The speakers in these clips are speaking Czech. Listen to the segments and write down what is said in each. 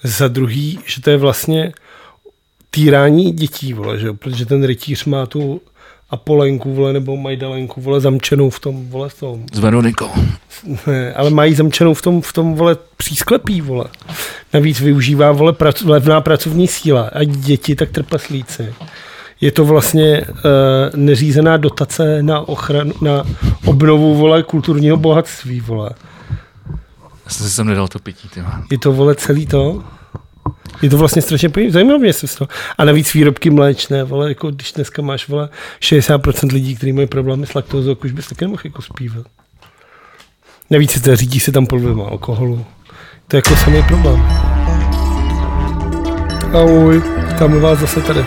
Za druhý, že to je vlastně týrání dětí, vole, že jo? Protože ten rytíř má tu Apolenku, vole, nebo Majdalenku, vole, zamčenou v tom, vole, v tom. S Veronikou. Ne, ale mají zamčenou v tom, vole, přísklepí, vole. Navíc využívá, vole, levná pracovní síla. A děti, tak trpaslíci. Je to vlastně neřízená dotace na ochranu, na obnovu, vole, kulturního bohatství, vole. Já jsem si sem nedal to pití, tyma. Je to, vole, celý to. Je to vlastně strašně zajímavé se z toho. A navíc výrobky mléčné, vole, jako když dneska máš, vole, 60% lidí, kteří mají problémy s laktózou, už bys taky nemohl jako zpívat. Navíc se řídí se tam podle alkoholu. To je jako samý problém. Ahoj, vítáme vás zase tady.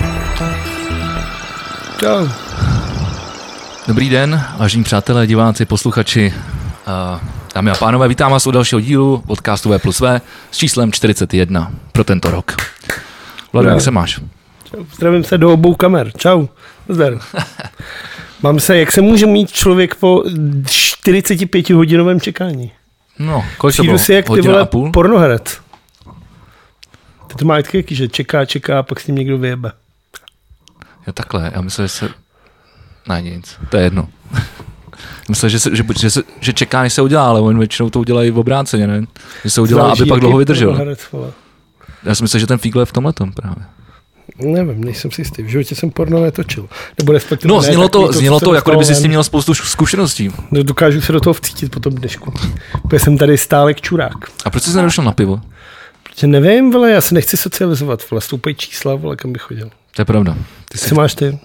Čau. Dobrý den, vážení přátelé, diváci, posluchači. Dámy a pánové, vítám vás u dalšího dílu podcastu V+V s číslem 41 pro tento rok. Vlado, jak se máš? Čau, zdravím se do obou kamer. Čau. Zdar. Mám se, jak se může mít člověk po 45-hodinovém čekání? No, kolik to přijdu bylo? Si jak ty vole pornoherec. To má taky, že čeká a pak s ním někdo vyjebe. Jo, takhle, já myslím, že se... Ne, nic, to je jedno. Myslím, že čeká, než se udělá, ale oni většinou to udělají v obráceně, ne? Že se udělá, aby pak dlouho vydržel. Já si myslím, že ten Fígl je v tomhletom právě. Nevím, nejsem si jistý. V životě jsem porno netočil. Nebo respektive no, znělo to jako kdyby si s tím měl spoustu zkušeností. Dokážu se do toho vcítit po tom dnešku. Protože jsem tady stálek čurák. A proč jsi nedošel na pivo? Protože nevím, vole, já se nechci socializovat, vole, stoupají čísla, vole, kam bych chodil. To je pravda. Co máš ty?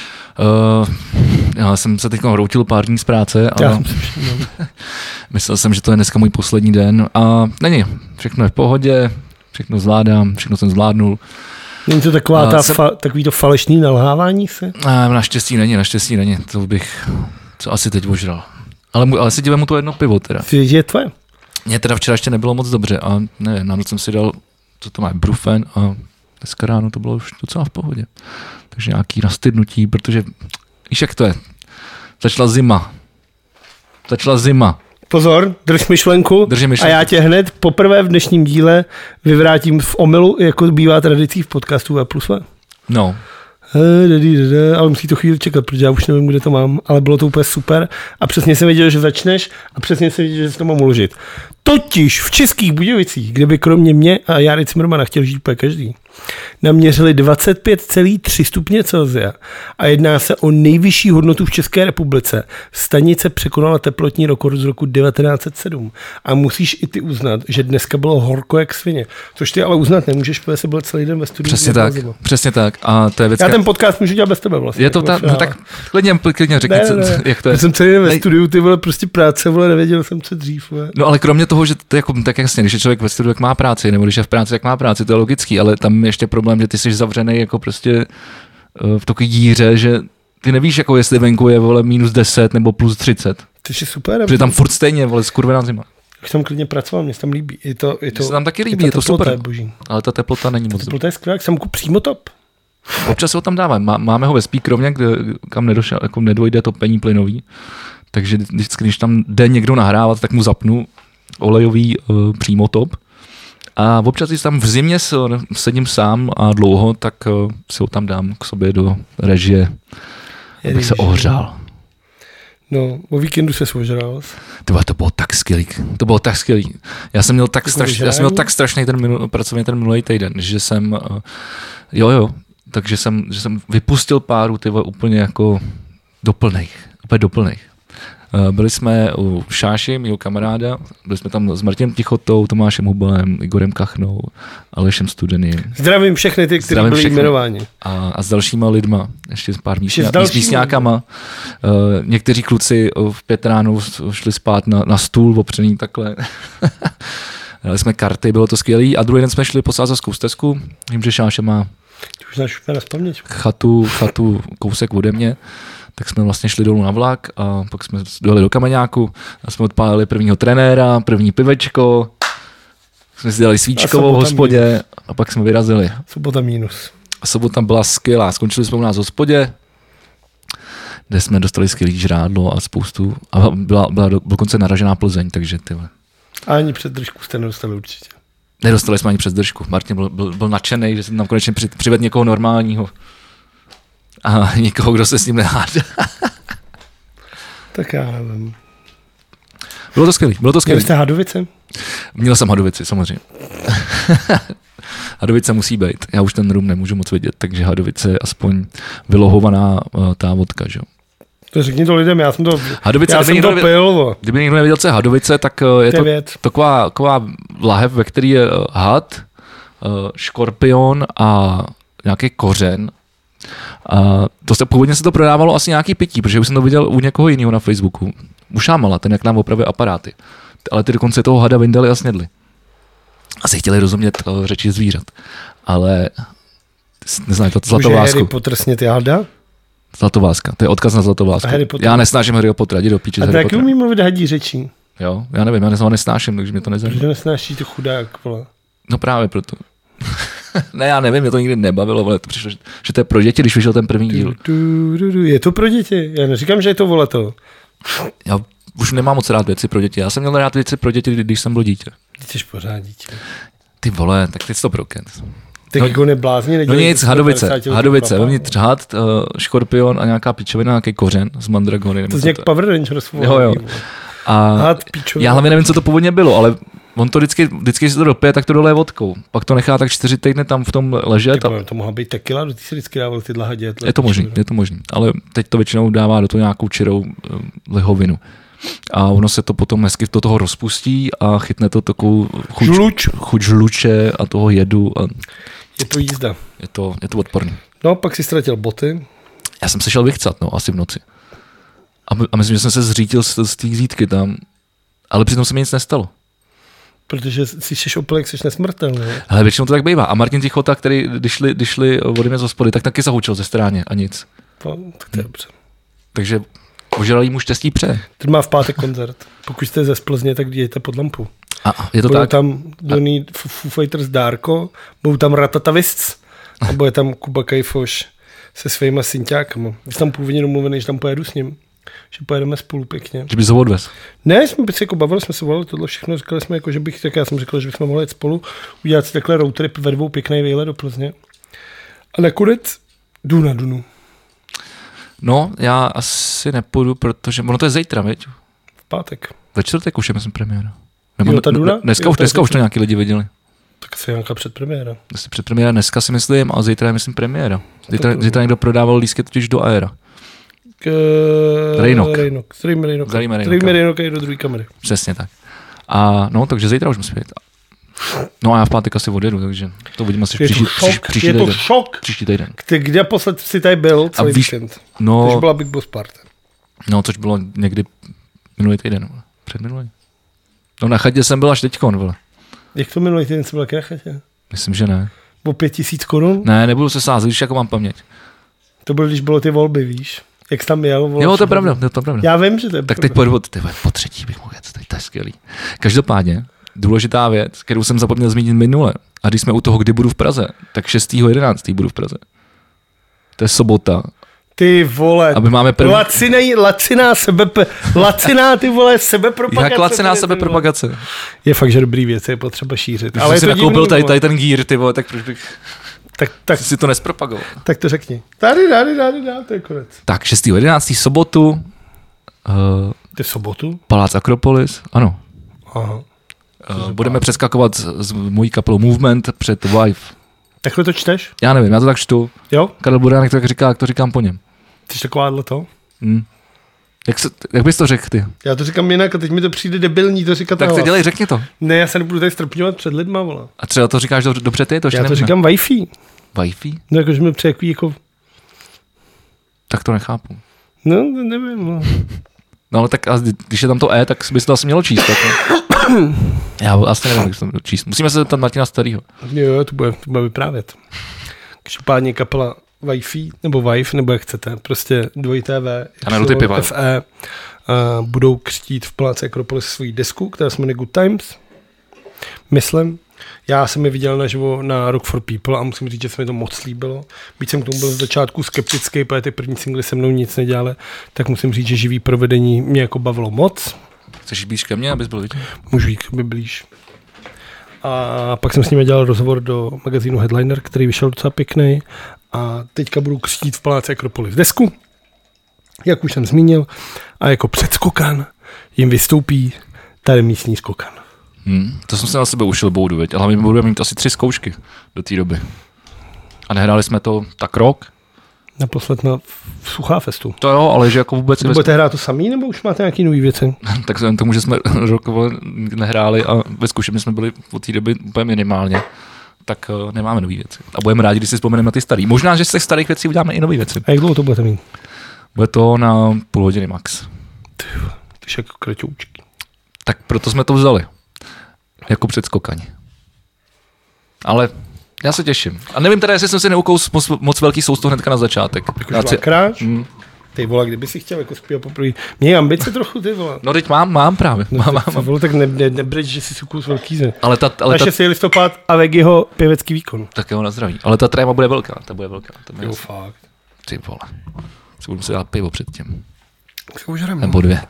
Já jsem se teď hroutil pár dní z práce a myslel jsem, že to je dneska můj poslední den a není. Všechno je v pohodě, všechno zvládám, všechno jsem zvládnul. Není to taková takový to falešný nalhávání se? Naštěstí není, to bych asi teď ožral. Ale si dívám mu to jedno pivo teda. Je tvoje? Mně teda včera ještě nebylo moc dobře a nevím, na noc jsem si dal, co to má, brufen a dneska ráno to bylo už docela v pohodě. Takže nějaký nastydnutí, protože víš, jak to je. Začala zima. Pozor, drž myšlenku. A já tě hned poprvé v dnešním díle vyvrátím v omylu, jako bývá tradicí v podcastu V+V. No. Ale musí to chvíli čekat, protože já už nevím, kde to mám, ale bylo to úplně super a přesně jsem věděl, že začneš a přesně jsem věděl, že se to mám uložit. Totiž v Českých Budějovicích, kde by kromě mě a Járy Cimrmana chtěl žít úplně každý, naměřili 25,3 stupně Celsia a jedná se o nejvyšší hodnotu v České republice. Stanice překonala teplotní rekord z roku 1907 a musíš i ty uznat, že dneska bylo horko jak svině. Což ty ale uznat nemůžeš, protože se byl celý den ve studiu. Přesně tak. A to je věc, já ten podcast můžu dělat bez tebe vlastně. Je to tak klidně řekni, jak to je. Já jsem celý den ve studiu, ty vole, prostě práce, vole, nevěděl jsem, co dřív. Vole. No ale kromě toho, že to jako, tak jasně, když je člověk ve studiu, tak má práci, nebo když je v práci, tak má práci, to je logický, ale tam je ještě problém, že ty jsi zavřený jako prostě v takové díře, že ty nevíš, jako jestli venku je, vole, -10 nebo +30. To je super. Protože tam furt stejně, vole, skurvená zima. Už tam klidně pracoval, mě se tam líbí. Mně se tam taky líbí, je to super. Boží. Ale ta teplota není moc. Teplota je skvělá, jsem přímo top. Občas ho tam dávám. Máme ho ve speakerovně, kam jako nedojde topení plynový. Takže když tam jde někdo nahrávat, tak mu zapnu olejový přímotop. A občas, když tam v zimě sedím sám a dlouho, tak si ho tam dám k sobě do režie, abych se ohřál. No, o víkendu se ožral. To bylo tak skvělý. Já jsem měl tak strašný pracovně ten minulý týden, že jsem, takže jsem vypustil páru, úplně jako doplnej. Byli jsme u Šáši, mýho kamaráda, byli jsme tam s Martinem Tichotou, Tomášem Hubelem, Igorem Kachnou, Alešem Studeným. Zdravím všechny ty, kteří byli jmenováni. A s dalšíma lidma, ještě s pár místňákama. Někteří kluci v 5 ráno šli spát na stůl opřený takhle. Dali jsme karty, bylo to skvělý. A druhý den jsme šli po Sázavskou stezku. Vím, že Šáša má chatu kousek ode mě. Tak jsme vlastně šli dolů na vlak a pak jsme dojeli do Kameňáku a jsme odpálili prvního trenéra, první pivečko, jsme si dali svíčkovou v hospodě a pak jsme vyrazili. Sobota minus. A sobota byla skvělá, skončili jsme u nás v hospodě, kde jsme dostali skvělý žrádlo a spoustu, a byla dokonce naražená Plzeň, takže tyhle. A ani před držku jste nedostali určitě. Nedostali jsme ani přes držku. Martin byl nadšený, že jsem tam konečně přivedl někoho normálního. A někoho, kdo se s ním nehádá. Tak já nevím. Bylo to skvělý. Měli jste Hadovice? Měl jsem Hadovici, samozřejmě. Hadovice musí být. Já už ten rum nemůžu moc vidět, takže Hadovice je aspoň vylohovaná ta vodka, že jo. To řekni to lidem, já jsem to pil. Kdyby někdo nevěděl, co je Hadovice, tak je to taková lahev, ve který je had, škorpion a nějaký kořen. A původně se to prodávalo asi nějaký pití, protože už jsem to viděl u někoho jiného na Facebooku. U Šámala, ten jak nám opravuje aparáty. Ale ty dokonce toho hada vyndali a snědli. Asi chtěli rozumět řeči zvířat. Ale neznám, to Zlatovlásku. Harry Potter snět hada? Zlatováska, to je odkaz na Zlatovlásku. Já nesnáším Harryho Pottera, jdi do píči. A taky umí mluvit hadí řečí. Jo, já nevím, já nesnáším, takže mě to nezajímá. Protože nesnáší to chudák, vole. No právě proto. Ne, já nevím, mě to nikdy nebavilo, ale to přišlo, že to je pro děti, když vyšel ten první díl. Je to pro děti, já neříkám, že je to vole to. Já už nemám moc rád věci pro děti, já jsem měl rád věci pro děti, když jsem byl dítě. Ty jsi pořád dítě. Ty vole, tak teď jsi to broken. Tak jako neblázni. No nic, Hadovice, vevnitř had, škorpion a nějaká pičovina, nějaký kořen z mandragony. To je nějak Power Rangers. Jo. A já hlavně nevím, co to původně bylo, ale on to vždycky se to dopije, tak to doleje vodkou. Pak to nechá tak 4 týdny tam v tom ležet. To mohla být tequila, ty si vždycky dával tyhle hadě. Je to možný, ale teď to většinou dává do toho nějakou čirou lihovinu. A ono se to potom hezky do toho rozpustí a chytne to takovou chuť žluče a toho jedu. A je to jízda. Je to odporný. No, pak si ztratil boty. Já jsem se šel vychcat, no, asi v noci. A myslím, že jsem se zřítil z té zítky tam, ale přitom se mi nic nestalo. Protože si jsi opilek, jsi nesmrtelný. Ale většinou to tak bývá. A Martin Tichota, který když šli ode mě z hospody, tak taky zahučil ze stráně a nic. No, tak to je dobře. Takže poželal mu štěstí přeje. Ten má v pátek koncert. Pokud jste ze Plzně, tak jděte pod lampu. A je to budou tak? Tam Donny Foo Fighters Dárko, budou tam Ratatavists a bude tam Kuba Kajfoš se svýma synťákama. Jsem tam původně domluvený, že tam pojedu s ním. Že pojedeme spolu pěkně. Že bys ho odvez? Ne, jsme si jako bavili, jsme se volali tohle všechno, říkali jsme, jako, že bych, tak já jsem řekl, že bychom mohli jít spolu, udělat si takhle road trip ve 2 pěkný výlet do Plzně. A nakonec jdu na Dunu. No, já asi nepůjdu, protože ono to je zítra, veď? V pátek. Ve čtvrtek už je, myslím, premiéra. Jo, ta Duna? Dneska už to nějaký lidi viděli. Tak asi nějaká předpremiéra. Předpremiéra dneska si myslím, a zítra je, myslím, premiéra. Zítra někdo prodával lístky totiž do Aera. Rejnok. Rejnok je do druhé kamery. Přesně tak. A no, takže zítra už musím jít. No a já v pátek asi odjedu, takže to uvidíme asi příští týden. Je to šok. Příští týden. Kde posled si tady byl celý víkend? No, což byla Big Boss Party. No, což bylo někdy minulý týden, předminulý. No na chatě jsem byl až teďkon, vole. Jak to minulý týden jsem byl na chatě? Myslím, že ne. O 5 000 korun? Ne, nebudu se sázet, víš, jako mám paměť. To bylo, když bylo ty volby, víš? Jak jsi tam jel? Jo, to je pravda. Já vím, že to je tak pravda. Teď po třetí bych mohl jet, to je skvělý. Každopádně, důležitá věc, kterou jsem zapomněl zmínit minule, a když jsme u toho, kdy budu v Praze, tak 6.11. budu v Praze. To je sobota. Ty vole, aby máme laciná ty vole sebepropagace. Jak laciná sebepropagace? Je fakt, že dobrý věc je potřeba šířit. Ale jsem si nakoupil tady ten gear, ty vole, tak proč bych tak si to nespropagoval. Tak to řekni. Tady, to je konec. Tak 6.11. sobotu. To je sobotu? Palác Akropolis, ano. Aha. Budeme přeskakovat s mojí kapelou Movement před Wife. Takhle to čteš? Já nevím, já to tak čtu. Jo? Karel Buránek tak říká, jak to říkám po něm. Ty jsi takováhle to? Jak bys to řekl ty? Já to říkám jinak a teď mi to přijde debilní to říkat. Tak ty dělej, řekni to. Ne, já se nebudu tady strpňovat před lidma, vole. A třeba to říkáš dobře ty? To já to říkám Wi-Fi. Wi-Fi? No jakože mi přeje jako... Tak to nechápu. No, nevím, no. No ale tak když je tam to tak bys to asi mělo číst. Tak, já asi nevím, jak to číst. Musíme se zeptat Martina Starýho. Jo, to bude vyprávět. Každopádně kapela Wi-Fi, nebo Wife, nebo jak chcete, prostě 2TV, FE, budou křtít v Paláci Akropolis svoji desku, která se jmenuje Good Times. Myslím. Já jsem je viděl naživo na Rock for People a musím říct, že se mi to moc líbilo. Byť jsem k tomu byl z začátku skeptický, protože ty první singly se mnou nic nedělali, tak musím říct, že živý provedení mě jako bavilo moc. Chceš blíž ke mně, abys byl vidět? Můžu jít by blíž. A pak jsem s nimi dělal rozhovor do magazínu Headliner, který vyšel docela pěkný. A teďka budu křtít v Paláci Akropolis desku, jak už jsem zmínil. A jako předskokan jim vystoupí tady místní skokan. To jsem se na sebe ušil boudu, veď? Ale my budeme mít asi 3 zkoušky do té doby. A jsme to tak rok? Naposled na Sucháfestu. To jo, ale že jako vůbec... Budete hrát to samý, nebo už máte nějaký nový věci? Tak vzhledem tomu, že jsme rok nehráli a ve zkušení jsme byli od té doby úplně minimálně, tak nemáme nový věci. A budeme rádi, když si vzpomeneme na ty starý. Možná, že z těch starých věcí uděláme i nový věci. A jak dlouho to budete mít? Bude to na půl hodiny max. To je jako kratoučky. Tak proto jsme to vzali. Jako předskokaní. Ale já se těším. A nevím teda, jestli jsem si neukous moc velký sousto hnedka na začátek. Jako ty vole, kdyby si chtěl jako zpívat poprvé. Měj ambice trochu, ty vole. No teď mám právě. No, mám. Vole, tak nebreč, že si kus velký ze. Ale 6. listopad a Vegiho pěvecký výkon. Tak jo, na zdraví. Ale ta tréma bude velká. Ta bude velká. Jo, fakt. Ty vole. Si budu si dát pivo předtím. Užerem. Nebo 2.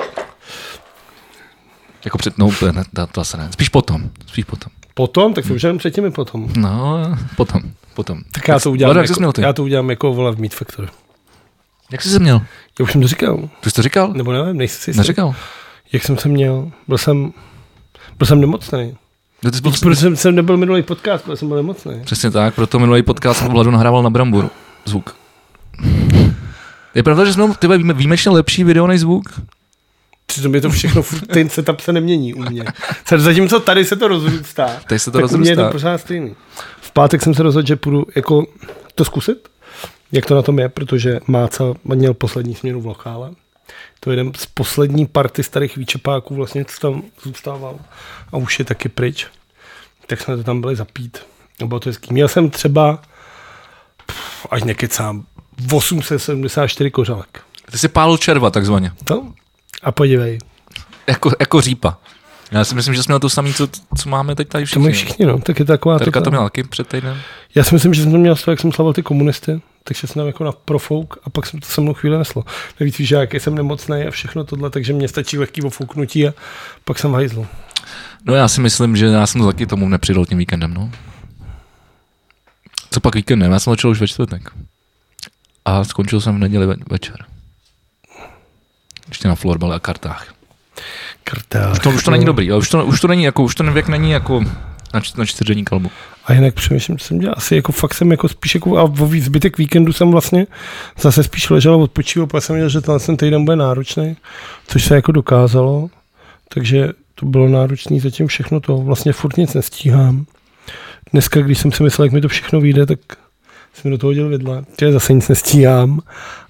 Jako před, no, to asi ne. Spíš potom. Potom? Tak se užerem předtím i potom. No, potom. Tak já to udělám, já to udělám jako vole v Meat Factory. Jak jsi se měl? Já už jsem to říkal. Ty jsi to říkal? Nebo nevím, nejsi si neříkal. Jak jsem se měl? Byl jsem nemocný. Proč jsem nebyl minulý podcast, protože jsem byl nemocný. Přesně tak, proto minulý podcast Vladu nahrával na brambor. Zvuk. Je pravda, že jsme výjimečně lepší video než zvuk? Přitom je to všechno, ten setup se nemění u mě. Zatímco tady se to rozrůstá. Tady se to rozrůstá. U mě je to pořád stejný. V pátek jsem se rozhodl, že půjdu jako to zkusit, jak to na tom je, protože Máca měl poslední směnu v lokále. To je jeden z poslední party starých výčepáků, vlastně co tam zůstával a už je taky pryč. Tak jsme to tam byli zapít. Bylo to hezký. Měl jsem třeba, až nekecám, 874 kořalek. Ty jsi pálil červa takzvaně. To? A podívej. Jako řípa. Já si myslím, že jsme měli to samé, co máme teď tady všichni. To mají všichni, no. Tak je taková... Terka to měla taky před týdnem. Já si myslím, že jsem to měl z toho, jak jsem slavil ty komunisty, takže jsem tam jako na profouk a pak jsem to se mnou chvíli neslo. Nevíc víš, jak jsem nemocný a všechno tohle, takže mě stačí lehký ofouknutí a pak jsem hajzl. No já si myslím, že já jsem taky tomu nepřidal tím víkendem, no. Co pak víkendem? Já jsem začal už ve čtvrtek. A skončil jsem v neděli večer. Ještě na florbale a kartách. Už to není dobrý, ale už to není jako, už ten věk není jako na 4denní kalbu. A jinak přemýšlím, co jsem dělal. Asi jako fakt jsem jako spíš jako a zbytek víkendu jsem vlastně zase spíš ležel a odpočíval, protože jsem věděl, že ten týden bude náročný, což se jako dokázalo. Takže to bylo náročný, zatím všechno to. Vlastně furt nic nestíhám. Dneska, když jsem si myslel, jak mi to všechno vyjde, tak jsem do toho hodil vidle. Takže zase nic nestíhám.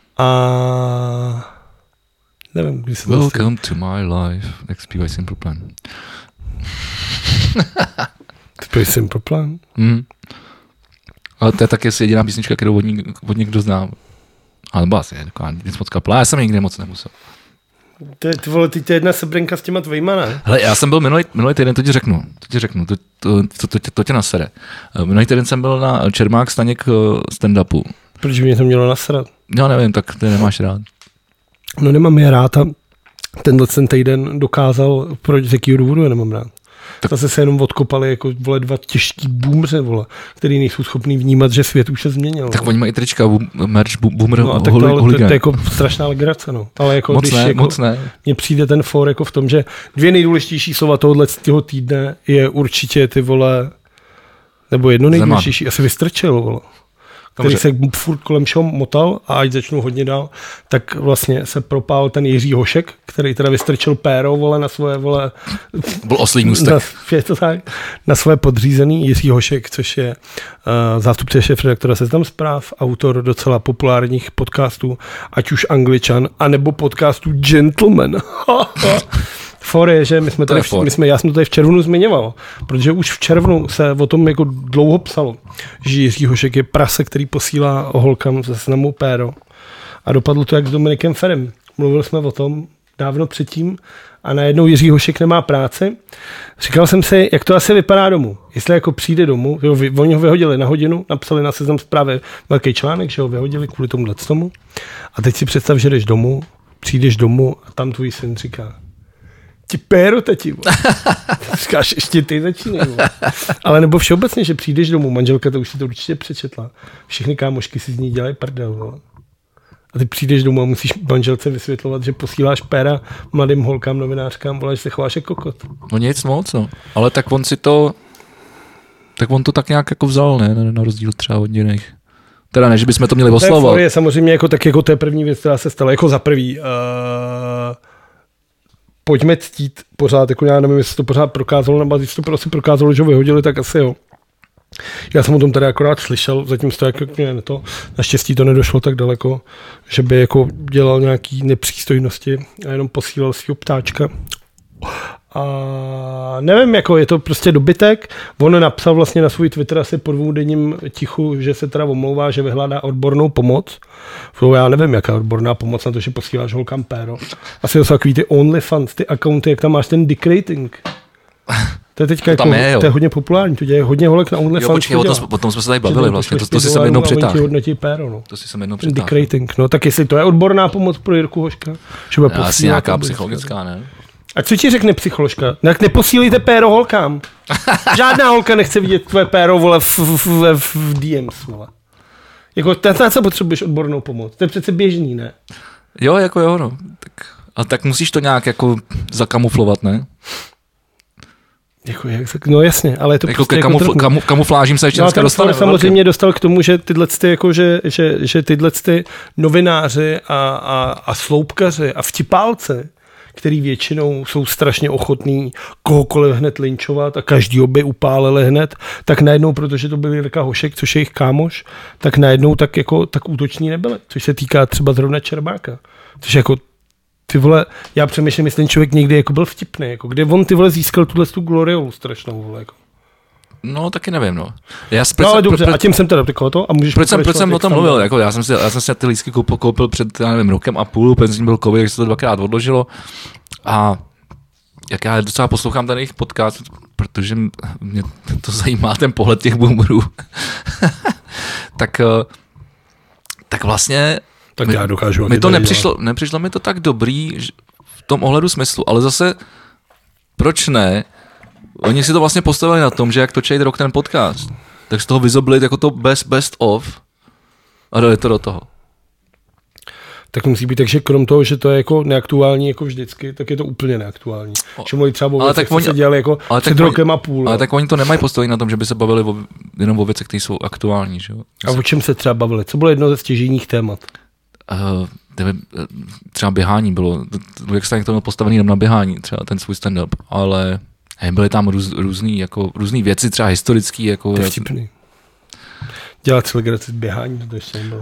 A nevím, když se Welcome to my life. Jak zpívají Simple Plan. Zpívají Simple Plan? Ale to je taky jediná písnička, kterou od někdo znám. Ale byla asi taková nic moc kapela. Já jsem nikdy moc nemusel. Ty vole, ty jedna sebrenka s těma tvojima, ne? Hele, já jsem byl minulý týden, to ti řeknu, to tě nasere. Minulý týden jsem byl na Čermák Staněk stand-upu. Proč by mě to mělo nasrat? Já nevím, tak ty nemáš rád. No nemám je rád a tenhle týden dokázal, proč z jakýho důvodu je nemám rád. Tak zase se jenom odkopali jako vole 2 těžký boomře, vole, který nejsou schopný vnímat, že svět už se změnil. Tak oni mají trička, merch, boomer, no, tak to je jako strašná legrace, no. Ale jako moc ne. Mně přijde ten for jako v tom, že 2 nejdůležitější slova tohoto týdne je určitě ty vole, nebo jedno nejdůležitější, asi Vystrčil, vole. Který se furt kolem všeho motal a ať začnu hodně dál, tak vlastně se propál ten Jiří Hošek, který teda vystrčil péro, vole, na svoje, vole... Byl oslý můstek. Na svoje podřízený Jiří Hošek, což je zástupce šéfredaktora Seznam Zpráv, autor docela populárních podcastů, ať už Angličan, anebo podcastu Gentleman. For je, že já jsem to tady v červnu zmiňoval, protože už v červnu se o tom jako dlouho psalo, že Jiří Hošek je prase, který posílá holkám ze Seznamu péro. A dopadlo to jak s Dominikem Ferem. Mluvili jsme o tom dávno předtím a najednou Jiří Hošek nemá práci. Říkal jsem si, jak to asi vypadá domů. Jestli jako přijde domů, oni ho vyhodili na hodinu, napsali na Seznam Zprávy velký článek, že ho vyhodili kvůli tomu. A teď si představ, že jdeš domů, přijdeš domů a tam tvůj syn říká: ti péro, tati. Říkáš, ještě ty začínej. Ale nebo všeobecně, že přijdeš domů, manželka to už si to určitě přečetla. Všechny kámošky si z ní dělají prdel. Vole. A ty přijdeš domů a musíš manželce vysvětlovat, že posíláš péra mladým holkám, novinářkám, vole, že se chováš jako kokot. No nic moc, no. Ale tak on to tak nějak jako vzal, ne? Na rozdíl třeba od jiných. Teda ne, že bychom to měli oslavovat. To je samozřejmě jako, tak jako to je první věc, která se stala. Jako za prvý, pojďme ctít pořád, jako já nevím, jestli to pořád prokázalo, nebo když to prostě prokázalo, že ho vyhodili, tak asi jo. Já jsem o tom tady akorát slyšel, zatím to jako to, naštěstí to nedošlo tak daleko, že by jako dělal nějaký nepřístojnosti a jenom posílal svýho ptáčka. A nevím, jako je to prostě dobytek. On napsal vlastně na svůj Twitter asi po 2denním tichu, že se teda omlouvá, že vyhládá odbornou pomoc. Já nevím, jaká odborná pomoc na to, že posíláš holkám péro. Asi to jsou takový ty OnlyFans, ty accounty, jak tam máš ten dick rating. To je teďka jako, to je hodně populární, to děje hodně holek na OnlyFans. Jo, počkej, o tom jsme se tady bavili vlastně, to si jsem jednou přitáhl. No. To si jsem jednou přitáhl. Dick rating, no tak jestli to je odborná pomoc pro Jirku Hoška, že bude asi nějaká psychologická, ne? A co ti řekne psycholožka? Jak neposílíte péro holkám. Žádná holka nechce vidět tvoje péro, vole, v DMs, vole. Jako, na co potřebuješ odbornou pomoc? To je přece běžný, ne? Jo, jako jo, no. Tak musíš to nějak jako zakamuflovat, ne? No jasně, ale je to jako prostě kamuflážím se ještě dneska dostane. Samozřejmě dostal k tomu, že tyhle jako, že tyhle novináři a sloupkaři a vtipálci, který většinou jsou strašně ochotní kohokoliv hned linčovat a každýho by upálili hned, tak najednou, protože to byl Jirka Hošek, což je jejich kámoš, tak najednou tak útoční nebyli. Což se týká třeba zrovna Čermáka. Což jako ty vole, já přemýšlím, jestli ten člověk někdy jako byl vtipný, jako kde on ty vole získal tu gloriolu strašnou, vole, jako. No, taky nevím, no. Ale dobře, a tím jsem teda řekl to a můžeš... Proč jsem o tom mluvil, jako já jsem si ty lístky koupil před, já nevím, rokem a půl, protože byl covid, takže se to dvakrát odložilo a jak já docela poslouchám ten jejich podcast, protože mě to zajímá ten pohled těch boomerů, tak vlastně tak já dokážu. Mi to nepřišlo mi to tak dobrý v tom ohledu smyslu, ale zase proč ne? Oni si to vlastně postavili na tom, že jak točí rok ten podcast, tak z toho vyzobili jako to best of a dali to do toho. Tak musí být, takže krom toho, že to je jako neaktuální jako vždycky, tak je to úplně neaktuální. Že mluví třeba o věcech, co se dělali jako před rokem a půl. Ale tak oni to nemají postavit na tom, že by se bavili jenom o věcech, které jsou aktuální. Že? A o čem se třeba bavili? Co bylo jedno ze stěžejních témat? Třeba běhání bylo, jak se to měl postavený na běhání, třeba ten svůj stand-up, ale byly tam různý věci, třeba historický. Jako, to je vtipný. Dělat si legraci běhání, to ještě nebylo.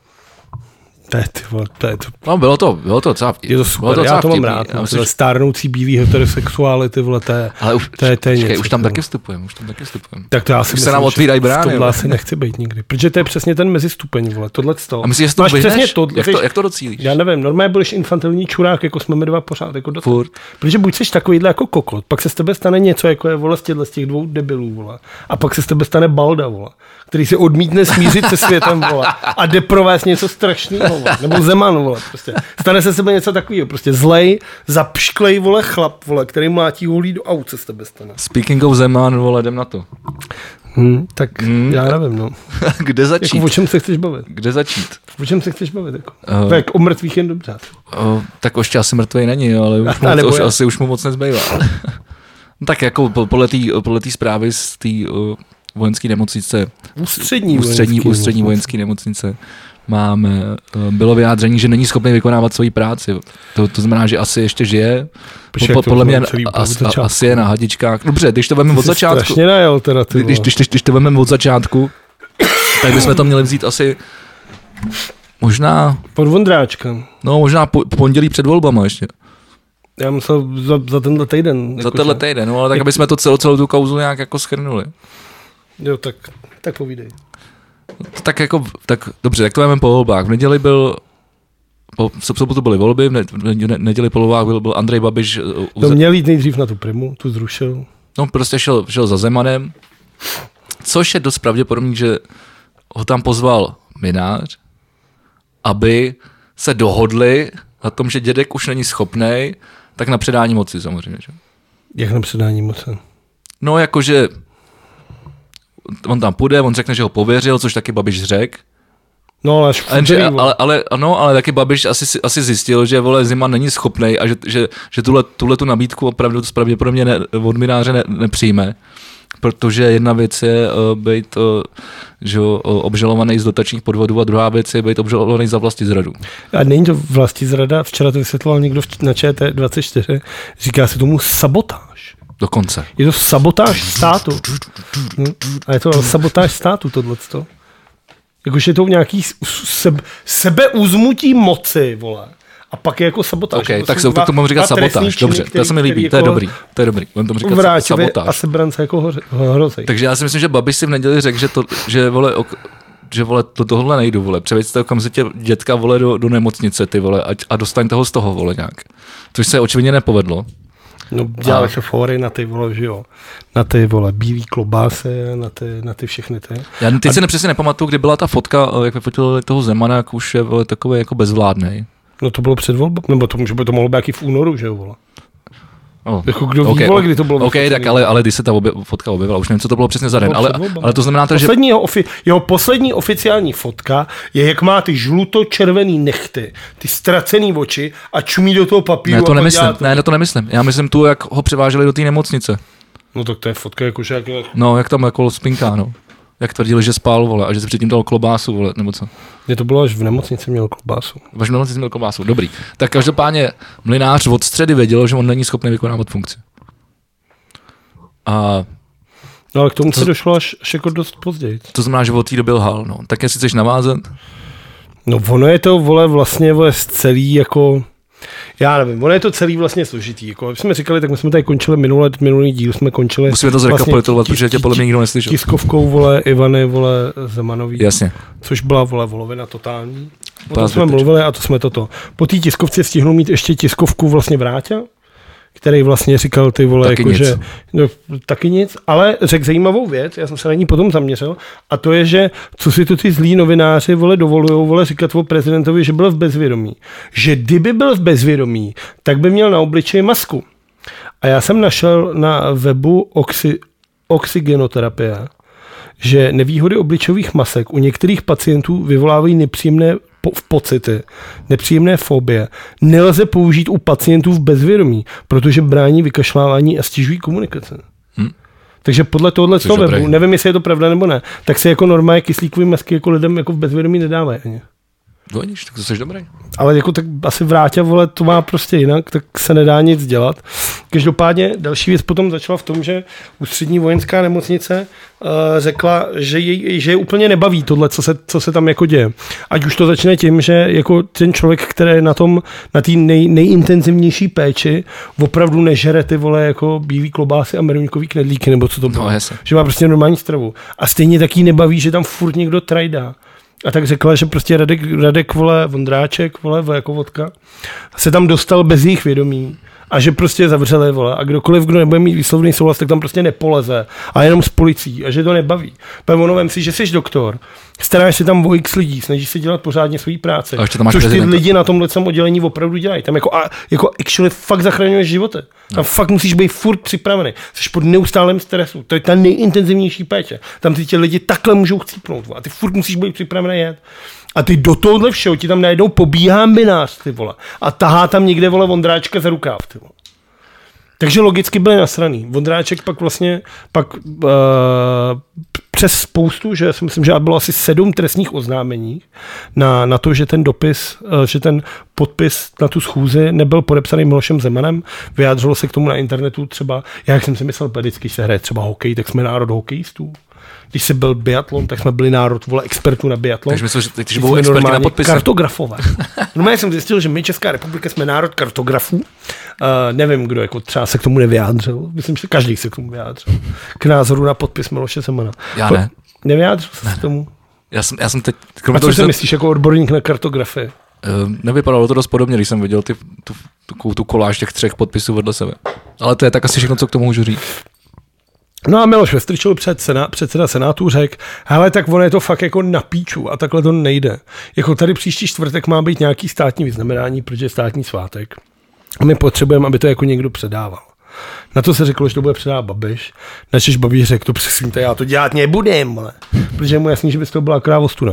To je to. No, bylo to docela. Je to super, já to mám rád. Stárnoucí bílý heterosexuály, ty vole, to je něco. Už tam taky vstupujeme. Tak to já si myslím, se nám otvírají brány. To asi nechci být nikdy, protože to je přesně ten mezistupeň, vole, tohleto. A myslíš, že to vyhneš? Jak to docílíš? Já nevím, normálně budeš infantilní čurák, jako jsme my dva pořád, jako furt. Protože buď jsi takovýhle jako kokot, pak se z tebe stane něco, jako je, vole, z těch dvou debilů, vole. A pak se z tebe stane balda, vole, který se odmítne smířit se světem, vole, a jde provést něco strašného. Nebo Zeman, vole, prostě. Stane se sebe něco takového, prostě zlej, zapšklej, vole, chlap, vole, který mlátí holí do aut, se z tebe stane. Speaking of Zeman, vole, jdem na to. Já nevím, no. Kde začít? Jako, o čem se chceš bavit? Kde začít? O čem se chceš bavit, jako? Tak o mrtvých jen dobře. Tak ještě asi mrtvej není, ale už mu moc nezbývá. Tak jako podle té zprávy z té vojenské nemocnice, ústřední vojenské nemocnice, bylo vyjádření, že není schopný vykonávat svoji práci. To znamená, že asi ještě žije. Podle mě asi je na hadičkách. Dobře, když to vezmeme od začátku. Strašně najel teda, když to vezmeme od začátku, tak bychom to měli vzít asi možná... Pod Vondráčkem. No, možná pondělí před volbama ještě. Já myslel za tenhle týden. Za tenhle týden, no ale tak, aby jsme to celou tu kauzu nějak jako shrnuli. Jo, tak povídej. Tak dobře, tak to máme po volbách. V neděli v sobotu byly volby, v neděli po volbách byl Andrej Babiš. To měl jít nejdřív na tu primu, tu zrušil. No prostě šel za Zemanem, což je dost pravděpodobný, že ho tam pozval Mynář, aby se dohodli na tom, že dědek už není schopnej, tak na předání moci samozřejmě. Že? Jak na předání moci? No jakože on tam půjde, on řekne, že ho pověřil, což taky Babiš řekl. No ale taky Babiš asi zjistil, že vole Zeman není schopnej a že tuhle tu nabídku opravdu pravděpodobně od mináře nepřijme. Protože jedna věc je být obžalovaný z dotačních podvodů a druhá věc je být obžalovaný za vlastizradu. A není to vlastizrada, včera to vysvětloval někdo na ČT24, říká se tomu sabotáž. Dokonce. Je to sabotáž státu. A je to sabotáž státu tohleto. Jakože je to nějaký sebeuzmutí moci, vole. A pak je jako sabotáž. Okay, tak to můžu říkat sabotáž. Dobře, to se mi líbí, to je dobrý. Budeme tomu říkat sabotáž. A sebrance jako hrozej. Takže já si myslím, že Babiš si v neděli řekl, že vole, tohle nejdu, vole. Převeďte okamžitě dětka, vole, do nemocnice, ty vole, a dostaň toho z toho, vole, nějak. Což se očividně nepovedlo. No, dělali se fóry na ty, vole, že jo. Na ty, vole, bílý klobásy, na ty všechny ty. Já teď si přesně nepamatuju, kdy byla ta fotka, jak vyfotili toho Zemana, jak už je, vole, takový jako bezvládnej. No to bylo před volbou, nebo to mohlo být jaký v únoru, že jo, vole. Jako kdo ví, vole, kdy to bylo. OK, tak ale když se ta fotka objevila, už nevím, co to bylo přesně za den, ale to znamená, že... Jeho poslední oficiální fotka je, jak má ty žluto-červený nechty, ty ztracený oči a čumí do toho papíru. Ne, to nemyslím. Já myslím tu, jak ho převáželi do té nemocnice. No tak to je fotka jakože jak... No, jak tam jako spinká, no. Jak tvrdili, že spál, vole, a že se předtím dal klobásu, vole, nebo co? Mně to bylo, až v nemocnici měl klobásu. Až v nemocnici měl klobásu, dobrý. Tak každopádně Mlynář od středy věděl, že on není schopný vykonávat funkci. No ale k tomu se došlo až jako dost později. To znamená, že od té doby lhal, no. Tak jestli chceš navázat? No ono je to, vole, vlastně, vole, celý jako... Já nevím, ono je to celý vlastně složitý. Jako, jak jsme říkali, tak my jsme tady končili minulý díl, jsme končili... Musíme to zrekapitulovat, protože tě podle mě nikdo neslyšel. Tiskovkou, vole, Ivany, vole, Zemanový. Jasně. Což byla, vole, volovina totální. O tom jsme mluvili a to jsme toto. Po té tiskovce stihnul mít ještě tiskovku vlastně Vráťa, který vlastně říkal ty vole, taky jako, že no, taky nic, ale řekl zajímavou věc, já jsem se na ní potom zaměřil, a to je, že co si to ty zlí novináři, vole, dovolujou, vole, říkat o prezidentovi, že byl v bezvědomí. Že kdyby byl v bezvědomí, tak by měl na obličeji masku. A já jsem našel na webu oxygenoterapie, že nevýhody obličejových masek u některých pacientů vyvolávají nepříjemné pocity, nepříjemné fobie. Nelze použít u pacientů v bezvědomí, protože brání vykašlávání a stěžují komunikaci. Takže podle tohohle webu, nevím, jestli je to pravda nebo ne, tak se jako normálně kyslíkový masky jako lidem jako v bezvědomí nedávají ani. No nic, tak to jsi dobrý. Ale jako tak asi Vráťa, vole, to má prostě jinak, tak se nedá nic dělat. Každopádně další věc potom začala v tom, že Ústřední vojenská nemocnice řekla, že je úplně nebaví tohle, co se tam jako děje. Ať už to začne tím, že jako ten člověk, který je na té nejintenzivnější péči, opravdu nežere ty, vole, jako bílý klobásy a meruňkový knedlíky, nebo co to bylo. No, že má prostě normální stravu. A stejně taky nebaví, že tam furt někdo trajdá. A tak řekla, že prostě Radek, vole, Vondráček, vole, jako vodka, se tam dostal bez jejich vědomí a že prostě zavřeli, vole, a kdokoliv, kdo nebude mít výslovný souhlas, tak tam prostě nepoleze a jenom s policií a že to nebaví. Ono vem si, že jsi doktor, staráš se tam o x lidí, snažíš se dělat pořádně svou práci, což ty lidi na tomhle oddělení opravdu dělají. Tam jako actually fakt zachraňuješ životy. Tam fakt musíš být furt připravený. Jsi pod neustálým stresu. To je ta nejintenzivnější péče. Tam ty lidi takhle můžou chcípnout. A ty furt musíš být připravený jet. A ty do tohohle všeho ti tam najednou pobíhá minář, ty vole. A tahá tam někde, vole, Vondráčka za rukáv, ty vole. Takže logicky byli nasraný. Vondráček pak vlastně přes spoustu, že si myslím, že bylo asi 7 trestních oznámení na to, že ten dopis, že ten podpis na tu schůzi nebyl podepsaný Milošem Zemanem. Vyjádřilo se k tomu na internetu třeba, jak jsem si myslel, vždycky se hraje třeba hokej, tak jsme národ hokejistů. Když se byl biatlon, tak jsme byli národ, vole, expertů na biatlon. Takže myslím, že budou experti na podpisy. Kartografové. Normálně jsem zjistil, že my, Česká republika, jsme národ kartografů. Nevím, kdo jako třeba se k tomu nevyjádřil. Myslím, že každý se k tomu vyjádřil. K názoru na podpis Miloše Zemana. Já ne. Nevyjádřil se k tomu? Já jsem teď... A co si myslíš jako odborník na kartografii? Nevypadalo to dost podobně, když jsem viděl tu koláž těch 3 podpisů vedle sebe. Ale to je tak asi všechno, co k tomu můžu říct. No a Miloš Vystrčil předseda Senátu řekl, hele, tak ono je to fakt jako na píču a takhle to nejde. Jako tady příští čtvrtek má být nějaký státní vyznamenání, protože je státní svátek. A my potřebujeme, aby to jako někdo předával. Na to se řeklo, že to bude předávat Babiš. Načež Babiš řekl, to přesně, já to dělat nebudem, ale. Protože je mu jasný, že by to byla akorát ostuda.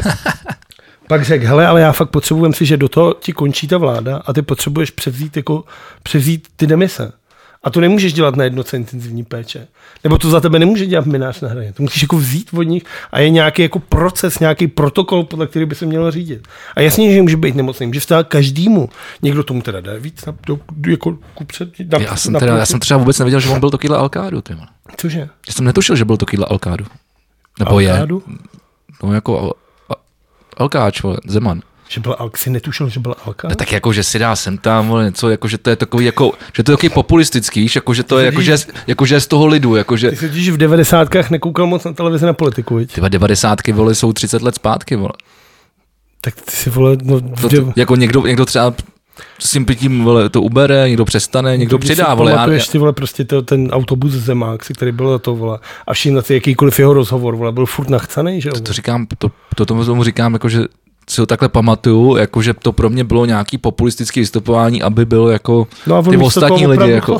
Pak řekl, hele, ale já fakt potřebujem si, že do toho ti končí ta vláda a ty potřebuješ převzít ty demise. A to nemůžeš dělat na jednoce intenzivní péče. Nebo to za tebe nemůže dělat Mynář na Hradě. To musíš jako vzít od nich a je nějaký jako proces, nějaký protokol, podle který by se mělo řídit. A jasně, že může být nemocný, může stát každému. Někdo tomu teda dá víc jako kupřed. Já jsem třeba vůbec nevěděl, že on byl to kýhle Alkádu. Cože? Já jsem netušil, že byl to kýhle Alkádu. Nebo Alkádu? Je. No jako Alkáč, Zeman. Že byl si netušil, že byl Alka? Tak jako, že si dá sem tam, něco, jako, že to je takový, jako, že to je takový populistický, víš, jako, že to je, jako, že je z toho lidu, jako, že... Ty se v 90kách nekoukal moc na televizi na politiku, viď? Tyba 90ky, vole, jsou 30 let zpátky, vole. Tak ty si, vole, no... Jako někdo třeba s tím pitím, vole, to ubere, někdo přestane, někdo přidá, vole. Pamatuješ ty, vole, prostě ten autobus Zemák, který byl na to, vole, a všim na ty jakýkoliv jeho rozhovor, vole, byl furt nachcanej, že jo? To říkám, tomu říkám, jako, že si ho takhle pamatuju, jakože to pro mě bylo nějaký populistický vystupování, aby bylo jako ty ostatní lidi. Jako,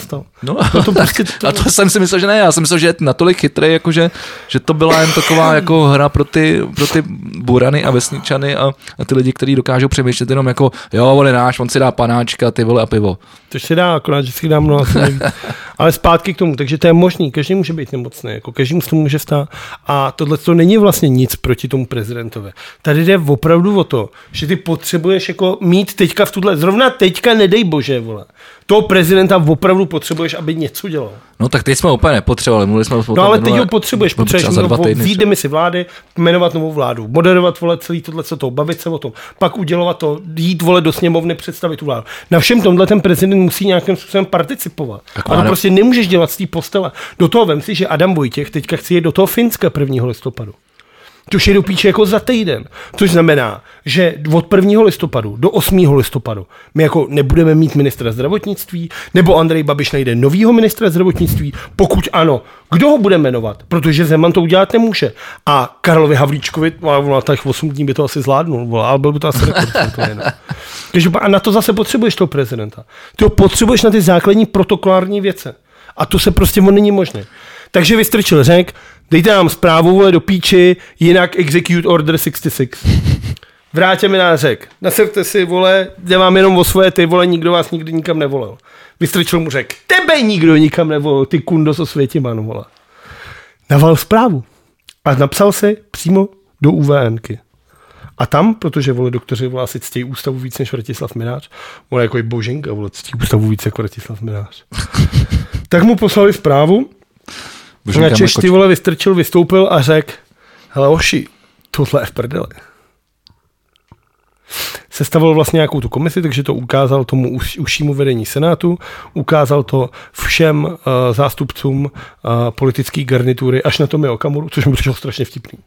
a to jsem si myslel, že ne, já jsem myslel, že je natolik chytrý, jakože, že to byla jen taková jako hra pro ty burany a vesničany a ty lidi, kteří dokážou přemýšlet jenom jako, jo, on je náš, on si dá panáčka, ty vole a pivo. To si dá, akorát, že si dá mnoho asi nejvíc. Ale zpátky k tomu, takže to je možný, každý může být nemocný, jako každý mu z toho může stát. A tohle to není vlastně nic proti tomu prezidentovi. Tady jde opravdu o to, že ty potřebuješ jako mít teďka zrovna teďka, nedej bože, vole. Toho prezidenta opravdu potřebuješ, aby něco dělal. No tak teď jsme úplně nepotřebovali, mluvili jsme o tom. No ale teď ho potřebuješ vzít demisi vlády, jmenovat novou vládu, moderovat, vole, celý tohle, co to, bavit se o tom, pak udělovat to, jít, vole, do sněmovny, představit tu vládu. Na všem tomhle ten prezident musí nějakým způsobem participovat. A to prostě nemůžeš dělat z té postele. Do toho vem si, že Adam Vojtěch teďka chce jít do toho Finska 1. listopadu. Což je do píče jako za týden. Což znamená, že od 1. listopadu do 8. listopadu my jako nebudeme mít ministra zdravotnictví, nebo Andrej Babiš najde novýho ministra zdravotnictví, pokud ano, kdo ho bude jmenovat? Protože Zeman to udělat nemůže. A Karlovi Havlíčkovi, tak 8 dní by to asi zvládnul, ale byl by to asi rekord. A na to zase potřebuješ toho prezidenta. Ty ho potřebuješ na ty základní protokolární věci. A to se prostě není možné. Takže Vystrčil řekl, dejte nám zprávu, vole, do píči, jinak execute order 66. Vrátíme nás řek. Naserte si, vole, jde vám jenom o svoje, ty, vole, nikdo vás nikdy nikam nevolal. Vystrčil mu řekl, tebe nikdo nikam nevolal, ty kundo so světimanu, vole. Naval zprávu. A napsal si přímo do UVNky. A tam, protože, vole, doktoři, vole, asi ctějí ústavu víc než Vratislav Mynář, vole, jako i Boženka, vole, ctějí ústavu víc jako Vratislav Mynář. Tak mu poslali zprávu, načež ty, vole, Vystrčil, vystoupil a řekl, hele, oši, tohle je v prdeli. Sestavil vlastně nějakou tu komisi, takže to ukázal tomu užšímu vedení Senátu, ukázal to všem zástupcům politické garnitury, až na Tomia Okamuru, což mi přišlo strašně vtipný.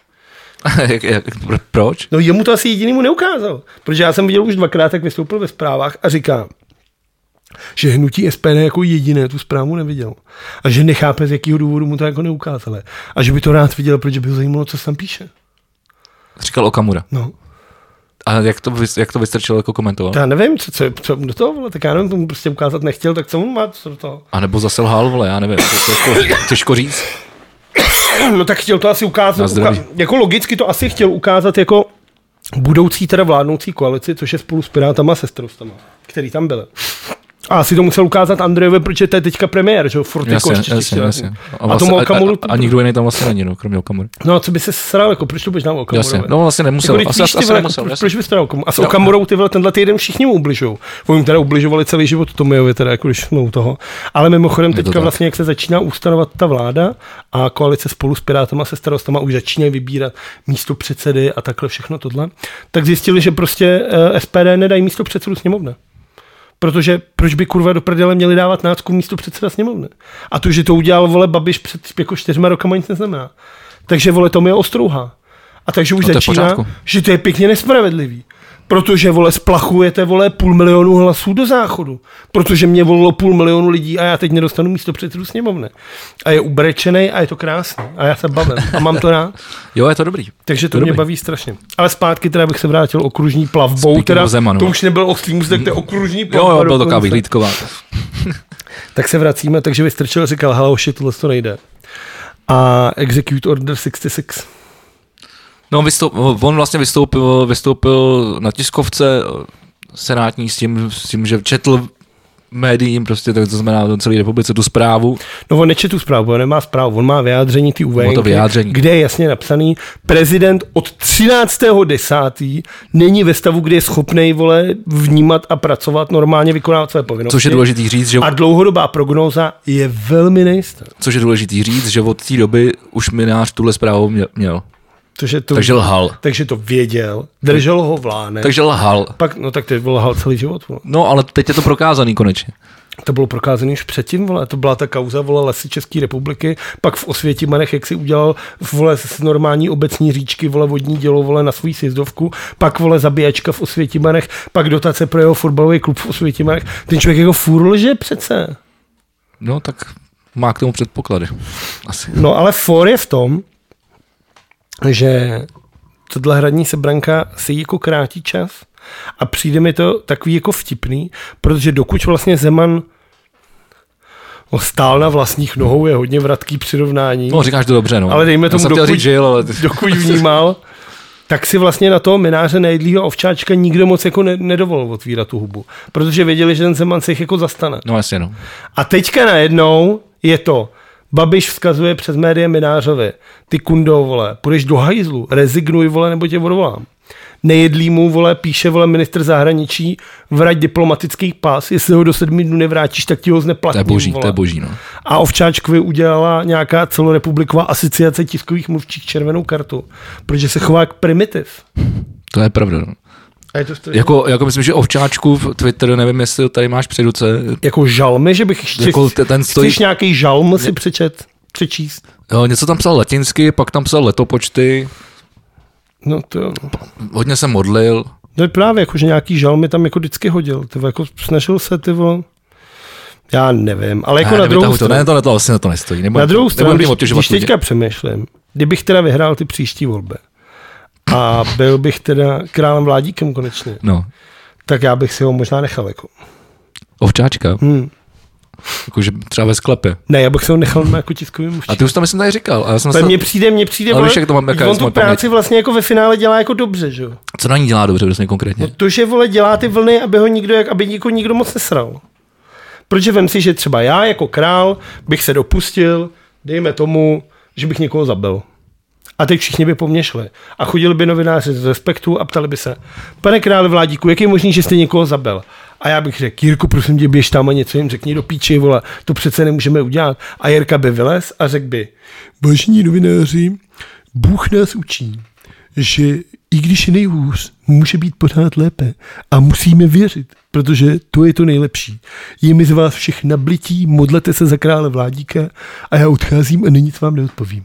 Proč? No jemu to asi jedinýmu neukázal, protože já jsem viděl už 2krát, jak vystoupil ve zprávách a říká, že hnutí SPD jako jediné tu zprávu neviděl. A že nechápe, z jakého důvodu mu to jako neukázali. A že by to rád viděl, protože by ho zajímalo, co se tam píše. Říkal Okamura. No. A jak to Vystrčil jako komentoval? Já nevím, co do toho, vole, tak já nevím, tomu prostě ukázat nechtěl, tak co on má co do toho? A nebo zase lhal, vole, já nevím, těžko říct. No tak chtěl to asi ukázat, jako logicky to asi chtěl ukázat jako budoucí teda vládnoucí koalici, což je spolu s Pirátama a se Starostama, který tam byly. A asi to musel ukázat Andrejovi, protože to je teďka premiér, že jo, furt jako jasně. A nikdo jiný tam vlastně není, no, kromě Okamury. No a co by se sral, jako proč to bys dal Okamurovi? Jasně, no vlastně nemusel, jako, asi nemusel. Proč bys to dal Okamuru? A s Okamurou ty vole, tenhle týden všichni mu ubližují. Oni teda ubližovali celý život Tomiovi, teda jako když jsme u toho. Ale mimochodem teďka vlastně, jak se začíná ustanovat ta vláda a koalice spolu s Pirátama se Starostama už začínají vybírat místopředsedy a takhle všechno tohle, tak zjistili, že prostě SPD nedají místopředsedu sněmovny. Protože proč by kurva do prdele měli dávat nácku místo předseda sněmovny? A to, že to udělal, vole, Babiš před jako 4 rokama, nic neznamená. Takže, vole, to mi je ostrouhá. A takže už začíná, že to je pěkně nespravedlivý. Protože, vole, splachujete, vole, 500 000 hlasů do záchodu. Protože mě volilo 500 000 lidí a já teď nedostanu místo předsedu sněmovny. A je ubrečenej a je to krásný. A já se bavím a mám to rád. Jo, je to dobrý. Takže to mě baví strašně. Ale zpátky teda bych se vrátil okružní plavbou. Speaking teda, of Zemanu. To už nebyl oslý můstek, to je okružní plavba. Jo, byl to taková vyhlídková. Tak se vracíme, takže Vystrčil říkal, hele, tohle to nejde. A Execute Order 66. No, on vlastně vystoupil na tiskovce senátní s tím, že četl médiím, prostě, tak to znamená celé republice tu zprávu. No on nečetl tu zprávu, on nemá zprávu, on má vyjádření ty UVNky, kde je jasně napsaný, prezident od 13.10. není ve stavu, kde je schopnej, vnímat a pracovat, normálně vykonávat své povinnosti. Což je důležitý říct, že... A dlouhodobá prognóza je velmi nejistá. Což je důležitý říct, že od té doby už Mynář tuhle zprávu měl. Takže lhal. Takže to věděl, držel ho v lánech. Takže lhal. Pak, no tak teď lhal celý život. No, ale teď je to prokázaný konečně. To bylo prokázané už předtím, to byla ta kauza, Lesy České republiky, pak v Osvětimanech, jak si udělal z normální obecní říčky, vodní dělo, na svou sjezdovku, pak zabíjačka v Osvětimanech, pak dotace pro jeho fotbalový klub v Osvětimanech. Ten člověk jako furt lže přece. No, tak má k tomu předpoklady. Asi. No, ale for je v tom, že tohle hradní sebranka se jako krátí čas a přijde mi to takový jako vtipný, protože dokud vlastně Zeman stál na vlastních nohou, je hodně vratký přirovnání. No, říkáš to dobře, no. Ale dejme tomu, dokud vnímal, tak si vlastně na toho Mynáře Nejedlýho Ovčáčka nikdo moc jako nedovolil otvírat tu hubu, protože věděli, že ten Zeman se jich jako zastane. No jasně, no. A teďka najednou je to, Babiš vzkazuje přes média Mynářovi, ty kundo, půjdeš do hajzlu, rezignuj, nebo tě odvolám. Nejedlýmu, píše, ministr zahraničí, vrať diplomatický pás, jestli ho do 7 dnů nevrátíš, tak ti ho zneplatní. To je boží, no. A Ovčáčkovi udělala nějaká celorepubliková asociace tiskových mluvčích červenou kartu, protože se chová jak primitiv. To je pravda, no. A je to jako myslím, že Ovčáčku v Twitteru, nevím, jestli tady máš při ruce. Jako žalmy, že bych ještě jako chceš nějaký žalm si přečíst? Jo, něco tam psal latinsky, pak tam psal letopočty. No to... Hodně se modlil. No je právě, jako, že nějaký žalmy tam jako vždycky hodil. Jako snažil se, já nevím, ale jako na druhou stranu. To vlastně na to nestojí. Na druhou stranu, když teďka přemýšlím, kdybych teda vyhrál ty příští volby a byl bych teda králem Vládíkem konečně, no. Tak já bych si ho možná nechal jako. Ovčáčka? Jakože třeba ve sklepě. Ne, já bych se ho nechal jako tiskovým mluvčím. A ty už to myslím tady říkal. A já jsem mně přijde, ale víš, jak to mám, on tu práci vlastně jako ve finále dělá jako dobře, že jo? Co na ní dělá dobře, vlastně konkrétně? No to, že dělá ty vlny, aby ho nikdo moc nesral. Protože vem si, že třeba já jako král bych se dopustil, dejme tomu, že bych někoho zabil. A teď všichni by po mně šli. A chodili by novináři z Respektu a ptali by se, pane králi Vládíku, jak je možný, že jste někoho zabil? A já bych řekl, Jirku, prosím tě, běž tam a něco jim řekni do píči, to přece nemůžeme udělat. A Jirka by vylez a řekl by, vážení novináři, Bůh nás učí, že i když je nejhůř, může být pořád lépe. A musíme věřit, protože to je to nejlepší. Je mi z vás všech nablití, modlete se za krále Vládíka a já odcházím a nic vám neodpovím.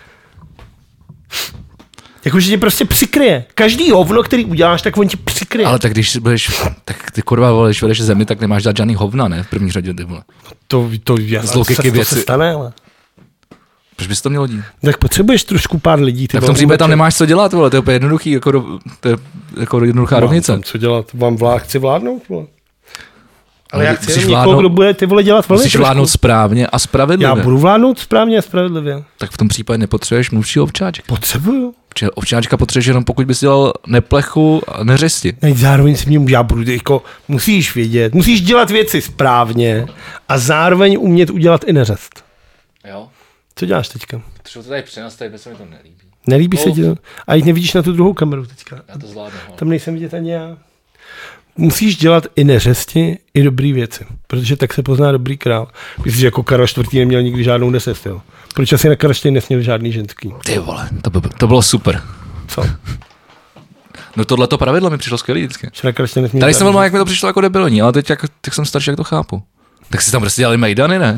Jakože tě prostě přikryje. Každý hovno, který uděláš, tak on ti přikryje. Ale tak když budeš, tak ty kurva, když vedeš zemi, tak nemáš dát žádný hovna, ne? V první řadě, ty vole. To se stane, ale. Proč bys to měl dít? Tak potřebuješ trošku pár lidí. Tak v tom případě tam nemáš co dělat, vole. To je úplně jednoduchý, to je jako jednoduchá rovnice. Co dělat? Chci vládnout, vole. Ale já chci někoho, kdo bude ty vole dělat velmi musíš vládnout správně a spravedlivě. Já budu vládnout správně a spravedlivě. Tak v tom případě nepotřebuješ mluvčího Ovčáčka. Potřebuju. Ovčáčka potřebuješ jenom pokud bys dělal neplechu a neřesti. Ne, zároveň si mě já budu jako, musíš vědět, musíš dělat věci správně a zároveň umět udělat i neřest. Jo. Co děláš teďka? Potřebuji to tady přenastavit, se mi to nelíbí. Nelíbí se ti to? A jít nevidíš na tu druhou kameru teďka. Já to zvládnu. Tam nejsem vidět ani já. Musíš dělat i neřesti, i dobrý věci, protože tak se pozná dobrý král. Myslím, že jako Karel IV. Neměl nikdy žádnou neřest, jo. Proč asi na Karel IV. Nesměl žádný ženský? Ty vole, to bylo super. Co? No tohleto pravidlo mi přišlo skvělý vždycky. Tady jsem byl, jak mi to přišlo jako debilní, ale teď tak jsem starší, jak to chápu. Tak si tam prostě dělali mejdany, ne?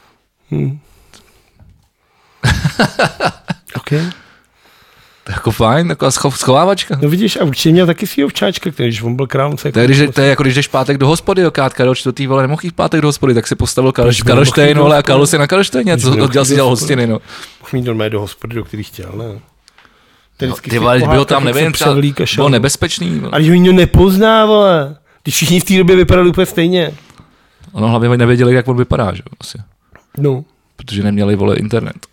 Okay. To je jako fajn, taková schovávačka. No vidíš, a určitě měl taky svýho Ovčáčka, když on byl král. To je jako když jdeš pátek do hospody, Karel IV. Vole, nemohl jít pátek do hospody, tak si postavil Karlštejn, a Karlo si na Karlštejně, co dělal hostiny, no. Mohl mít normálně do hospody, do kterých chtěl, ne? Ty vole, byl tam, nevím, třeba bylo nebezpečný. Ale že ho nepozná, vole. Když všichni v té době vypadali úplně stejně. Ono hlavně nevěděli, jak on vypadá, že asi. No. Protože neměli, vole, internet.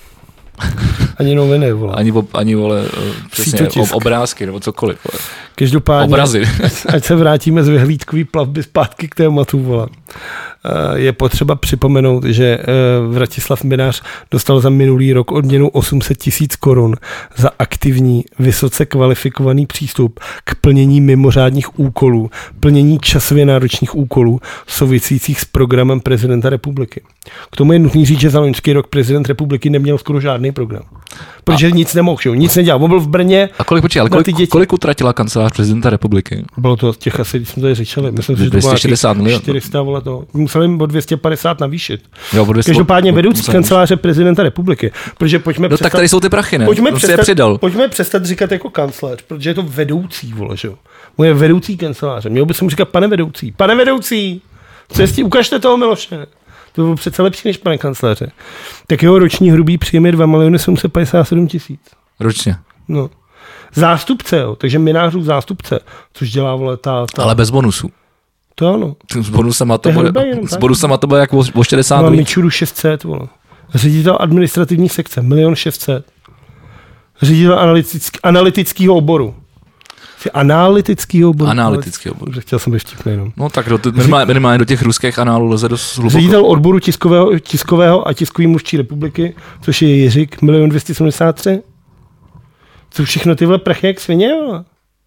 Ani noviny, vole. Ani vole, přesně, obrázky, nebo cokoliv, vole. Každopádně, obrazy. Ať se vrátíme z vyhlídkové plavby zpátky k tématu, vole. Je potřeba připomenout, že Vratislav Mynář dostal za minulý rok odměnu 800 000 korun za aktivní, vysoce kvalifikovaný přístup k plnění mimořádních úkolů, plnění časově náročných úkolů souvisejících s programem prezidenta republiky. K tomu je nutný říct, že za loňský rok prezident republiky neměl skoro žádný program. Protože nic nemohl, nic nedělal. On byl v Brně. A kolik utratila kancelář prezidenta republiky? Bylo to těch asi, když jsme tady řečili. Myslím, že 260 milionů. 400, vole to. Museli o 250 navýšit. Jo, o 200, každopádně vedoucí kanceláře prezidenta republiky. Protože pojďme přestat, tak tady jsou ty prachy, ne? Pojďme přestat říkat jako kancléř, protože je to vedoucí, vole, že jo. Moje vedoucí kanceláře. Měl by se mu říkat pane vedoucí. Pane vedoucí! Co jestli ukažte toho Miloše? To bylo přece lepší než pane kancléře. Tak jeho roční hrubý příjem je 2 757 000. Ročně. No. Zástupce, jo. Takže Mynářův zástupce, což dělá, vole, ta... Ale bez bonusů. To ano. S bonusama to bude jak o 60. Mám Mičuru 600, vole. Ředitel administrativní sekce, 1 600 000. Ředitel analytického oboru. Analytického oboru. Chtěl jsem být vtipnej, no. No tak minimálně do těch ruských análů leze dost hluboko. Ředitel odboru tiskového a tiskový mluvčí republiky, což je Jiřík, 1 273 000. Co všechno tyhle prachy jak svině, jo?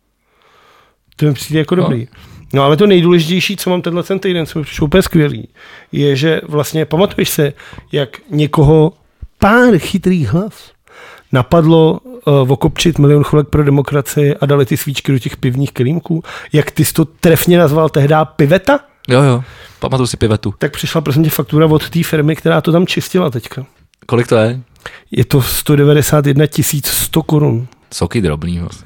To mi přijde jako dobrý. No ale to nejdůležitější, co mám tenhle týden, co mi přišlo úplně skvělý, je, že vlastně pamatuješ se, jak někoho pár chytrých hlav napadlo okopčit 1 000 000 cholek pro demokracii a dali ty svíčky do těch pivních kelímků. Jak ty jsi to trefně nazval tehdá piveta? Jo, pamatuju si pivetu. Tak přišla prosím tě faktura od té firmy, která to tam čistila teďka. Kolik to je? Je to 191 100 korun. Soky drobný vlastně.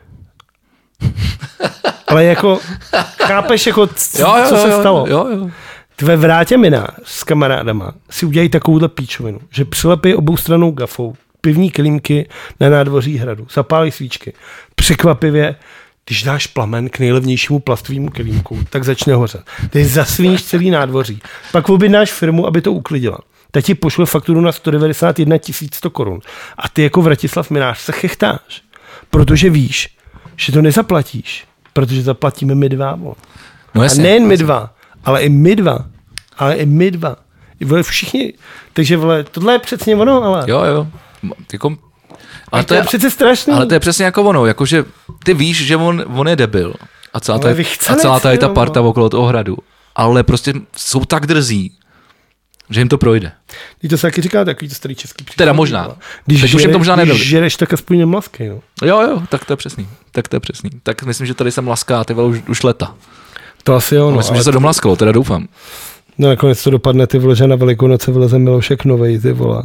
Ale jako, chápeš, jako, co se stalo? Jo. Ve Vrátě Mynář s kamarádama si udělají takovouhle píčovinu, že přilepí oboustrannou gafou pivní kelímky na nádvoří hradu, zapálí svíčky. Překvapivě, když dáš plamen k nejlevnějšímu plastovému kelímku, tak začne hořet. Ty zasvíníš celý nádvoří. Pak objednáš firmu, aby to uklidila. Ta ti pošle fakturu na 191 100 korun. A ty jako Vratislav Mynář se chechtáš, protože víš, že to nezaplatíš, protože zaplatíme my dva. No jasně, a nejen my dva, ale i my dva. Vole, všichni. Takže vole, tohle je přesně ono, ale... Jo. Jako, ale to je přece strašný. Ale to je přesně jako ono, jakože ty víš, že on je debil. A celá tady ta parta okolo toho hradu. Ale prostě jsou tak drzí, že jim to projde. Když to se taky říká, takový to starý český příklad. Teda možná. Když žereš, tak aspoň nemlaskej, no. Jo, tak to je přesný. Tak myslím, že tady jsem laská, ty vole, už leta. To asi jo, no. Myslím, že se domlaskalo, teda doufám. No nakonec to dopadne, ty vole, že na Velikonoce vyleze Milošek novej, ty vole.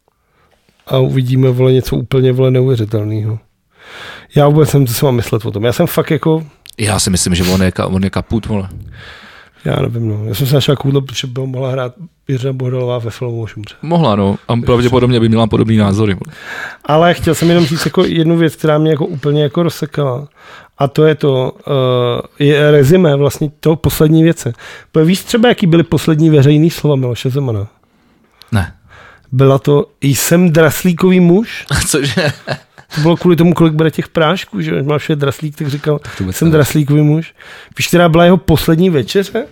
A uvidíme, vole, něco úplně, vole, neuvěřitelného. Já vůbec jsem, co si mám myslet o tom. Já jsem fakt jako... Já si myslím, že on je kaput, vole. Já nevím, no. Já jsem se našel koudle, protože by mohla hrát Jiřina Bohdalová ve filmu o Šumře. Mohla, no. A pravděpodobně by měla podobný názory. Ale chtěl jsem jenom říct jako jednu věc, která mě jako úplně jako rozsekala. A to je to, je rezime vlastně toho poslední věce. Víš třeba, jaký byly poslední veřejný slova Miloše Zemana? Ne. Byla to, jsem draslíkový muž. Cože? To bylo kvůli tomu, kolik bude těch prášků, že máš je draslík, tak říkal, jsem draslíkový muž. Víš, která byla jeho poslední večeře?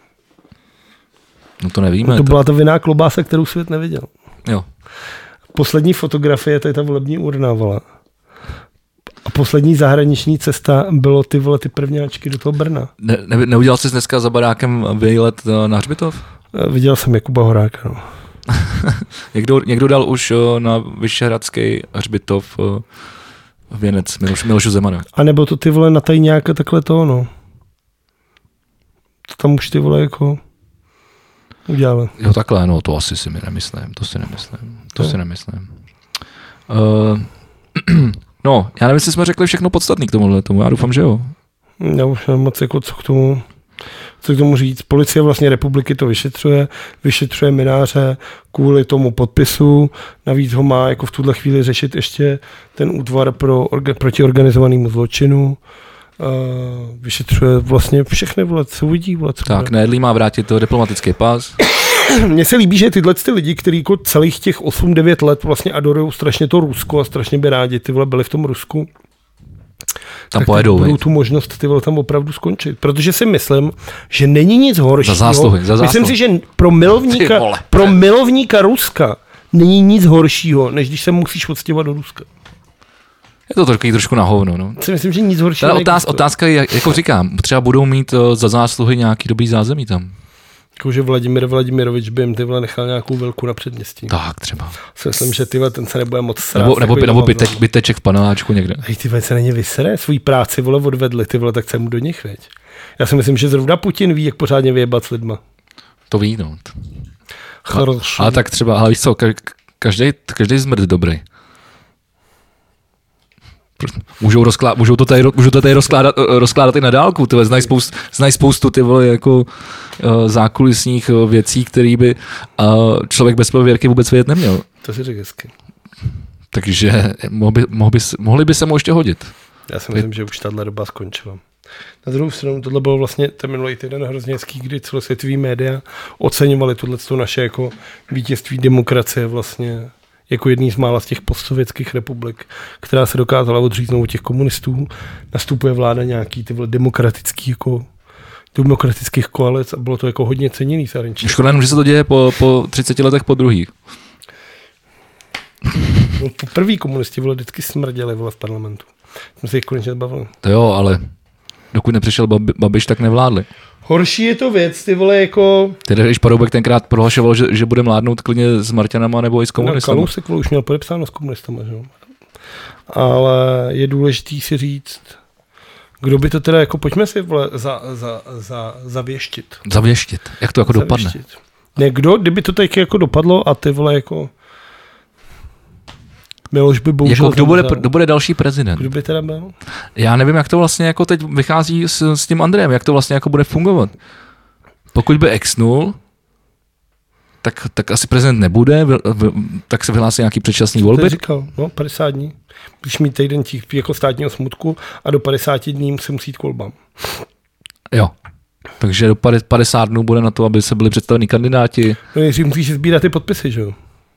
No to nevíme. No to byla ta vinná klobása, kterou svět neviděl. Jo. Poslední fotografie, to je ta volební urna, vole. A poslední zahraniční cesta bylo ty prvňáčky do toho Brna. Neudělal jsi dneska za barákem výlet na hřbitov? Viděl jsem Jakuba Horáka, no. Někdo dal už na Vyšehradský hřbitov věnec Milošu Zemana. A nebo to ty vole na tajňáka takhle toho, no. To tam už ty vole jako udělali. Jo takhle, no to asi si mi nemyslím. To si nemyslím. No, já nevím, jestli jsme řekli všechno podstatný k tomu. Já doufám, že jo. Já už nevím moc jako co k tomu. Co k tomu říct? Policie vlastně republiky to vyšetřuje Mynáře kvůli tomu podpisu, navíc ho má jako v tuhle chvíli řešit ještě ten útvar proti organizovanému zločinu. Vyšetřuje vlastně všechny, vole, co vidí. Vole, co tak, Nejedlý má vrátit to diplomatický pas. Mně se líbí, že tyhle lidi, kteří jako celých těch 8-9 let vlastně adorují strašně to Rusko a strašně by rádi ty vole byli v tom Rusku, tam pojedou, budou tu možnost ty vole tam opravdu skončit. Protože si myslím, že není nic horšího. Za zásluhy. Myslím si, že pro milovníka Ruska není nic horšího, než když se musíš odstěhovat do Ruska. Je to trošku na hovno. No. Si myslím, že nic horšího. Otázka je, jako říkám, třeba budou mít za zásluhy nějaký dobrý zázemí tam. Jakože Vladimír Vladimirovič by jim ty vole nechal nějakou velkou na předměstí. Tak třeba. Myslím, že ty vole, ten se nebude moc srát. Nebo byteček v paneláčku někde. Hej, ty vole, se na ně vysere, svůj práci vole odvedli, ty vole, tak se mu do nich, veď. Já si myslím, že zrovna Putin ví, jak pořádně vyjebat s lidma. To ví, no. Ale tak třeba, ale víš co, každý zmrt dobrý. Můžou to tady rozkládat i na dálku, ty znají spoustu ty vole jako zákulisních věcí, které by člověk bez prověrky vůbec vědět neměl. To si řekl hezky. Takže mohli by se mu ještě hodit. Já si myslím, že už tato doba skončila. Na druhou stranu, tohle bylo vlastně ten minulý týden hrozně hezký, kdy celosvětový média oceňovali tohleto naše jako vítězství demokracie vlastně jako jedný z mála z těch postsovětských republik, která se dokázala odříznout od těch komunistů. Nastupuje vláda nějaký ty demokratických koalic a bylo to jako hodně ceněný zahraničí. Škoda jenom, že se to děje po 30 letech po druhých. No, po první komunisti vždycky smrděli v parlamentu. Jsme se jich konečně bavili. To jo, ale dokud nepřišel Babiš, tak nevládli. Horší je to věc, ty vole, jako... Tedy když Paroubek tenkrát prohlašoval, že bude mládnout klidně s Marťanama nebo i s komunistama. Kalousek už měl podepsáno s komunistama, že jo. Ale je důležitý si říct, kdo by to teda, jako pojďme si, vole, zavěštit. Zavěštit? Jak to jako dopadne? Ne, kdyby to tak jako dopadlo a ty vole, jako... Miloš by bohužel... Jako kdo bude další prezident? Kdo by teda byl? Já nevím, jak to vlastně jako teď vychází s tím Andrejem, jak to vlastně jako bude fungovat. Pokud by exnul, tak asi prezident nebude, tak se vyhlásí nějaký předčasný volby. To říkal, 50 dní. Když mít týden jako státního smutku a do 50 dní se musí jít k volbám. Jo. Takže do 50 dnů bude na to, aby se byli představení kandidáti. No nejdřív musíš sbírat ty podpisy, že jo?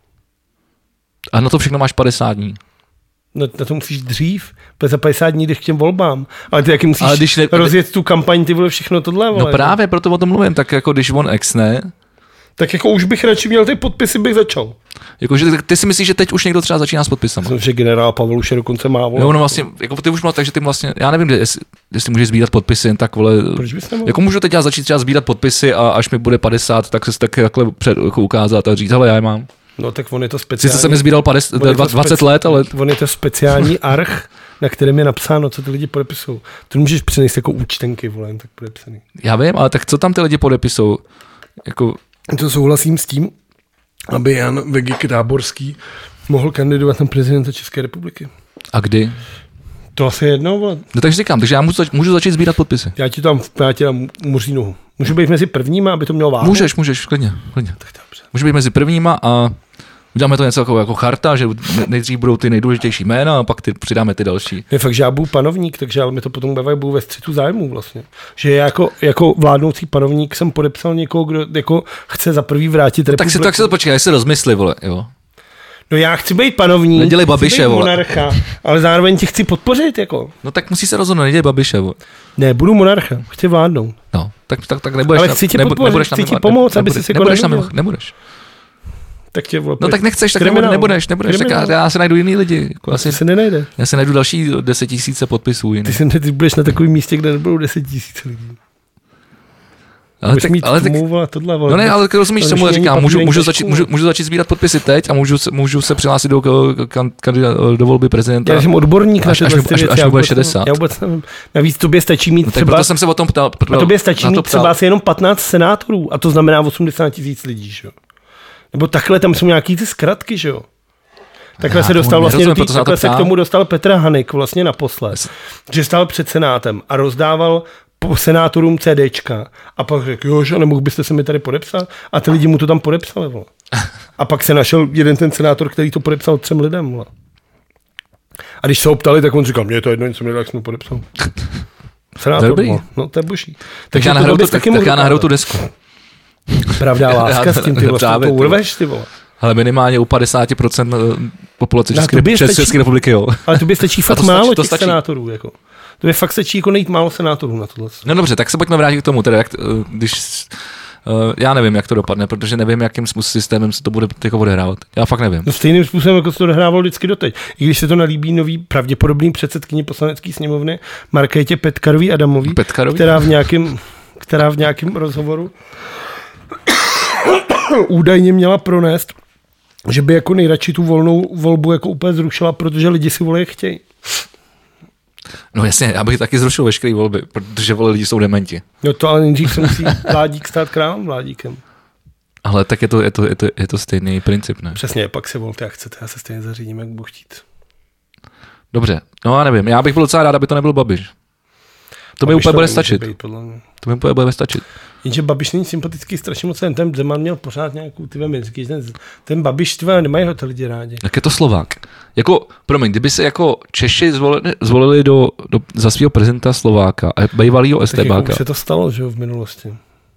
A na to všechno máš 50 dní. No, na to musíš dřív, protože za 50 dní jdeš k těm volbám. Ale ty jaký musíš rozjet tu kampaň, ty vole všechno tohle. Vole, no právě, proto o tom mluvím. Tak jako když on exne, tak jako už bych radši měl ty podpisy, bych začal. Jakože ty si myslíš, že teď už někdo třeba začíná s podpisama? Myslím, že generál Pavel už je dokonce má, vole. No vlastně, jako ty už máš, takže ty vlastně, já nevím, jestli můžeš sbírat podpisy jen tak, vole. Proč bys nemohl? Jako můžu teď začít třeba sbírat podpisy a až mi bude 50, tak se takhle jako ukázat a říct, hele, já je mám. No tak on je to speciální. Sice jsem je sbíral 20 let, ale... On je to speciální arch, na kterém je napsáno, co ty lidi podepisují. To můžeš přinést jako účtenky, vole, tak podepsaný. Já vím, ale tak co tam ty lidi podepisou? Jako... To souhlasím s tím, aby Jan Vegik Táborský mohl kandidovat na prezidenta České republiky. A kdy? To asi jednou, vole. No takže říkám, takže já můžu začít sbírat podpisy. Já ti tam muří nohu. Můžu být mezi prvníma, aby to mělo váhu? Můžeš, klidně. Tak dobře. Můžu být mezi prvníma a uděláme to něco jako charta, že nejdřív budou ty nejdůležitější jména a pak přidáme ty další. Je fakt, že já budu panovník, takže ale mi to potom budu ve střetu zájmů vlastně. Že já jako vládnoucí panovník jsem podepsal někoho, kdo jako chce za prvý vrátit republiku. Tak si to počkej, si rozmysli, vole, jo. No já chci být panovník, nedělej Babiše, chci být monarcha, ale zároveň tě chci podpořit, jako. No tak musí se rozhodnout, nedělej Babiše, vole. Ne, budu monarcha, chci vládnout. No, tak nebudeš. Ale chci tě podpořit, chci ti pomoct, aby si nebudeš. Tak tě, vole, no tak nechceš, tak nebudeš, tak já se najdu jiný lidi. Jako asi se nenajde. Já se najdu další 10 000 podpisů. Ty budeš na takovém místě, kde nebudou 10 000 lidí. Ale tohle, no ne, ale rozumíš, co mu říkám, můžu začít sbírat podpisy teď a můžu se přihlásit do volby prezidenta. Já jsem odborník na tyhle věci. Až bude 60. Já vůbec nevím. Navíc tobě stačí mít třeba... Proto jsem se o tom ptal. A tobě stačí mít třeba asi jenom 15 senátorů a to znamená 80 000 lidí, že jo? Nebo takhle tam jsou nějaký ty zkratky, že jo? Takhle se dostal vlastně takhle se k tomu dostal Petr Hanek vlastně naposled, že stál před senátem a rozdával senátorům CDčka a pak řekl, jo, že nemohl byste se mi tady podepsat a ty lidi mu to tam podepsali, vole. A pak se našel jeden ten senátor, který to podepsal 3 lidem, vole. A když se ho ptali, tak on říkal, mě je to jedno, něco mi tak jsem podepsal. Senátor, vole. No to je boží. Tak já nahraju tu desku. Pravda láska s tím, ty vlastně to urveš, ty vole. Ale minimálně u 50% populace České republiky, jo. Ale to by stačí fakt málo těch senátorů, jako. To by fakt stačí jako nejít málo senátorů na tohle. No dobře, tak se pojďme vrátit k tomu, teda jak, když, já nevím, jak to dopadne, protože nevím, jakým systémem se to bude jako odehrávat. Já fakt nevím. No stejným způsobem, jako se to odehrávalo vždycky doteď. I když se to nalíbí nový pravděpodobný předsedkyni poslanecké sněmovny Markétě Petkarový Adamový, která v nějakém rozhovoru údajně měla pronést, že by jako nejradši tu volnou volbu jako úplně zrušila, protože lidi si vole chtějí. No jasně, já bych taky zrušil veškeré volby, protože vole lidi jsou dementi. No to ale nejdřív se musí vládík stát králem vládíkem. Ale tak je to stejný princip, ne? Přesně, pak se volte, jak chcete, já se stejně zařídím, jak budu chtít. Dobře, no já nevím, já bych byl docela rád, aby to nebyl Babiš. To mi úplně bude stačit. To mi úplně bude stačit. Jenže Babiš není sympatický strašně moc, ten Zeman měl pořád nějakou ty věci, ten Babiš tyhle nemají ho ty lidi rádi. Jak je to Slovák? Jako, promiň, kdyby se jako Češi zvolili za svého prezidenta Slováka a bývalýho STBáka. Tak jako se to stalo, že jo, v minulosti.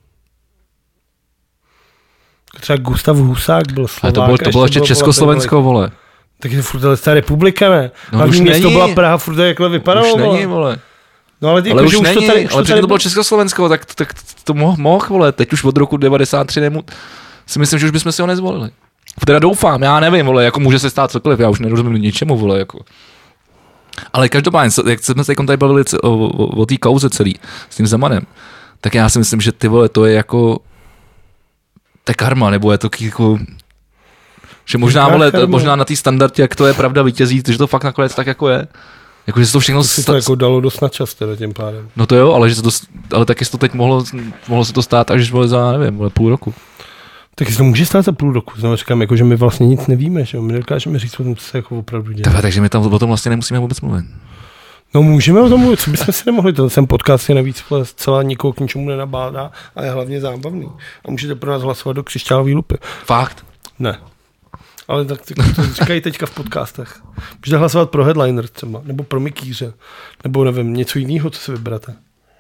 Třeba Gustav Husák byl Slovák. Ale to bylo ještě Československo, vole. Tak je furt ta republika, ne? No, hlavní město byla Praha, furt jakhle vypadalo. Už není, vole. No ale už není, ale předtím to bylo Československo, tak to mohl, vole, teď už od roku 93 si myslím, že už bychom si ho nezvolili. Teda doufám, já nevím, vole, jako může se stát cokoliv, já už nerozumím ničemu, vole, jako. Ale každopádně, jak jsme se tady bavili o té kauze celý s tím Zemanem, tak já si myslím, že ty vole, to je jako to je karma, nebo je to jako že možná, vole, možná na té standardě, jak to je pravda vítězí, že to fakt nakonec tak jako je. Jakože se to všechno... To jako dalo dost na čas teda tím pádem. No to jo, ale taky se to teď mohlo se to stát až za, nevím, půl roku. Tak se to může stát za půl roku. Znovu říkám, jako, že my vlastně nic nevíme, že my nedokážeme říct, co se jako opravdu děje. Takže my tam o tom vlastně nemusíme vůbec mluvit. No můžeme o tom mluvit, co bychom si nemohli. Ten podcast je navíc celá nikoho k ničemu nenabádá a je hlavně zábavný. A můžete pro nás hlasovat do křišťálové lupy. Fakt? Ne. Ale tak to říkají teďka v podcastech. Můžete hlasovat pro Headliner třeba, nebo pro Mikýře, nebo nevím, něco jiného, co si vyberete.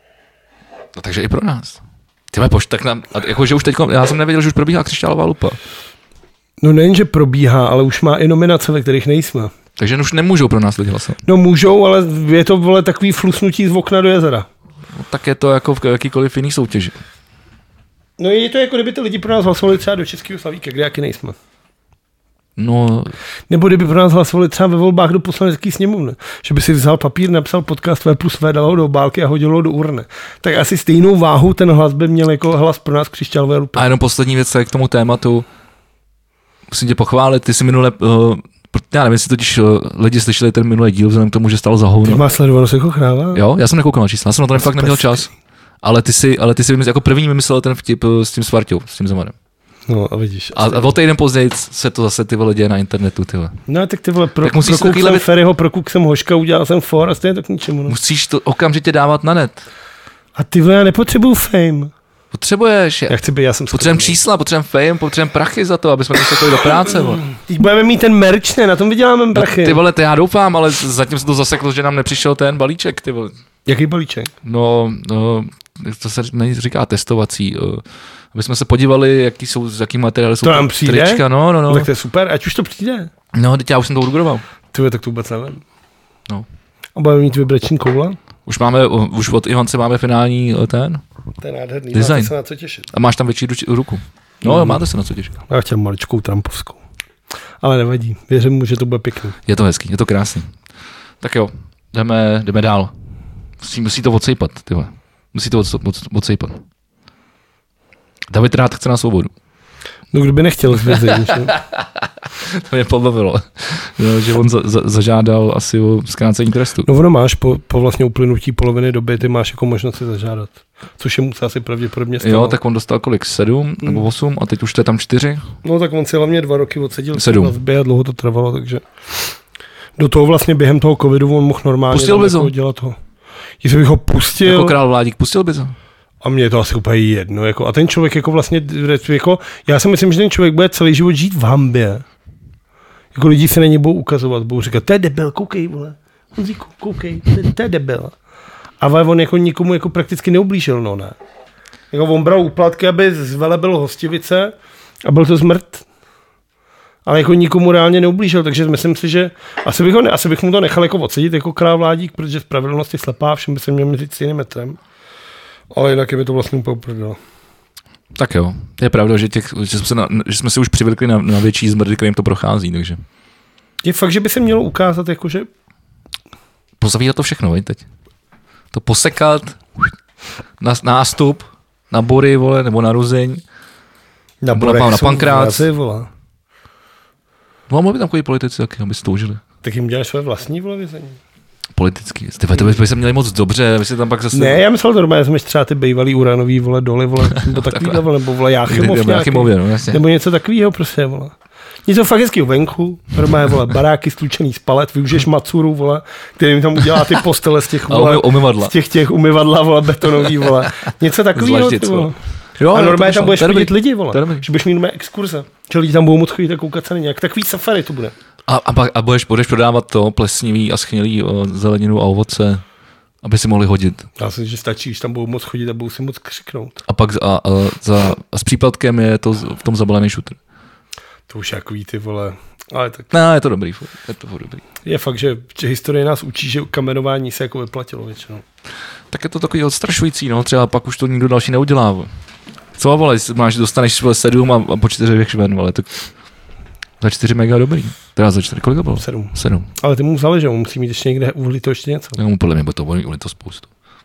No takže i pro nás. Tyhle tak nám, jakože už teďko, já jsem nevěděl, že už probíhá křišťálová lupa. No nejen, že probíhá, ale už má i nominace, ve kterých nejsme. Takže už nemůžou pro nás lidi hlasovat. No můžou, ale je to, vole, takový flusnutí z okna do jezera. No, tak je to jako v jakýkoliv jiný soutěži. No je to jako kdyby ty lidi pro nás hlasovali třeba do Českého Slavíka, kde jaký nejsme. No. Nebo kdyby pro nás hlasovali třeba ve volbách do poslanecké sněmovny. Že by si vzal papír, napsal podcast V+V, dal ho do obálky a hodil ho do urny. Tak asi stejnou váhu ten hlas by měl jako hlas pro nás křišťálové lupy. A jenom poslední věc k tomu tématu. Musím tě pochválit, ty jsi minule, já nevím, jestli totiž lidi slyšeli ten minulý díl, vzhledem k tomu, že stál za hovno. Ty má sledovanost jako chráva? Jo, já jsem nekoukal na čísla, já jsem na to fakt neměl čas. Ale ty si jako první vymyslel ten vtip s tím Svarťou, s tím Zemanem. No a vidíš. A o týden později se to zase ty vole děje na internetu, ty vole. No tak ty vole, prokouk jsem Ferryho, prokouk jsem Hoška, udělal jsem for a stejně to k ničemu. No. Musíš to okamžitě dávat na net. A ty vole, já nepotřebuju fame. Potřebuješ. Já jsem potřebujeme čísla, potřebujeme fame, potřebujeme prachy za to, aby jsme to do práce, vole. Teď budeme mít ten merch, ne? Na tom vyděláme prachy. No, ty vole, já doufám, ale zatím se to zaseklo, že nám nepřišel ten balíček, ty vole. Jaký balíček? No, to se říká testovací. Aby jsme se podívali, jaký materiály jsou. To nám přijde? Trička, no. Tak to je super, ať už to přijde. No, teď já už jsem to odgroval. Ty tak to vůbec nevím. No. A budeme mít vibrační koule? Už od Ivance máme finální ten. To je nádherný, design. máte se na co těšit. A máš tam větší ruku. No, máte se na co těšit. Já chtěl maličkou trampovskou. Ale nevadí, věřím mu, že to bude pěkný. Je to hezký, je to krásný. Tak jo, jdeme dál. Musí to odsejpat, tyhle. Musí to odsejpat. David rád chce na svobodu. No kdo by nechtěl z vězení, To mě pobavilo, že on zažádal asi o zkrácení trestu. No ono máš po vlastně uplynutí poloviny doby, ty máš jako možnost si zažádat. Což je mu asi pravděpodobně stalo. Jo, tak on dostal kolik? 7 nebo 8 a teď už to je tam 4? No tak on si hlavně 2 roky odsedil 7 vazbě a dlouho to trvalo, takže do toho vlastně během toho covidu on mohl normálně jako dělat ho. Jestli bych ho pustil... Jako král Vládík, pustil by to? A mně je to asi úplně jedno. Jako, a ten člověk jako vlastně... Jako, já si myslím, že ten člověk bude celý život žít v hanbě. Jako lidi se na něj budou ukazovat, budou říkat, to je debil, koukej, vole. Honzíku, koukej, to je debil. A on jako nikomu jako prakticky neublížil, no ne. Jako on bral úplatky, aby zvelebil Hostivice a byl to zmrt. Ale jako nikomu reálně neublížil, takže myslím si, že asi bych mu to nechal jako odsedit jako král Vládík, protože spravedlnost je slepá, všem by se měl měřit stejným metrem. Ale jinak je mi to vlastně úplně uprdele. Tak jo, je pravda, že jsme si už přivykli na větší zmrdy, kterým to prochází, takže. Je fakt, že by se mělo ukázat, jakože... Pozavírat to všechno, veď teď. To posekat, nástup, na Bory, vole, nebo na Ruzeň, na Pankrác. No a mohli by tam chodit politici taky, aby si to užili. Tak jim děláš své vlastní, vole, vězení. Politický. To by se měli moc dobře, my si tam pak zase... Ne, já myslel to normálně, jsme třeba ty bývalý uranový, vole, doly, vole, nebo takovýhle, vole, nebo vole, Jáchymově, no, jasně. Nebo něco takového, prostě, vole. Něco fakt hezkýho venku, normálně, vole, baráky stlučený z palet, využiješ macuru, vole, kterým tam udělá ty postele z těch, vole, z těch umyvadla, vole, betonový, vole. Něco takového, vole. Jo, a normálně tam budeš vidět lidi, vole. Že budeš mít normálně exkurze. Že lidi tam budou moc chodit a koukat se na nějak. Takový safari to bude. A budeš prodávat to plesnivý a schnilý zeleninu a ovoce, aby si mohli hodit. Já si, že stačí, že tam budou moc chodit a budou si moc křiknout. A pak a s příplatkem je to v tom zabalený šutr. To už jakový ty, vole. Ale tak... No, je to dobrý. Je fakt, že historie nás učí, že kamenování se jako vyplatilo většinou. Tak je to takový odstrašující, no, třeba pak už to nikdo další neudělá. Co, vole, dostaneš 7 a po 4 věch ven, vole, tak za 4 mega dobrý. Teda za 4, kolik to bylo? 7. Ale ty mu záleží, on musí mít ještě někde uhlí to ještě něco. No, podle mě by to uhlí to spoustu.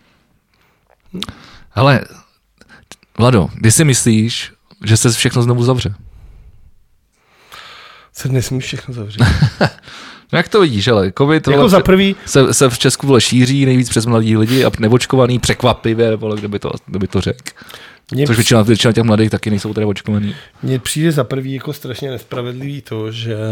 Hele, Vlado, kdy si myslíš, že se všechno znovu zavře? Se nesmíš všechno zavřít. No jak to vidíš, ale covid jako za prvý... se v Česku vole šíří nejvíc přes mladí lidi a neočkovaný překvapivě, vole, kdo by to řekl. Což většina těch mladých taky nejsou teda očkovaný. Mně přijde za prvý jako strašně nespravedlivý to,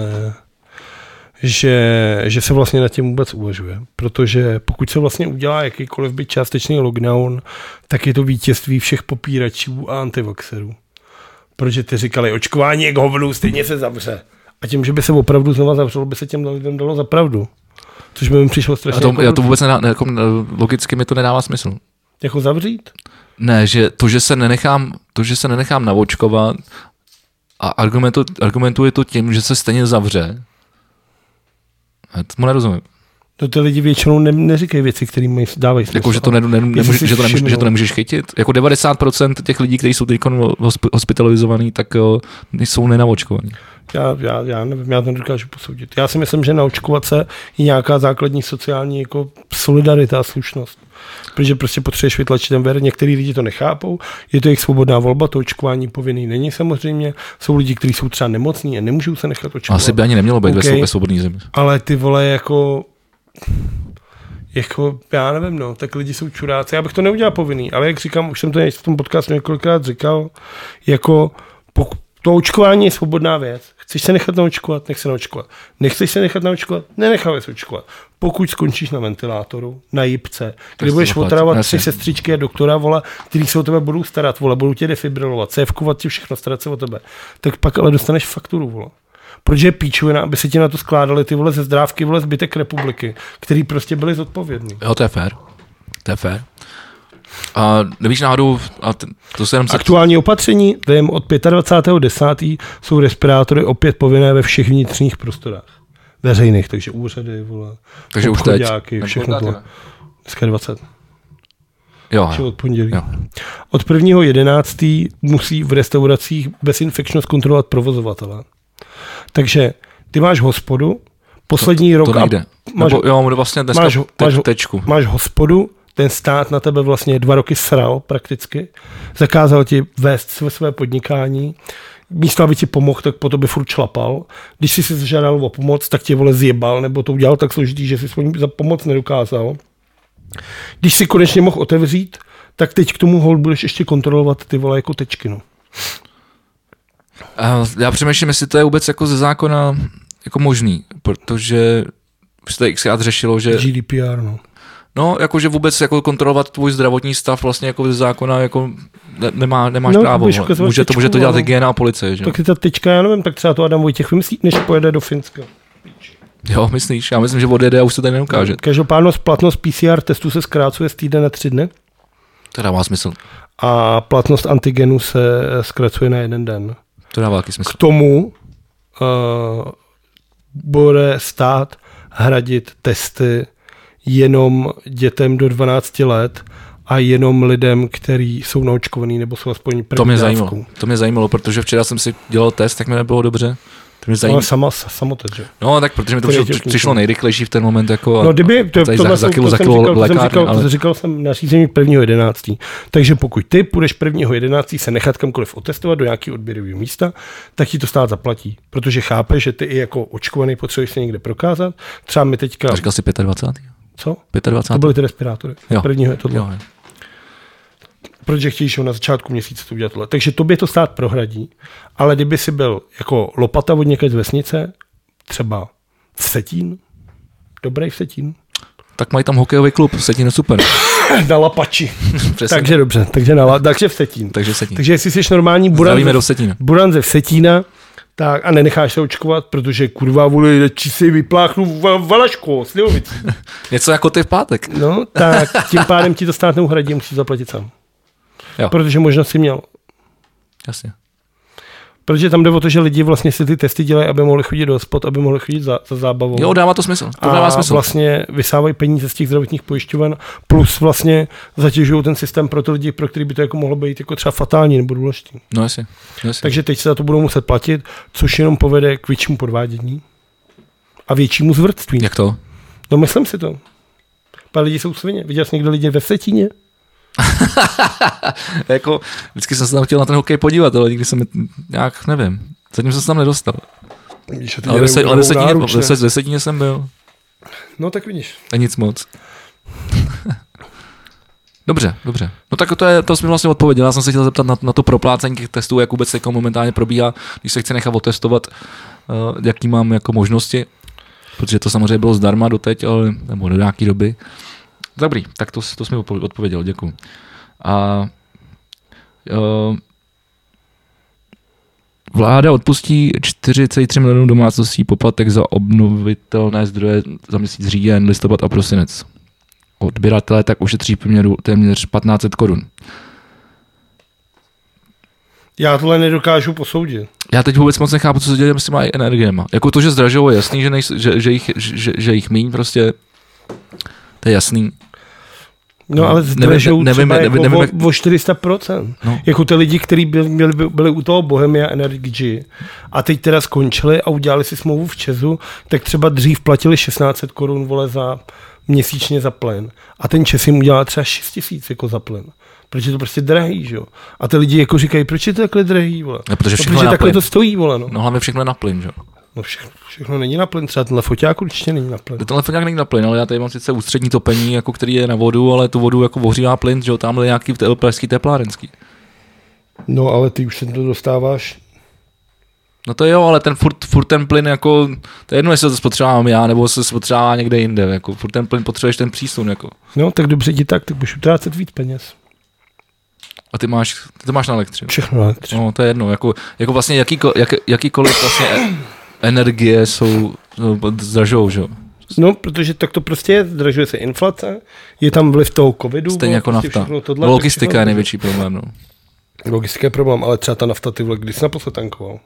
že se vlastně nad tím vůbec uvažuje. Protože pokud se vlastně udělá jakýkoliv byt částečný lockdown, tak je to vítězství všech popíračů a antivaxerů. Protože ty říkali, očkování je k hovnu, stejně se zavře. A tím, že by se opravdu znova zavřelo, by se těm lidem dalo za pravdu. Což by mi přišlo strašně... Já to vůbec logicky mi to nedává smysl. Jako zavřít? Ne, že že se nenechám naočkovat a argumentuje to tím, že se stejně zavře. Já tomu nerozumím. To ty lidi většinou neříkají věci, kterými dávají smysl. Jako, že to nemůžeš chytit. Jako 90% těch lidí, kteří jsou teď hospitalizovaní, tak jsou nenaočkovaní. Já nevím, já to nedokážu posoudit. Já si myslím, že naočkovat se je nějaká základní sociální jako solidarita a slušnost. Protože prostě potřebuješ vytlačit ten ver. Některý lidi to nechápou, je to jejich svobodná volba, to očkování povinný není samozřejmě. Jsou lidi, kteří jsou třeba nemocní a nemůžou se nechat očkovat. Asi by ani nemělo být ve svobodný zemi. Ale ty vole jako já nevím, no, tak lidi jsou čuráci. Já bych to neudělal povinný, ale jak říkám, už jsem to v tom podcastu několikrát říkal, jako to očkování je svobodná věc. Chceš se nechat naočkovat, nech se naočkovat. Nechceš se nechat naočkovat, nenechávej se očkovat. Pokud skončíš na ventilátoru, na jipce, kde budeš otravovat 3 sestřičky a doktora, vole, který se o tebe budou starat, vole, budou tě defibrilovat, cévkovat ti všechno, starat se o tebe, tak pak ale dostaneš fakturu, vole. Protože je píčovina, aby se ti na to skládali ty vole ze zdrávky, vole zbytek republiky, který prostě byli zodpovědní. Jo, to je fér. A nevíš náhodou, to se jenom... Aktuální opatření, vím, od 25.10. jsou respirátory opět povinné ve všech vnitřních prostorách. Veřejných, takže úřady, vole, takže obchodáky, všechno to. Dneska 20. Jo. Od pondělí. Jo. Od 1.11. musí v restauracích bezinfekčnost kontrolovat provozovatele. Takže ty máš hospodu, poslední rok... To nejde. Vlastně dneska tečku. Máš hospodu, ten stát na tebe vlastně 2 roky sral prakticky, zakázal ti vést své podnikání, místo aby ti pomohl, tak po tobě furt šlapal. Když jsi si zažádal o pomoc, tak tě vole zjebal, nebo to udělal tak složitý, že jsi za pomoc nedokázal. Když si konečně mohl otevřít, tak teď k tomu hold budeš ještě kontrolovat ty vole jako tečky, no. Já přemýšlím, jestli to je vůbec jako ze zákona jako možný, protože už se xkrát řešilo, že... GDPR, no. No, jakože vůbec jako kontrolovat tvůj zdravotní stav vlastně jako ze zákona jako nemáš právo. Může to dělat hygiena a policie, že? Tak ty ta tečka, já nevím, tak třeba to Adam Vojtěch vymyslí, než pojede do Finska. Jo, myslíš? Já myslím, že odjede a už se tady neukáže. Každopádně platnost PCR testu se zkrácuje z týdne na 3 dny. To dává smysl. A platnost antigenu se zkracuje na 1 den. To dává taky smysl. K tomu bude stát hradit testy jenom dětem do 12 let a jenom lidem, kteří jsou naočkovaní nebo jsou aspoň první dávkou. To mě zajímalo, protože včera jsem si dělal test, tak mi nebylo dobře. Ale samotec, že? No, tak protože mi to přišlo nejrychlejší v ten moment. Jako, no, kdyby, za kilo říkal jsem nařízení 1.11. Takže pokud ty půjdeš 1.11. se nechat kamkoliv otestovat do nějakého odběrového místa, tak ti to stát zaplatí. Protože chápe, že ty i jako očkovaný potřebuješ se někde prokázat. Třeba mi teďka... A říkal jsi 25. Co? 25. To byly ty respirátory. Jo. Prvního je tohle. Jo. Protože chtějíš na začátku měsíce to udělat tohle. Takže tobě to stát prohradí, ale kdyby si byl jako lopata od někde z vesnice, třeba Vsetín, dobrý Vsetín. Tak mají tam hokejový klub, Vsetín je super. Na Lapači. Takže dobře, takže Vsetín. Takže jestli jsi normální buran ze Vsetína, tak a nenecháš se očkovat, protože kurva vůli, či si vypláchnu Valaško, Slivovic. Něco jako ty v pátek. No, tak tím pádem ti to stát neuhradí, musíš zaplatit sám. Jo. Protože možná si měl. Jasně. Protože tam jde o to, že lidi vlastně si ty testy dělají, aby mohli chodit do hospod, aby mohli chodit za zábavou. Jo, dává to smysl. A vlastně vysávají peníze z těch zdravotních pojišťoven, plus vlastně zatěžují ten systém pro ty lidi, pro který by to jako mohlo být jako třeba fatální nebo důležitý. No jasně. Takže teď se za to budou muset platit, což jenom povede k většímu podvádění a většímu zvrtství. Jak to? No myslím si to. Pár lidí jsou svině. Viděl jsi někdo lidi ve Vsetíně? Jako, vždycky jsem se tam chtěl na ten hokej podívat, ale nikdy jsem nějak, nevím, zatím jsem se tam nedostal. Ale ve Vsetíně jsem byl. No tak vidíš. A nic moc. Dobře. No tak to jsi mi vlastně odpověděl. Já jsem se chtěl zeptat na to proplácení těch testů, jak vůbec jako momentálně probíhá, když se chce nechat otestovat, jaký mám jako možnosti, protože to samozřejmě bylo zdarma doteď, ale nebo do nějaký doby. Dobrý, tak to jsi mi odpověděl, děkuju. A vláda odpustí 4,3 milionů domácností poplatek za obnovitelné zdroje za měsíc říjen, listopad a prosinec. Odběratelé tak ušetří průměru téměř 1500 korun. Já tohle nedokážu posoudit. Já teď vůbec moc nechápu, co se děje s těma energiema. Jako to, že zdražou, je jasný, že jich míň prostě, to je jasný. No ale zdražou třeba o 400%. No. Jako ty lidi, kteří byli u toho Bohemia Energy a teď teda skončili a udělali si smlouvu v Česu, tak třeba dřív platili 1600 korun vole za měsíčně za plyn. A ten Čes jim udělal třeba 6000 jako za plyn. Protože to prostě drahý, že jo. A ty lidi jako říkají, proč je to takhle drahý, vole? No, protože takhle plyn. To stojí, vole, no. No hlavně všechno je na plyn, že jo. No všechno není na plyn, třeba tenhle foťák určitě není na plyn. Tenhle foťák není na plyn, ale já tady mám sice ústřední topení, jako který je na vodu, ale tu vodu jako ohřívá plyn, že jo, tamhle nějaký pražský teplárenský. No ale ty už se to dostáváš. No to jo, ale ten furt ten plyn jako, to je jedno, jestli to spotřebávám já, nebo se spotřebává někde jinde, jako furt ten plyn potřebuješ ten přísun, jako. No tak dobře ti tak budeš utrácet víc peněz. A ty máš na elektřinu. Všechno na elektřinu. No to je jedno, jako vlastně jakýkoliv vlastně energie jsou zdražou, že jo. No, protože tak to prostě je, zdražuje se inflace, je tam vliv toho covidu. Stejně jako prostě nafta. Tohle, logistika je největší problém, no. Logistika je problém, ale třeba ta nafta, ty vole, kdy jsi naposled tankoval?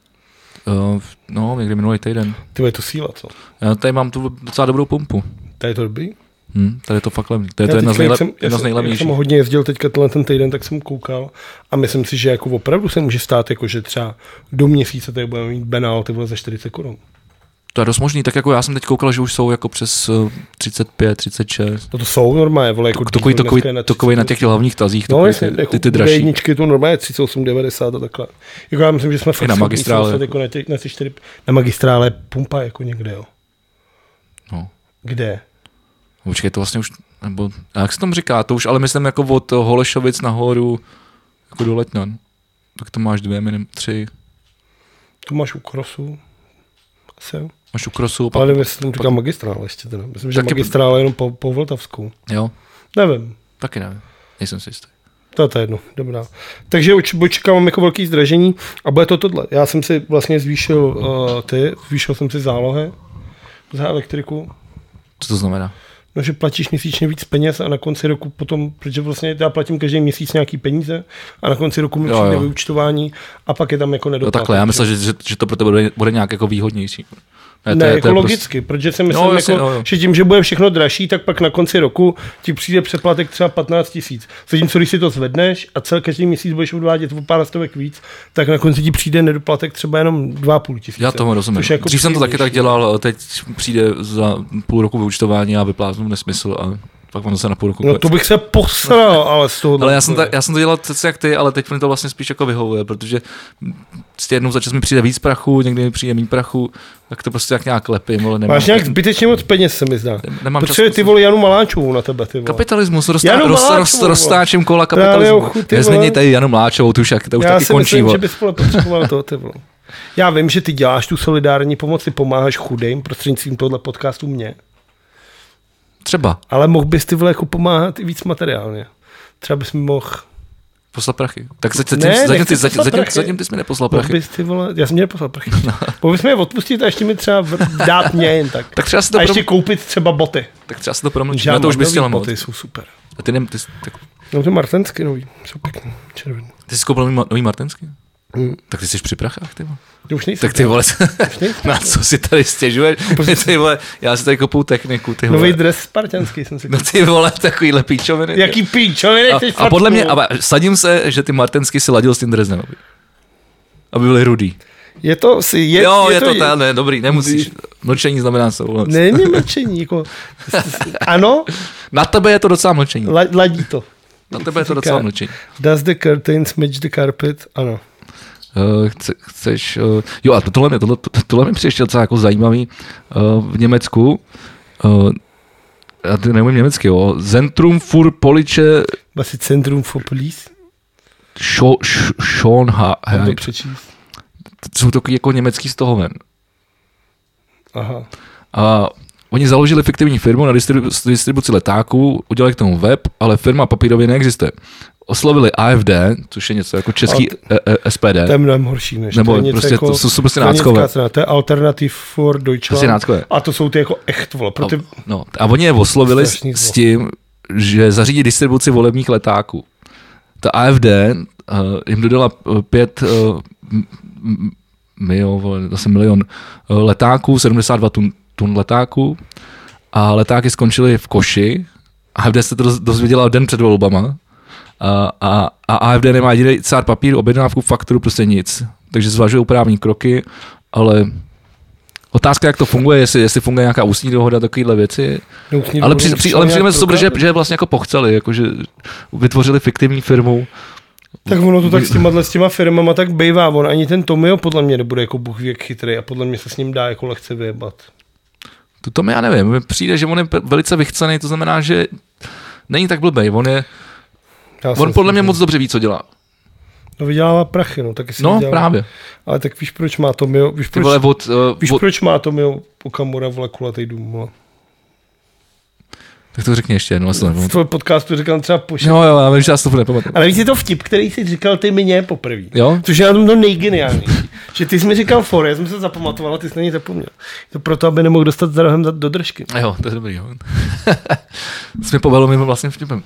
No, někdy minulý týden. Ty je to síla, co? Já tady mám tu docela dobrou pumpu. Tady je to dobrý? Tady je to fakt levný. To je jedna z nejlevnějších. Já jsem hodně jezdil teďka ten týden, tak jsem koukal a myslím si, že jako opravdu se může stát, jako že třeba do měsíce tady budeme mít benál ty vole za 40 korun. To je dost možný, tak jako já jsem teď koukal, že už jsou jako přes 35, 36. No to jsou normálně, vole, jako takový na těch hlavních tazích, no, jasně, jako ty dražší. Jedničky to normálně 38,90 a takhle. Jako já myslím, že jsme fakt na magistrále. Jako na ty 4, na magistrále pumpa jako někde, jo. No. Kde? Počkej, to vlastně už, nebo, jak se tomu říká, to už ale myslím jako od Holešovic nahoru, jako do Letňan. Tak to máš 2, minimum 3. To máš u Krosu. Asi jo. Máš u Krosu. Ale nevím, jestli tomu říkám magistrále ještě teda. Myslím, že magistrále je jenom po Vltavsku. Jo? Nevím. Taky nevím. Nejsem si jistý. To je jedno, dobrá. Takže očekávám jako velký zdražení a bude to tohle. Já jsem si vlastně zvýšil jsem si zálohy za elektriku. Co to znamená? No, že platíš měsíčně víc peněz a na konci roku potom, protože vlastně já platím každý měsíc nějaký peníze a na konci roku mi přijde vyúčtování a pak je tam jako nedoplatek. No takhle, já myslím, že to pro tebe bude nějak jako výhodnější. Ne, jako logicky, protože si myslím, že tím, že bude všechno dražší, tak pak na konci roku ti přijde přeplatek třeba 15 000. Zatímco když si to zvedneš a každý měsíc budeš odvádět o pár stovek víc, tak na konci ti přijde nedoplatek třeba jenom 2 500. Já tomu rozumím. Jako Dřív jsem to taky tak dělal, teď přijde za půl roku vyúčtování a vypláznu nesmysl a pak ono se na půl roku. No to bych se posral, ale z toho. Ale já jsem to dělal přece jak ty, ale teď mi to vlastně spíš jako vyhovuje, protože jednou za čas mi přijde víc prachu, někdy mi přijde méně prachu, tak to prostě nějak lepím, ale nemám. Máš nějak zbytečně moc peněz, se mi zdá. Nemám čas. Ty vole Janu Maláčovou na tebe, ty vole. Kapitalismus, roztáčím kola kapitalismu. Nezmění tady Janu Maláčovou, tu už taky končí. Já si myslím, že bys potřeboval to, ty vole. Já vím, že ty děláš tu solidární pomoc, ty pomáháš chudým prostřednictvím tohle podcastu mě. Třeba. Ale mohl bys ty vole jako pomáhat i víc materiálně. Třeba bys mi mohl poslat prachy. Tak zatím ty jsi mi neposlal prachy. Bys ty vole, já jsem mi neposlal prachy. Mohl bys mi je odpustit a ještě mi třeba dát mě jen tak. Tak třeba si to a ještě koupit třeba boty. Tak třeba si to promlčím. Na to už bys chtěla moc. Boty jsou super. A ty tak... No ty martensky nový, jsou pěkný, červený. Ty jsi koupil nový martensky? Tak ty jsi při prachách, ty vole. Už nejsem. Tak ty vole, na co si tady stěžuješ? Ty vole, já si tady koupou techniku, ty vole. Nový dres spartanský jsem si koupil. No ty vole, takovýhle píčoviny. Jaký píčoviny? A podle mě, sadím se, že ty martensky si ladil s tím dresem, aby byly rudý. Je to ne, dobrý, nemusíš. Mlčení znamená souhlas. Není mlčení, jako, ano. Na tebe je to docela mlčení. Ladí to. Na tebe je to docela mlčení. Does the curtains match the carpet? Ano. Chceš... Jo, a tohle mi přijde ještě docela jako zajímavý. V Německu, já ty nevím německy, jo, Zentrum für Police... Asi Centrum for Police? Schönheit. Jsou takový jako německý z toho ven. Aha. A oni založili fiktivní firmu na distribuci letáků, udělali k tomu web, ale firma papírově neexistuje. Oslovili AFD, což je něco jako český SPD. To je mnohem horší než. Nebo to prostě, jako, to jsou prostě náckové. To je Alternative for Deutschland. A to jsou ty jako echt, vole. No, a oni je oslovili s tím, že zařídí distribuci volebních letáků. Ta AFD jim dodala 5 milion letáků, 72 tun letáků a letáky skončily v koši. AFD se to dozvěděla den před volbama a AFD nemá jediný cár papíru, objednávku, fakturu, prostě nic. Takže zvažují právní kroky, ale otázka, jak to funguje, jestli funguje nějaká ústní dohoda, takovýhle věci. Ale přijeme z toho, že je vlastně jako pochceli, jako že vytvořili fiktivní firmu. Tak ono to tak s těma firmama tak bývá. On ani ten Tomio podle mě nebude jako bůh věk chytrý a podle mě se s ním dá jako lehce vyjebat. To mi já nevím. Mně přijde, že on je velice vychcený, to znamená, že není tak blbej. On podle mě moc dobře ví, co dělá. No vydělává prachy, no. Taky si vydělává. Právě. Ale tak víš, proč má Tomio, proč má Tomio Okamura vole kulatý dům, vole. Tak to řekni ještě jednou. V tvojím podcastu říkal třeba pošet. Jo, já vím, že já si to nepamatuju. Ale víš, je to vtip, který jsi říkal ty mě poprvé. Jo? Což je na tom to nejgeniálnější. Že ty jsi mi říkal for, já jsem se zapamatoval a ty jsi na něj zapomněl. To proto, aby nemohl dostat za rohem do držky. Jo, to je dobrý. Jo. Jsi mi povedl mimo vlastním vtipem.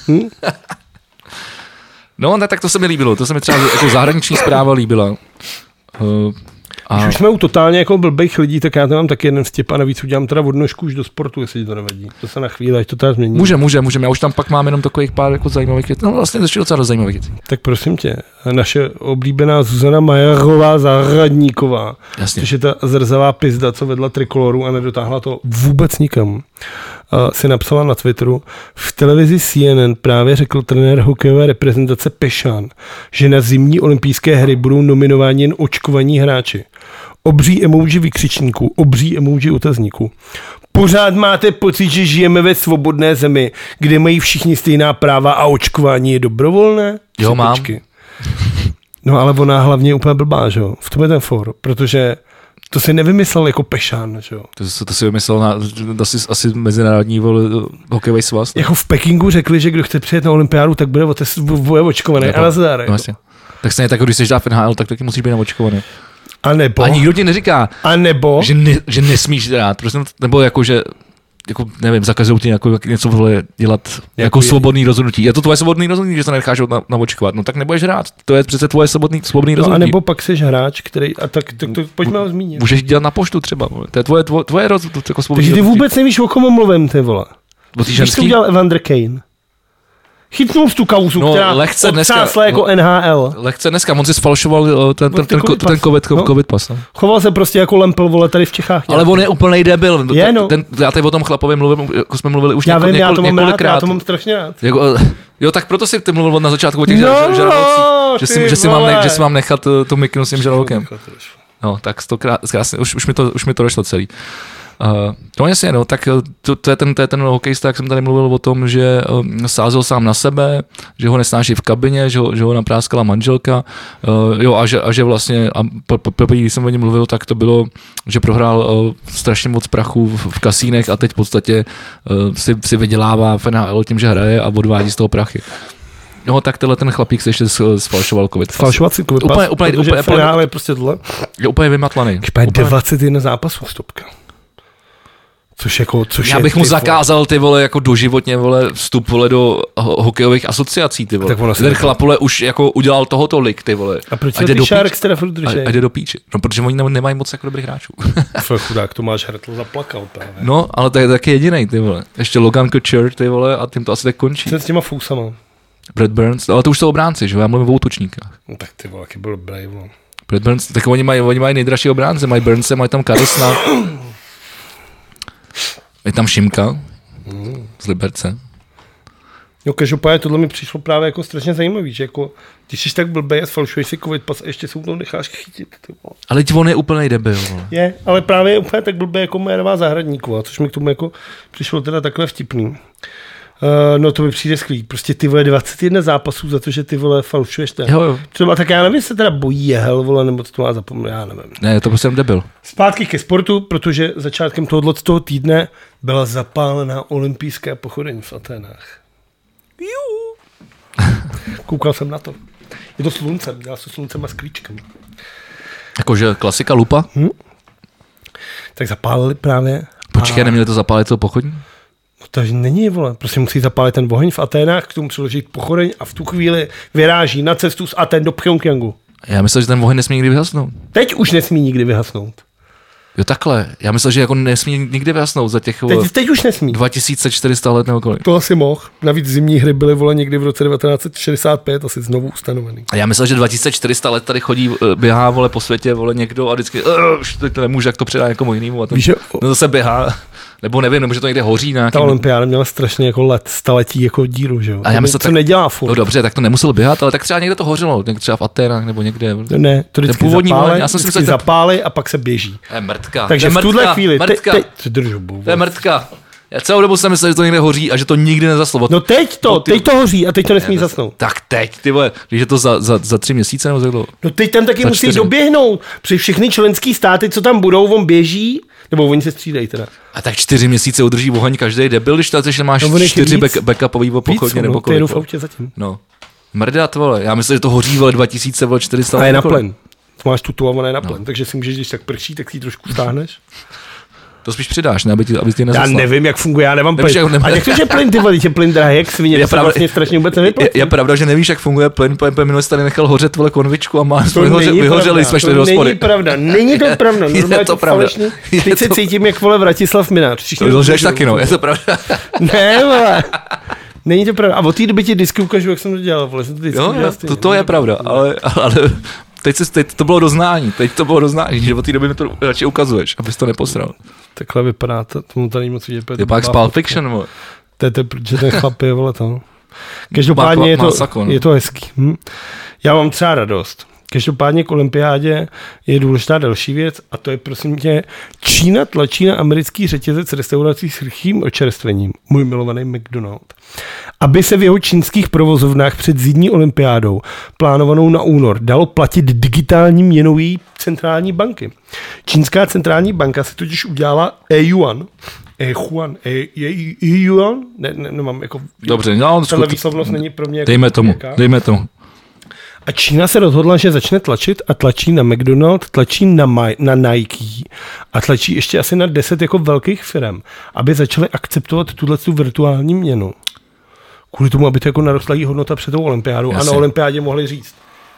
No, ne, tak to se mi líbilo. To se mi třeba jako zahraniční zpráva líbila. Když už jsme u totálně jako blbých lidí, tak já tam mám taky jeden vtip a navíc udělám teda odnožku už do sportu, jestli to nevadí. To se na chvíli, až to teda změní. Můžeme. Já už tam pak mám jenom takových pár jako zajímavých věcí. No vlastně to je docela zajímavých věcí. Tak prosím tě, naše oblíbená Zuzana Majerová Zahradníková, což je ta zrzavá pizda, co vedla Trikoloru a nedotáhla to vůbec nikam, si napsala na Twitteru: v televizi CNN právě řekl trenér hokejové reprezentace Pešán, že na zimní olympijské hry budou nominováni jen očkovaní hráči. Obří emoji vykřičníků, obří emoji otazníků. Pořád máte pocit, že žijeme ve svobodné zemi, kde mají všichni stejná práva a očkování je dobrovolné? Jo, mám. No ale ona hlavně je úplně blbá, že jo? V tom je ten for, protože To si nevymyslel jako Pešán, že jo? To si vymyslel na asi mezinárodní hokejový svaz. Jako v Pekingu řekli, že kdo chce přijet na olympiádu, tak bude očkovaný a nazdar. Jako. Vlastně. Tak stejně tak, když jsi dá v NHL, tak taky musíš být naočkovaný. A nebo? A nikdo ti neříká, že nesmíš dát, prostě, nebo jako, že jako, nevím, zakazují ti jako něco vole dělat jako svobodný rozhodnutí. Je to tvoje svobodný rozhodnutí, že se necháš naočkovat. No tak nebudeš hrát. To je přece tvoje svobodný rozhodnutí. A nebo pak jsi hráč, který a tak to pojďme ho zmínit. Můžeš dělat na poštu třeba. To je tvoje rozhodnutí jako svobodný. Takže ty vůbec nevíš, o kom mluvím, ty vole. Víš, co udělal Evander Kane? Chytnul tu kauzu, která odcásla jako NHL. Lehce dneska, on si sfalšoval ten covid pas. No. Choval se prostě jako lempel, vole, tady v Čechách. Ale on je úplnej debil. Já tady o tom chlapovi mluvím, jako jsme mluvili už několikrát. Já to mám strašně rád. Jo, tak proto si ty mluvil na začátku o těch žralocích, že si mám nechat tu mikinu s tím žralokem. No, tak krásně, už mi to došlo celý. No jasně, no, tak to je ten hokejista, jak jsem tady mluvil o tom, že sázel sám na sebe, že ho nesnáší v kabině, že ho napráskala manželka, jo, a že vlastně, a když jsem o něm mluvil, tak to bylo, že prohrál strašně moc prachu v kasínech a teď v podstatě si vydělává v NHL tím, že hraje a odvádí z toho prachy. No, tak ten chlapík se ještě sfalšoval covid pas. Sfalšovat si covid pas, protože v NHL je prostě tohle. Je úplně vymatlaný. 21 zápasů stopka. Já bych mu zakázal, ty vole, jako doživotně, vole, vstup, vole, do hokejových asociací, ty vole. Ten chlap, vole, už jako udělal toho tolik, ty vole. A proč se ty Sharks teda furt držej? A jde do píči. No, protože oni nemají moc jako dobrých hráčů. Chudák, to máš Hertl zaplakal právě. No, ale to je taky jedinej, ty vole. Ještě Logan Couture, ty vole, a tím to asi tak končí. Co s těma fousama? Brad Burns, ale to už jsou obránci, že jo, já mluvím o útočníkách. No tak ty vole, jaký byl dobrý, vole. Brad Burns, tak oni mají nejdražší obránce, mají Burnse, mají tam Karlsna. Je tam Šimka z Liberce. No každopádně tohle mi přišlo právě jako strašně zajímavý, že jako, když jsi tak blbej a sfalšuješ si covid pas a ještě se to necháš chytit. Ale on je úplnej debil. Je, ale právě je úplně tak blbej jako Majerová Zahradníková, což mi k tomu jako přišlo teda takhle vtipný. No to mi přijde skvělý. Prostě ty vole 21 zápasů za to, že ty vole falšuješ ten. Jo. Třeba tak já nevím, se teda bojí jehel, vole, nebo to má zapomněl, já nevím. Ne, to prostě debil. Zpátky ke sportu, protože začátkem tohoto týdne byla zapálená olympijská pochodeň v Aténách. Koukal jsem na to. Je to sluncem, dělá se sluncem a sklíčkem. Jakože klasika lupa? Tak zapálili právě. Počkej, neměli to zapálit to pochodní? No to není, vole. Prostě musí zapálit ten oheň v Aténách, k tomu přiložit pochodeň a v tu chvíli vyráží na cestu z Aten do Pchjongjangu. Já myslel, že ten oheň nesmí nikdy vyhasnout. Teď už nesmí nikdy vyhasnout. Jo takhle, já myslel, že jako nesmí nikdy vyhasnout za těch teď už nesmí. 2400 let nebo kolik. To asi mohl. Navíc zimní hry byly, vole, někdy v roce 1965 asi znovu ustanovený. A já myslel, že 2400 let tady chodí, běhá, vole, po světě, vole, někdo a vždycky to nemůže, jak to předá někomu jinému a to, no zase běhá. Nebo nevím, nebo že to někde hoří na. Ta olympiáda měla strašně jako let, staletí jako díru, že jo. A já myslím, to nedělá furt. No dobře, tak to nemusel běhat, ale tak třeba někde to hořilo, třeba v Aténách nebo někde. Ne, to vždycky zapálí a pak se běží. To je mrtka. Takže v tuhle chvíli, to je mrtka. Já celou dobu jsem myslel, že to někde hoří a že to nikdy nezaslo. No teď to hoří a teď to nesmí zasnout. Tak teď, ty vole, když je to za 3 měsíce nebo za dlouho. No teď tam taky musí doběhnout. Při všechny členský státy, co tam budou, on běží, nebo oni se střídají teda. A tak 4 měsíce udrží oheň každý debil, když tady máš 4 backupový pochodně nebo kolik. Víc, v autě zatím. No. Mrdat, vole, já myslím, že to hoří, vole, 2400. A je na plen. To máš tuto a ona je na plen, takže si můžeš, když tak prší, tak si ji trošku stáhneš. To spíš přidáš, ne, aby ti nezasla. Já nevím, jak funguje, já nemám plyn. A jak to, že plyn, ty vole, plyn drahý, jak svině, to se vlastně strašně vůbec nevyplatí. Je pravda, že nevíš, jak funguje plyn, minule jsi tady nechal hořet, vole, konvičku a vyhořeli jsme šli do hospody. Není to pravda, je to pravda. Teď se cítím jak, vole, Vratislav Minář. To lžeš taky, no, je to pravda. Ne, vole. Není to pravda. A od té doby ti disky ukážu, jak jsem to dělal, vole. To je pravda, ale teď to bylo doznání, že od té doby mi to radši ukazuješ, abys to neposral. Takhle vypadá to, tomu tady moc vidět. Je pak z Pulp Fiction, vole. To je protože ten chlap je, vole, to. Každopádně je to hezký. Já mám třeba radost. Každopádně k olympiádě je důležitá další věc a to je prosím tě, Čína tlačí na americký řetězec restaurací s rychlým očerstvením, můj milovaný McDonald, aby se v jeho čínských provozovnách před zimní olympiádou plánovanou na únor dalo platit digitální měnou její centrální banky. Čínská centrální banka si totiž udělala e-yuan, nemám jako... Dobře, no, tahle výslovnost není pro mě jako... Dejme tomu. A Čína se rozhodla, že začne tlačit a tlačí na McDonald, tlačí na Nike a tlačí ještě asi na 10 jako velkých firm, aby začaly akceptovat tu virtuální měnu. Kvůli tomu, aby to jako narostla jí hodnota před tou olympiádou. Jasně. A na olympiádě mohli říct.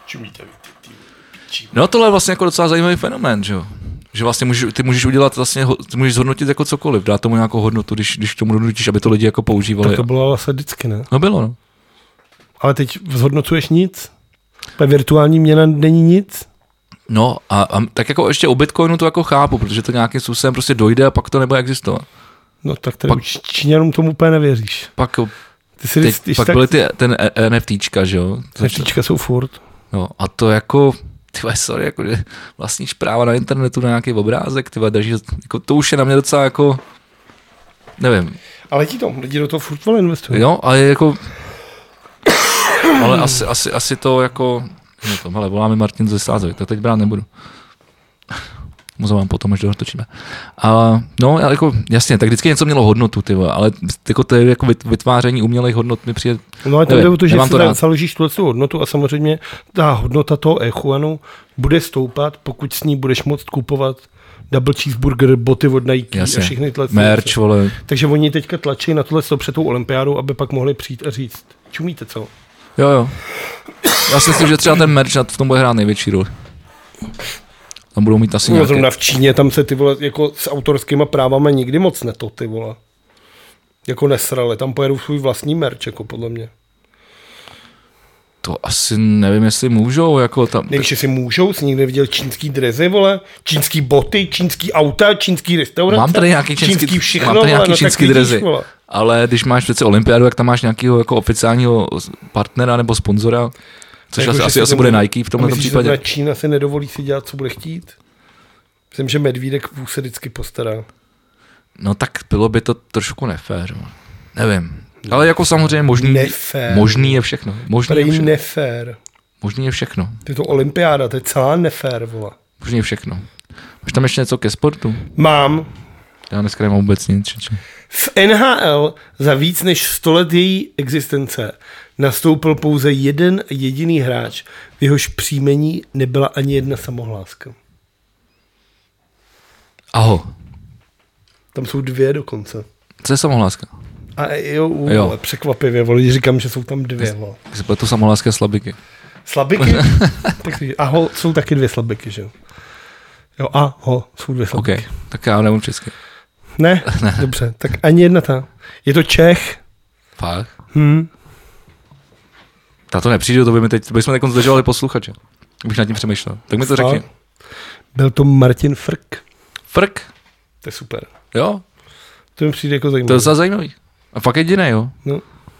No tohle je vlastně jako docela zajímavý fenomén, že jo? Že vlastně ty můžeš udělat vlastně, ty můžeš zhodnotit jako cokoliv, dát tomu nějakou hodnotu, když k tomu donutíš, aby to lidi jako používali. Tak to bylo vlastně vždycky, ne? No bylo, no. Ale teď zhodnocuješ nic? Ta virtuální měna není nic? No a tak jako ještě u Bitcoinu to jako chápu, protože to nějakým způsobem prostě dojde a pak to nebude existovat. No tak tady Číňanům tomu úplně nevěříš. Pak byly ten NFTčka, že jo? NFTčka jsou furt. No a to jako, sorry, jako vlastníš práva na internetu na nějaký obrázek, drží, jako to už je na mě docela jako, nevím. Ale lidi do toho furt vole investují. Jo, ale jako, ale asi to jako, hele, voláme Martin ze Sázovy, to teď brát nebudu. Můžu vám potom, až dotočíme. A no, jako, jasně, tak vždycky něco mělo hodnotu, ale jako to je jako vytváření umělých hodnot mi přijde. No ale to jde o to, že si založíš tu hodnotu a samozřejmě ta hodnota toho e-yuanu bude stoupat, pokud s ní budeš moct kupovat double cheeseburger, boty od Nike a všechny tyhle. Merch, vole. Takže oni teďka tlačí na tohle před tou olympiádou, aby pak mohli přijít a říct, čumíte co? Jo. Já si myslím, že třeba ten merch v tom bude hrát největší roli. Tam budou mít asi nějaké... Zrovna v Číně, tam se ty vole, jako s autorskýma právama nikdy moc ty vole. Jako nesrali, tam pojedou svůj vlastní merch, jako podle mě. To asi nevím, jestli můžou, jako tam... Nevíš, jestli můžou, jsi někde viděl čínský drezy, vole, čínský boty, čínský auta, čínský restaurace. Mám tady nějaký čínský drezy, ale když máš přece olympiádu, jak tam máš nějakého jako oficiálního partnera nebo sponzora, což jako, asi bude Nike v tomhle případě. Myslíš, že Čína si nedovolí si dělat, co bude chtít? Myslím, že medvídek se vždycky postará. No tak bylo by to trošku nefér. Nevím. Ale jako samozřejmě možný je všechno. Nefér. Možný je všechno. To je to olympiáda, to je celá nefér, vole. Možný je všechno. Máš tam ještě něco ke sportu? Mám. Já dneska nemám vůbec nic. V NHL za víc než 100 let její existence nastoupil pouze jeden jediný hráč, v jehož příjmení nebyla ani jedna samohláska. Aho. Tam jsou 2 dokonce. Co je samohláska? A jo. Překvapivě, vole, říkám, že jsou tam 2. Tak se pletu samohláska a slabiky. Slabiky? Tak aho, jsou taky 2 slabiky, že jo? Jo, aho, jsou 2 slabiky. Okay. Tak já nemůžu česky. Ne? Dobře, tak ani jedna ta. Je to Čech. Fakt? Ta to nepřijde, to by mi teď, bychom teď zdržovali posluchače. Bych nad tím přemýšlel. Tak mi to řekni. Byl to Martin Frk. Frk? To je super. Jo? To mi přijde jako zajímavý. To je za zajímavý. A fakt jediný, jo? No.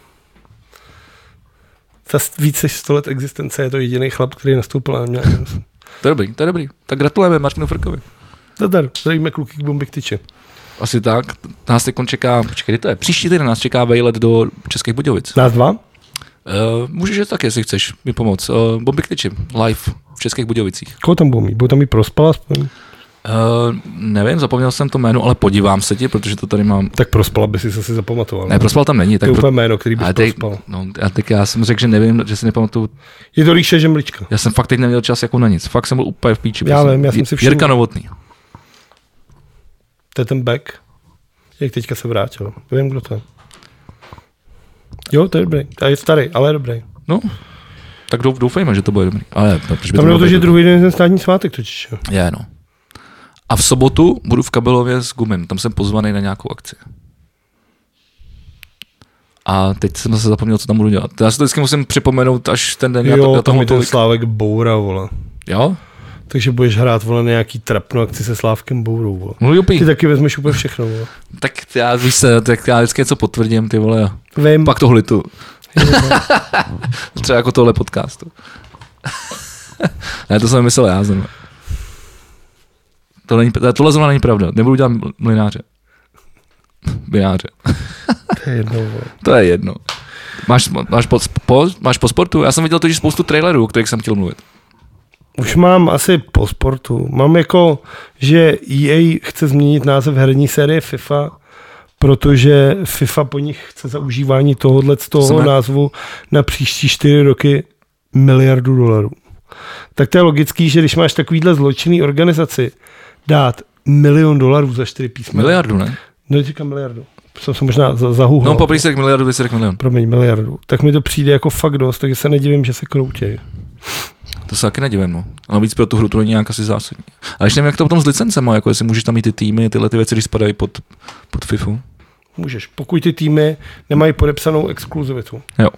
Za víc než 100 let existence je to jediný chlap, který nastoupil na mě. To je dobrý. Tak gratulujeme Martinu Frkovi. Zdravíme kluky k bomby k tyči. Asi tak. Nás teď čeká, počkej, to je? Příští týden nás čeká vejlet do Českých Budějovic. Nás 2? Můžeš jít tak, jestli chceš mi pomoct. Bomby k tyči, live v Českých Budějovicích. Koho tam budou mít? Budou tam mít Prospal aspoň? Nevím, zapomněl jsem to jméno, ale podívám se ti, protože to tady mám. Tak Prospal by si se zapamatoval. Ne, Prospal tam není. Tak to je úplně jméno, který bys Prospal. No, já jsem řekl, že nevím, že si nepamatuju. Je to Ríše Žemlička. Já jsem fakt teď neměl čas jako na nic. Fakt jsem byl úplně v píči. Já vím, já jsem si všiml. Jirka Novotný. To je ten back. Jak teďka se vrátil. Vím, kdo to je. Jo, to je dobrý. A je starý, ale je dobrý. No, tak doufejme, že to bude dobrý. Ale tam bylo to, že druhý den je ten státní svátek totiž. Je, no. A v sobotu budu v Kabelově s Gumem. Tam jsem pozvaný na nějakou akci. A teď jsem se zapomněl, co tam budu dělat. Já si to vždycky musím připomenout, až ten den. Jo, tam je ten Slávek Boura, vole. Jo? Takže budeš hrát, vole, nějaký trapnou akci se Slávkem Bourou, vole. No, ty taky vezmeš úplně všechno, vole. Tak já, víš se, tak já vždycky něco potvrdím, ty vole. Vím. Pak to hlitu. Třeba jako tohle podcastu. Ne, to jsem myslel já zrovna. Tohle zrovna není pravda. Nebudu dělat mlynáře. Bináře. To je jedno. To je jedno. Máš po sportu? Já jsem viděl totiž spoustu trailerů, o kterých jsem chtěl mluvit. Už mám asi po sportu. Mám jako, že EA chce změnit název herní série FIFA, protože FIFA po nich chce za užívání tohohle z toho názvu na příští 4 roky $1 miliardu. Tak to je logický, že když máš takovýhle zločinný organizaci dát $1 milion za 4 písmena. Miliardu, ne? No, říkám miliardu. Jsem se možná zahuhlal. No, poprvé se řekl miliardu, ty se řekl milion. Promiň, miliardu. Tak mi to přijde jako fakt dost, takže se nedivím, že se kroutějí. To se taky nedivím, no. Ale víc pro tu hru to není nějak asi zásadní. Ale ještě nevím, jak to potom s licencema, jako jestli můžeš tam mít ty týmy, tyhle ty věci, když spadají pod FIFU. Můžeš, pokud ty týmy nemají podepsanou exkluzivitu. Jo.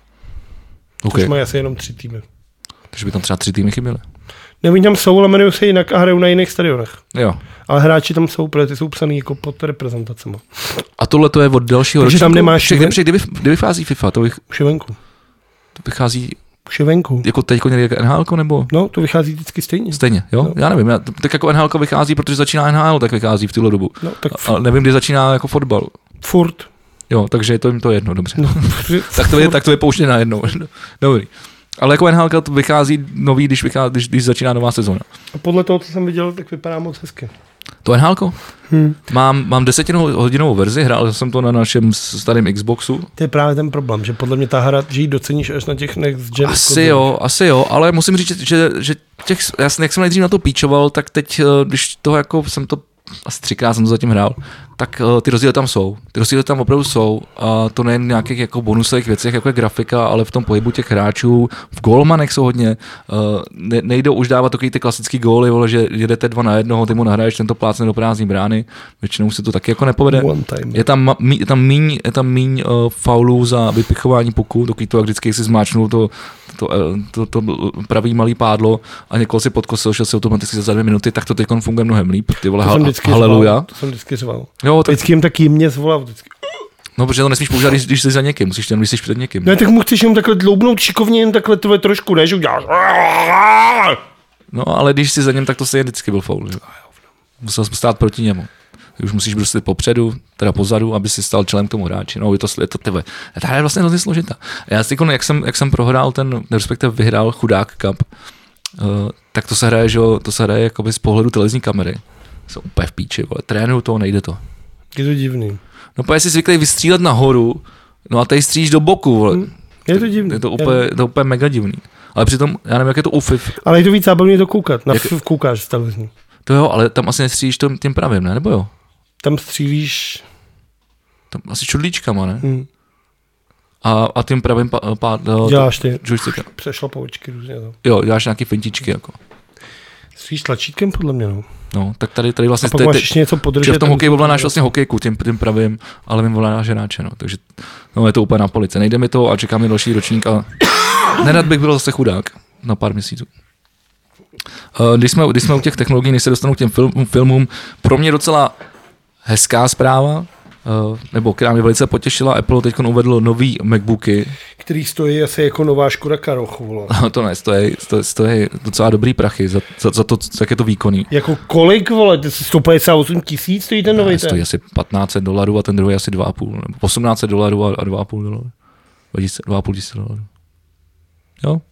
Okay. Což mají asi jenom 3 týmy. Takže by tam třeba 3 týmy chyběly. Nevím, tam jsou, ale jmenují se jinak a hrajou na jiných stadionech. Jo. Ale hráči tam jsou, protože ty jsou psaný jako pod reprezentacemi. A tohle to je od dalšího ročníku? Tam nemáš... Kdy vychází FIFA? Už je venku. To vychází... Už je venku. Jako teďko někde NHL, nebo? No, to vychází vždycky stejně. Stejně, jo? No. Já nevím, tak jako NHL vychází, protože začíná NHL, tak vychází v tuhle dobu. No, tak ale nevím, kdy začíná jako fotbal. Furt. Jo, takže je to jim to jedno, dobře. No, tak to je pouštěné na jednou. Dobrý. Ale jako NHL vychází nový, když začíná nová sezóna. A podle toho, co jsem viděl, tak vypadá moc hezky. To NHL? Mám 10hodinovou verzi, hrál jsem to na našem starém Xboxu. To je právě ten problém, že podle mě ta hra, že ji doceníš až na těch next gen. Asi jo, ale musím říct, že jak jsem nejdřív na to píčoval, tak teď, když to jako jsem to asi 3krát jsem to zatím hrál, tak ty rozdíly tam jsou. Ty rozdíly tam opravdu jsou. A to nejen v nějakých jako bonusových věcech, jako je grafika, ale v tom pohybu těch hráčů. V golmanech jsou hodně. Nejdou už dávat takový ty klasický góly, vole, že jedete 2 na 1, ty mu nahraješ, tento plácne do prázdný brány. Většinou se to taky jako nepovede. Je tam míň faulů za vypichování puku, dokud to jak vždycky si zmáčnul to pravý malý pádlo a někoho si podkosil, šel si automaticky za 2 minuty, tak to teď funguje mnohem líp. Ty vole, haleluja. To jsem vždycky řval. Jo, tak... Vždycky jim taky jemně zvolal. No, protože to nesmíš používat, když jsi za někým, musíš ten, když jsi před někým. Ne, tak mu chceš jen takhle dloubnout šikovně, jen takhle tvoje trošku, ne, že uděláš. No, ale když jsi za něm, tak to stejně vždycky byl faul. Musel jsem stát proti němu. Už musíš bruslit popředu, teda pozadu, aby si stal čelem k tomu hráči. No, je to tebe. Ta hra je vlastně hrozně složitá. Já si jak jsem prohrál respektive vyhrál Chudák Cup, tak to se hraje jakoby z pohledu televizní kamery. Jsou úplně v píči, vole. Trénuju to, nejde to. Je to divný. No, protože jsi zvyklý vystřílet nahoru, no a tady střílíš do boku, vole. Je to divný. Je to úplně mega divný. Ale přitom, já nevím, jak je to u FIF. Ale je to víc zábavně to koukat. Na FIF koukáš z televizní. To jo, ale tam asi nestřílíš tím pravým, ne? Nebo jo? Tam střílíš... Tam asi čudlíčkama, ne? A tím pravým děláš ty joystickem. Přešlapovačky různě. Jo, děláš nějaký fintičky, jako. Střílíš tlačítkem, podle mě, no. No, tak tady vlastně... A pak máš ještě něco podržet. V tom hokeji ovládáš vlastně hokejku tím pravým, ale mým ovládáš hráče, no. Takže no, je to úplně na police. Nejde mi to a čeká mi další ročník a nerad bych byl zase chudák na pár měsíců. Když jsme u těch technologií, než se dostanu k těm filmům, pro mě docela hezká zpráva, nebo která mě velice potěšila, Apple teď uvedl nový MacBooky. Který stojí asi jako nová Škoda Karoch, vole. No to ne, stojí docela dobrý prachy za to, jak je to výkonný. Jako kolik, vole? 158 000 stojí ten nový? Stojí asi $1,500 a ten druhý asi 2,5, nebo $1,800 a $2,5. $2,500. Jo?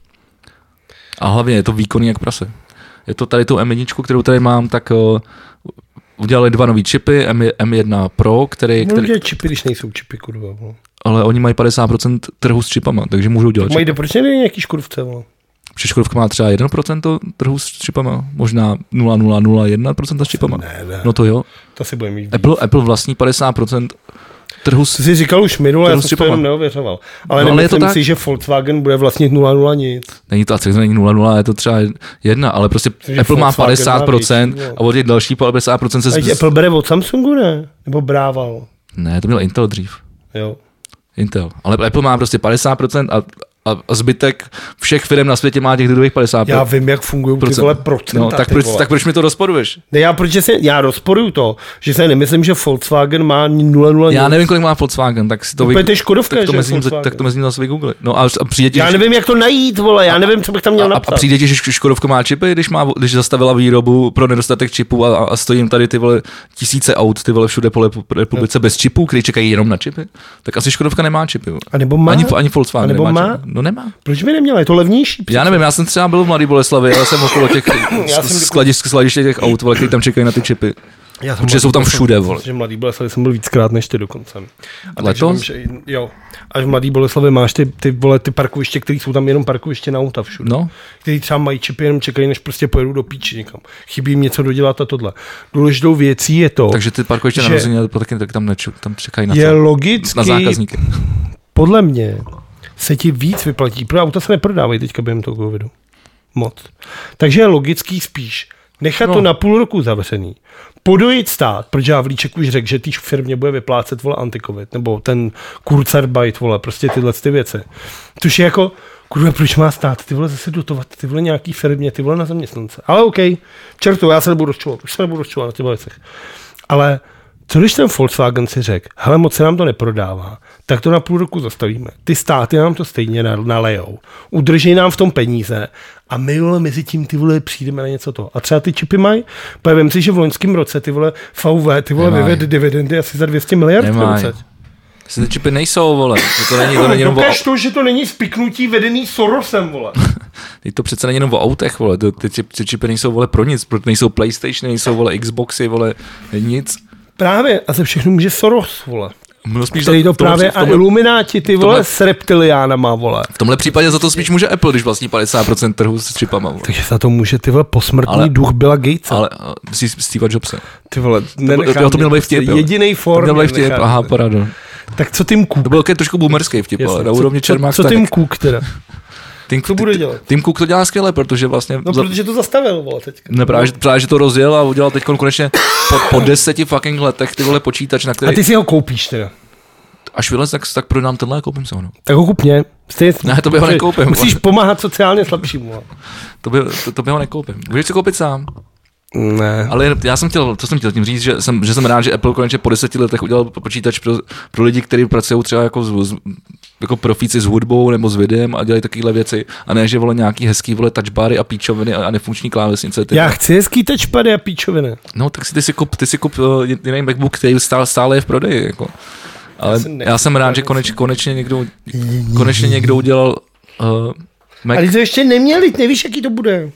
A hlavně je to výkonný jak prase. Je to tady tu M1, kterou tady mám, tak udělali 2 nový čipy, M1 Pro, který čipy, když nejsou čipy, kurva. Vole. Ale oni mají 50% trhu s čipama, takže můžou dělat čipy. Proč nejde nějaký Škodovce, vole? Protože Škodovka má třeba 1% trhu s čipama, možná 0,001% s čipama. Ne. No to jo. To si bude mít. Apple vlastní 50% trhu s... To jsi říkal už minule, já jsem to jenom neověřoval. Ale no, nemyslím si, že Volkswagen bude vlastnit 0,0 nic. Není to asi není 0,0, je to třeba 1, ale prostě protože Apple má 50% a od těch další 50% se... Apple bere od Samsungu, ne? Nebo brával? Ne, to měl Intel dřív. Jo. Intel. Ale Apple má prostě 50% a zbytek všech firm na světě má těch druhých 50%. Já vím, jak fungují ty vole procenta. No, tak proč mi to rozporuješ? Ne, já rozporuju to, že se nemyslím, že Volkswagen má 0,0. Já nevím, kolik má Volkswagen, tak si to tak to mezím zase vygooglit. No a přijde ti, já nevím, jak to najít, vole, já nevím, co bych tam měl napsat. A přijde ti, že Škodovka má čipy, když zastavila výrobu pro nedostatek čipů a stojí jim tady ty vole tisíce aut, ty vole všude po republice bez čipů, kteří čekají jenom na čipy. Tak asi Škodovka nemá čipy. A nebo má? Ani Volkswagen nebo nemá má? čipy. No nemá. Proč by neměla? Je to levnější? Já nevím, já jsem třeba byl v Mladé Boleslavi, ale jsem okolo těch skladiště těch aut, vole, který tam čekají na ty čipy. Protože jsou tam všude, vole. Že v Mladý Boleslavi jsem byl víckrát než ty dokonce. A letos? Jo. Až v Mladý Boleslavi máš ty parkoviště, které jsou tam jenom parkoviště na auta všude. No. Který třeba mají čipy, jenom čekají, než prostě pojedou do píči někam. Chybí jim něco dodělat a tohle. Důležitou věcí je to, takže ty parkoviště na rozině, tak tam čekají na je logicky, na zákazníky. Podle mě se ti víc vyplatí, protože auta se neprodávají teďka během toho covidu. Moc. Takže je logický spíš nechat to na půl roku zavřený. Podojit stát, protože Havlíček už řekl, že týž firmě bude vyplácet, vole, anti-covid, nebo ten Kurzarbeit, vole, prostě tyhle ty věci. Což je jako, kurva, proč má stát, ty vole, zase dotovat, ty vole, nějaký firmě, ty vole, na zaměstnance. Ale OK, čertu, já se nebudu rozčovat, už se nebudu rozčovat na těchto věcech. Ale co když ten Volkswagen si řekl, hele, moc se nám to neprodává, tak to na půl roku zastavíme. Ty státy nám to stejně nalejou, udrží nám v tom peníze a my, vole, mezi tím, ty vole, přijdeme na něco to. A třeba ty čipy mají, povím si, že v loňském roce, ty vole, VW, ty vole, vyvedly dividendy asi za 200 miliard. Ty čipy nejsou, vole. To není jenom dokáž to, že to není spiknutí vedený Sorosem, vole. To přece není jenom o autech, vole. Ty čipy nejsou, vole, pro nic. Nejsou PlayStation, nejsou, vole, Xboxy, vole, nic. Právě, a ze všechno může Soros, vole. Který to právě a Illumináti, ty vole, s reptiliánama, vole. V tomhle případě za to spíš může Apple, když vlastní 50% trhu s čipama, vole. Takže za to může, ty vole, posmrtný duch Billa Gatesa. Ale Steva Jobse. Ty vole, to měl být vtip, jedinej form. To měl být vtip, aha, paráda. Tak co Tim Cook? To byl trošku boomerský vtip, ale na úrovni Čermák. Co Tim Cook teda? Co bude dělat? Tim Cook to dělá skvěle, protože vlastně... No, protože to zastavil, vole, teďka. Ne, právě, že to rozjel a udělal teď konečně po 10 fucking letech, ty vole, počítač, na který... A ty si ho koupíš teda? Až vylez, tak prodám tenhle a koupím se ho, no. Tak ho kup mě. Ne, to by ho nekoupím. Musíš pomáhat sociálně slabšímu. To by ho nekoupím. Můžeš si koupit sám. Ne. Ale já jsem chtěl tím říct, že jsem rád, že Apple konečně po 10 letech udělal počítač pro lidi, kteří pracují třeba jako profíci s hudbou nebo s videem a dělají takovéhle věci. A ne, že vole nějaký hezký vole touchbary a píčoviny a nefunkční klávesnice. Já chci hezký touchpady a píčoviny. No, tak ty si kup jiný MacBook, který stále je v prodeji. Jako. Ale já jsem rád, že konečně někdo udělal Mac. Ale to ještě neměli, nevíš, jaký to bude.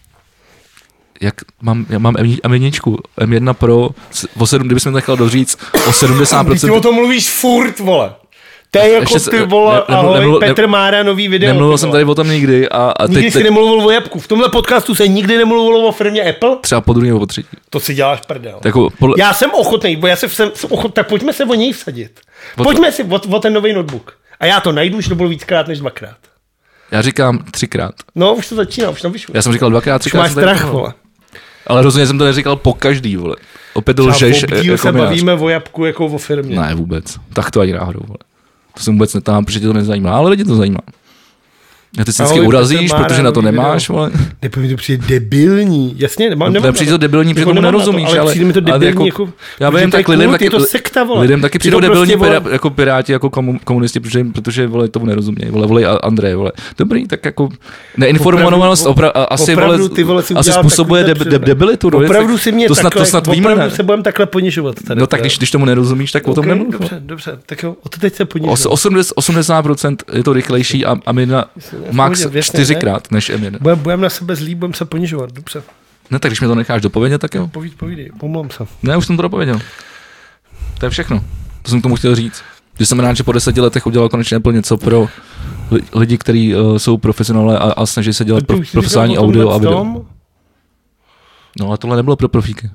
Já mám M1 Pro, kdybychom to nechal doříct, o 70%. Ty o tom mluvíš furt, vole. To je jako ty vole, ahoj, Petr Mára, nový video. Nemluvil jsem tady o tom nikdy. Nikdy jsi nemluvil o jabku. V tomhle podcastu se nikdy nemluvilo o firmě Apple. Třeba po druhé nebo po třetí. To si děláš prdel. Jako já jsem ochotný, tak pojďme se o něj vsadit. Pojďme si o ten nový notebook. A já to najdu, že to bylo víckrát než dvakrát. Já říkám 3krát. No, už to začíná, už tam vyšlo. Já jsem říkal 2krát, 3krát. Máš strach, vole. Ale rozhodně jsem to neříkal po každý, vole. Opět to lžeš. Třeba se bavíme o jabku jako o firmě. Ne, vůbec. Tak to ani náhodou, vole. To jsem vůbec netám, protože tě to nezajímá, ale lidi to zajímá. A ty si vždycky urazíš, protože na to nemáš, vole. Nepovím, to přijde debilní. Jasně, nemám. Přijde to debilní, protože tomu nerozumíš, ale přijde mi to debilní, jako já vím, tak lidem taky přijdou debilní jako piráti, jako komunisti, protože vole, tomu nerozumějí, vole Andrej, vole. Dobrý, tak jako neinformovanost asi způsobuje debilitu. Opravdu si mě snad víme, opravdu se budeme takhle ponižovat. No tak když tomu nerozumíš, tak o tom nemluv. Dobře, tak jo, o to teď se ponižovat. 80% je to rychlejší a my na max 4krát než M1. Budeme na sebe zlí, budeme se ponižovat, dobře. Ne, tak když mi to necháš dopovědět, tak jo. Povídej, pomlám se. Ne, už jsem to dopověděl. To je všechno. To jsem k tomu chtěl říct. Že jsem rád, že po 10 letech udělal konečně Apple něco pro lidi, kteří jsou profesionálové a snaží se dělat profesionální audio a video. No a tohle nebylo pro profíky.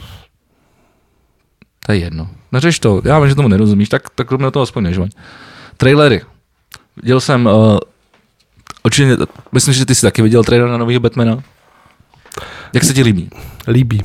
To je jedno. Neřeš to, já vím, že tomu nerozumíš, tak mě to aspoň nežvaň. Trailery. Viděl jsem, určitě, myslím, že ty jsi taky viděl trailer na novýho Batmana. Jak se ti líbí? Líbí.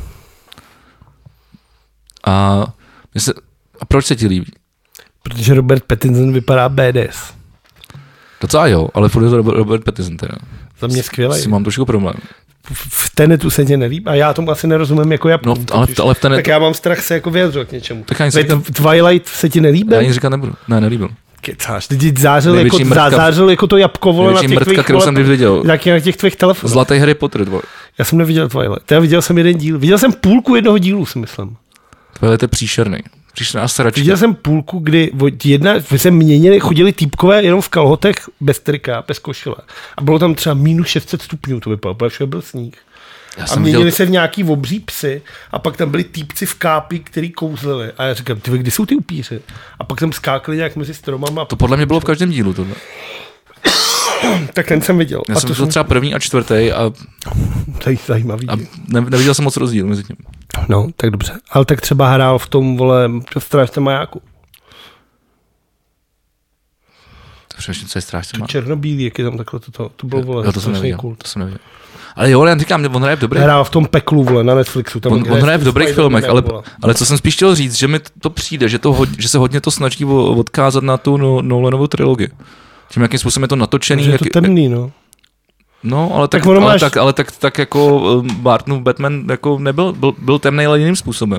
A proč se ti líbí? Protože Robert Pattinson vypadá badass. Docela jo, ale furt je to Robert Pattinson teda. Za mě skvělej. Si mám trošku problém. V Tenetu se tě nelíbí a já tomu asi nerozumím jako Japon. No, ale v Tenetu... Tak já mám strach se jako vyjadřovat k něčemu. Twilight se ti nelíbil? Já nic říkat nebudu. Ne, nelíbil. Kecáš, ty zářil jako to jabko, vole, na těch mrtka, kterou jsem viděl. Na těch tvých telefonech. Zlatý Harry Potter, dvoj. Já jsem neviděl Twilight. Já viděl jsem jeden díl. Viděl jsem půlku jednoho dílu, si myslím. Twilight je příšerný. Příšerná sračka. Viděl jsem půlku, kdy se měnili, chodili týpkové jenom v kalhotech bez trika, bez košile. A bylo tam třeba minus 600 stupňů, to vypadalo, protože byl sníh. A měnili se v nějaký obří psy a pak tam byli týpci v kápi, který kouzlili. A já říkám, ty kdy jsou ty upíři? A pak tam skákali nějak mezi stromama. To podle mě bylo v každém dílu tohle. Tak ten jsem viděl. Já jsem viděl třeba první a čtvrtý a... Zajímavý. A neviděl jsem moc rozdíl mezi tím. No, tak dobře. Ale tak třeba hrál v tom, vole, Strážce majáku. To přemýšlím, co je Strážce majáku. Černobílý, jak je tam takhle to bylo, vole, to jsem neviděl. Ale jo, já říkám, on hraje v dobrých... Hrál v tom Peklu, vole, na Netflixu. Tam on hraje v dobrých filmech, ale co jsem spíš chtěl říct, že mi to přijde, že se hodně to snaží odkázat na tu Nolanovou trilogii. Tím, jakým způsobem je to natočený. Je to temný, no. No, ale tak jako Bartonův Batman jako nebyl, byl temnej, ale jiným způsobem.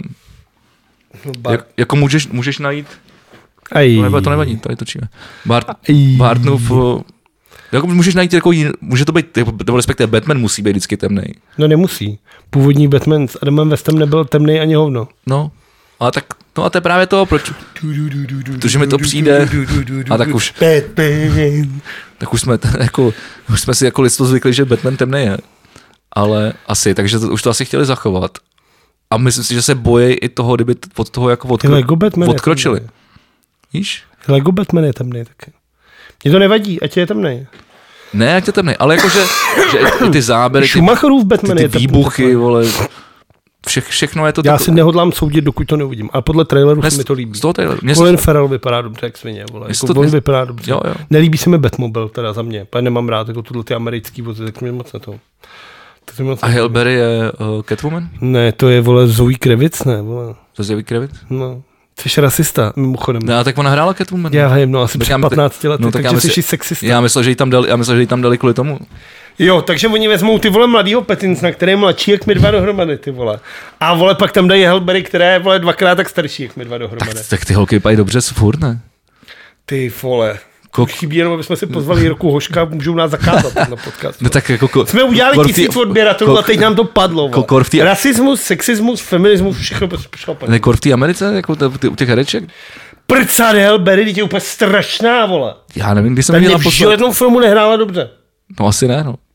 Jako můžeš najít... To nevadí, tady točíme. Bartonův... Jako můžeš najít jako může to být, respektive Batman musí být vždycky temnej. No nemusí. Původní Batman s Adamem Westem nebyl temnej ani hovno. No, ale tak, no a to je právě to, proč? Protože mi to přijde a tak už. Tak už jsme si jako lidstvo zvykli, že Batman temnej je. Ale asi, takže už to asi chtěli zachovat. A myslím si, že se bojí i toho, kdyby od toho jako odkročili. Víš? Lego Batman je temnej taky. Mně to nevadí, ať je temnej. Ne, ať je temnej, ale jakože že ty záběry, Schumacherův Batman ty výbuchy, vole, všechno je to já si nehodlám soudit, dokud to neuvidím, ale podle traileru se mi to líbí. Z toho traileru. Colin Farrell vypadá dobře, jak svině, vole. Jako on vypadá dobře. Jo. Nelíbí se mi Batmobile, teda za mě, protože nemám rád jako tyhle ty americký vozy, tak mě moc na to. A Halle Berry je Catwoman? Ne, to je, vole, Zoe Kravitz, ne, vole. To je Zoe Kravitz? No. Jsi rasista, mimochodem. No, tak ona hrála Catwoman. Já vím, no asi před 15 lety, takže jsi sexista. Já myslel, že jí tam dali kvůli tomu. Jo, takže oni vezmou ty vole mladýho Pattinsona, který je mladší jak my dva dohromady, ty vole. A vole pak tam dají Halle Berry, která je vole dvakrát tak starší jak my dva dohromady. Tak ty holky vypadají dobře, furt ne? Ty vole. Chybí jenom, abychom si pozvali Jirku Hoška, můžou nás zakázat na podcast. No tak jako jsme udělali 1000 odběratelů a teď nám to padlo. Rasismus, sexismus, feminismus, všechno šlapat. Ne, v té Americe, jako u těch hereček? Prcát Halle Berry, teď je úplně strašná, vole. Já nevím, když jsem viděla v žádnou filmu nehrála dobře. No asi ne, no.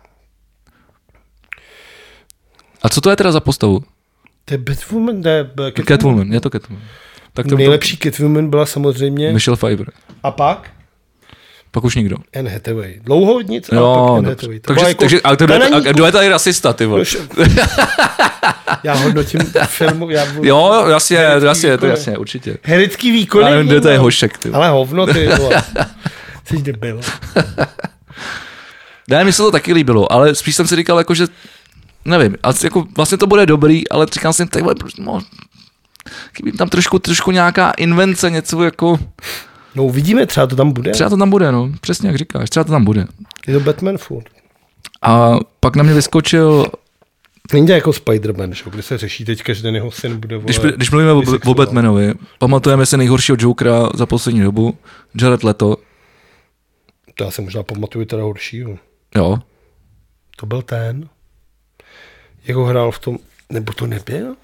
A co to je teda za postavu? To je Batwoman, Catwoman, je to Catwoman. Tak to nejlepší Catwoman byla samozřejmě... Michelle Pfeiffer. A pak? Pak už nikdo. Anne Hathaway. Dlouho nic, ale pak Anne Hathaway. Takže kdo je tady rasista, ty vole? Já hodnotím filmu. Jo, jasně, určitě. Herecký výkon. Ale kde to je Hošek, ty vole. Ale hovno, ty vole. Jsi debil. Ne, mi se to taky líbilo, ale spíš jsem si říkal, jako, že nevím, jako vlastně to bude dobrý, ale říkal jsem, takhle, no, chybí tam trošku nějaká invence, něco jako... No uvidíme, třeba to tam bude. Třeba to tam bude, no, přesně jak říkáš, třeba to tam bude. Je to Batman furt. A pak na mě vyskočil... Není to jako Spider-Man, kde se řeší teď, že ten jeho syn bude, vole, Když mluvíme o Batmanovi, pamatujeme si nejhoršího Jokera za poslední dobu, Jared Leto. To já se možná pamatuju teda horšího. Jo. To byl ten. Jak ho hrál v tom, nebo to nebyl?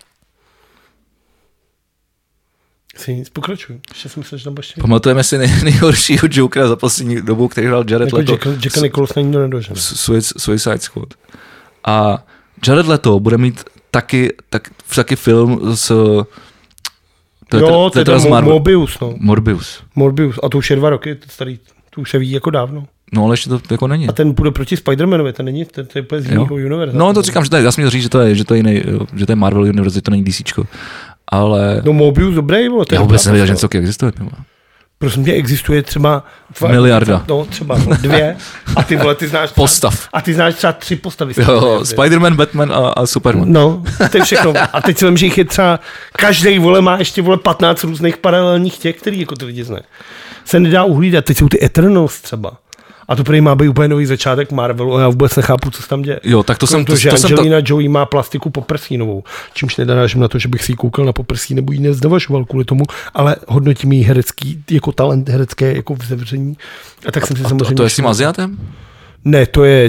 Si nic, pokračuj. Ještě jsem myslel, že tam ještě... Pamatujeme si nejhoršího Jokera za poslední dobu, který hrál Jared jako Leto. Jacka Nicholsona nikdo nedožil. Suicide Squad. A Jared Leto bude mít taky film s... To je Morbius, no. Morbius. A to už je 2 roky, starý, to už se ví jako dávno. No ale ještě to jako není. A ten půjde proti Spider-Manovi, ten není, ten je úplně z jiného univerza. No to říkám, že to je, já jsem měl říct, že to je jiný, že to je Marvel Universe, to není DCčko. Ale... No Morbius dobrý, vole. Já vůbec nevěděl, že něco existuje. Prosím tě, existuje třeba... Miliarda. No, třeba 2. A ty vole, ty znáš... Postav. A ty znáš třeba 3 postavy. Jo, Spider-Man, Batman a Superman. No, to je všechno. A teď si vím, že jich je třeba... Každý vole má ještě 15 různých paralelních těch, který jako ty lidi znají. Se nedá uhlídat. Teď jsou ty Eternals třeba. A to prý má být úplně nový začátek Marvelu a já vůbec nechápu, co se tam děje. Jo, tak to jsem... Protože Angelina Jolie má plastiku poprsínovou, čímž nedážím na to, že bych si ji koukal na poprsí nebo ji nezdavašoval kvůli tomu, ale hodnotím jí herecký, jako talent herecké, jako vzevření. A tak jsem si samozřejmě... A to je s tím Aziatem? Ne, to je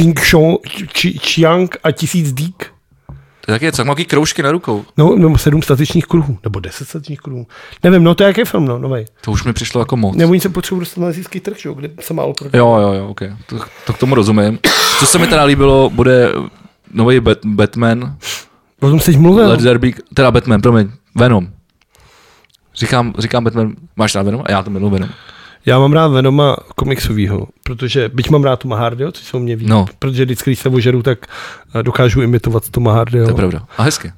Chiang a 1000 dík. To je taky, co má kroužky na rukou. No, 7 statečních kruhů, nebo 10 statečních kruhů. Nevím, no to je jaký film, no, novej. To už mi přišlo jako moc. Nebo oni se potřebují dostat na azijský trh, kde se málo prodá. Jo, ok. To k tomu rozumím. Co se mi teda líbilo, bude nový Batman. O tom jsi teď mluvil. Teda Batman, promiň, Venom. Říkám Batman, máš rád Venom? A já to miluji Venom. Já mám rád Venoma komiksovýho, protože byť mám rád Toma Hardyho, což se o mě ví, protože vždycky, když se ožeru, tak dokážu imitovat Toma Hardyho. To je pravda. A hezky.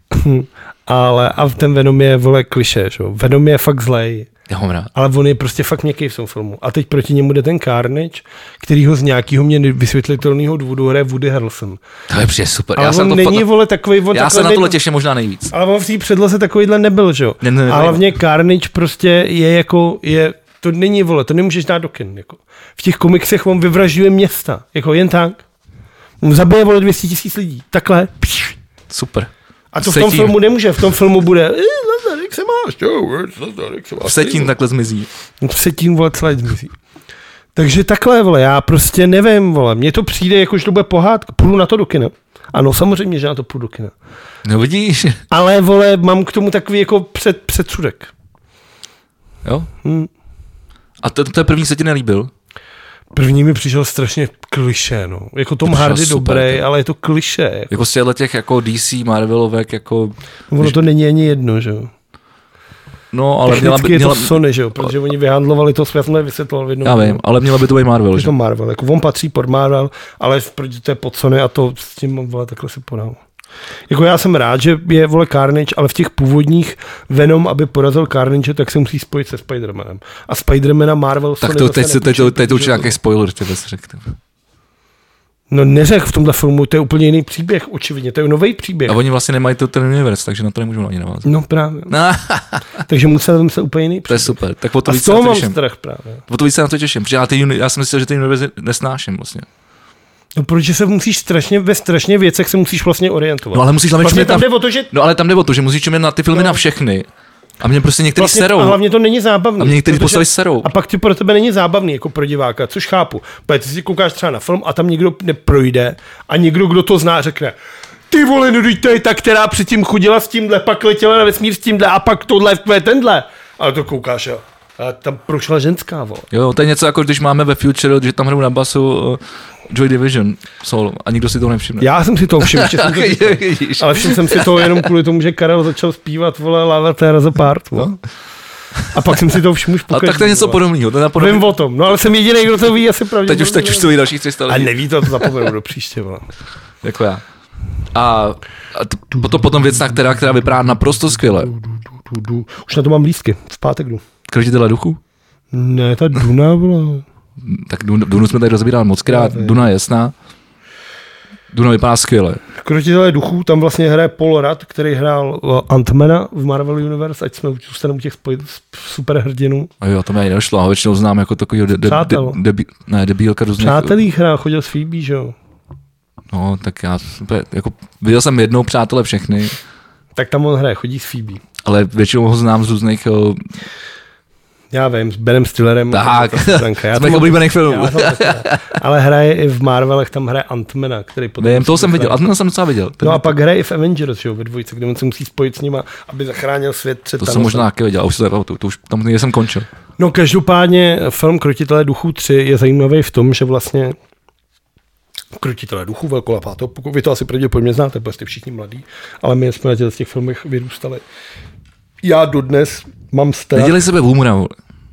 A ten Venom je, vole, klišé, že? Venom je fakt zlej. Já mám rád. Ale on je prostě fakt měkký v tom filmu. A teď proti němu jde ten Carnage, kterýho z nějakého mě vysvětlitelného důvodu hraje Woody Harrelson. To je přijde super. Ale on není, vole, takový... Já se na tohle těším možná nejvíc. Ale on v té předloze takovýhle nebyl, že jo? A hlavně Carnage prostě je jako... To není, vole, to nemůžeš dát do kin. Jako. V těch komiksech on vyvražďuje města. Jako jen tak. On zabije, vole, 200 000 lidí. Takhle. Super. A to v tom filmu nemůže. V tom filmu bude jak se máš, Vsetín takhle zmizí. Vsetín, vole, celé zmizí. Takže takhle, vole, já prostě nevím, vole. Mně to přijde, jako že to bude pohádka. Půjdu na to do kina. Ano, samozřejmě, že na to půjdu do kina. No vidíš. Ale, vole, mám k tomu takový jako předsudek. Jo? A to první se ti nelíbil? První mi přišel strašně klišé, no. Jako Tom Hardy dobrý, ale je to klišé. Jako z těch jako DC, Marvelovek, jako... Ono to není ani jedno, že jo. No, ale měla je to Sony, že jo, protože oni vyhandlovali to, já jsem to vysvětloval v jednom. Já vím, ale měla by to být Marvel, že? Je to Marvel, jako on patří pod Marvel, ale to je pod Sony a to s tím, vole, takhle se podal. Jako já jsem rád, že je, vole, Carnage, ale v těch původních Venom, aby porazil Carnage, tak se musí spojit se Spider-Manem. A Spider-Mana Marvel... Tak to teď určitě nějaký spoiler, ty bys řekl. No neřekl v tomhle filmu, to je úplně jiný příběh, očividně, to je nový příběh. A oni vlastně nemají ten univerz, takže na to nemůžu ani navázat. No právě. Takže musel se úplně jiný příběh. To je super. Tak o to a z toho mám strach právě. O to víc se na to těším, protože já jsem myslel, že ty univerze nesnáším vlastně. No protože se musíš ve strašně věcech se musíš vlastně orientovat. No ale musíš hlavně vlastně tam jde o to, že... No ale tam jde o to, že musíš čumět na ty filmy na všechny. A mě prostě některý vlastně, serou. A hlavně to není zábavný. A mě některý postavy serou. A pak ty pro tebe není zábavný jako pro diváka, což chápu. Protože ty si koukáš třeba na film a tam někdo neprojde a někdo, kdo to zná, řekne: ty vole, no to je ta, která předtím chodila s tímhle, pak letěla na vesmír s tímhle a pak tohle, tenhle. Ale to koukáš, jo. A tam prošla ženská, vole. Jo, to je něco jako když máme ve Future, že tam hrajou na basu Joy Division solo a nikdo si toho nevšimne. Já jsem si toho všiml, ale všiml jsem si toho jenom kvůli tomu, že Karel začal zpívat, vole, Lava Tear as Apart, vole. A pak jsem si toho všiml už pokaždý. A tak to je něco podobného. Vím o tom, no ale jsem jediný, kdo to ví, asi pravděpodobně. Teď už to ví dalších 300 lidí. A neví to zapomenu do příště, vole. Jako já. A potom věc, která vypadá naprosto skvěle. Už na to mám lístky, v pátek jdu. Krotitele duchu? Ne, ta Duna byla... Tak Dunu jsme tady rozbírali mockrát, Duna je jasná. Duna vypadá skvěle. Krotitele duchů, tam vlastně hraje Paul Rudd, který hrál Ant-Mana v Marvel Universe, ať jsme zůstaneme u těch superhrdinů. A jo, to mi nedošlo, a většinou znám jako takovýho debílka různých. Přátelích hrál, chodil s Phoebe, že jo? No, tak já jako viděl jsem jednou Přátelé všechny. Tak tam on hraje, chodí s Phoebe. Ale většinou ho znám z různých... Já vím, s Benem Stillerem. Tak, z mých oblíbených filmů. Ale hraje i v Marvelech, tam hraje Ant-Mana, který potom... Vím, toho jsem viděl, Ant-Mana jsem docela viděl. No a pak hraje i v Avengers, že jo, ve dvojce, kde on se musí spojit s nima, aby zachránil svět před To jsem možná taky viděl, to už tam jsem končil. No každopádně film Krotitelé duchů 3 je zajímavý v tom, že vlastně Krotitelé duchů, velkolapátého, pokud vy to asi pravděpodobně znáte, protože jste všichni mladí, ale my jsme na těch filmech vyrůstali. Já dodnes mám strach. Nedělej sebe humora.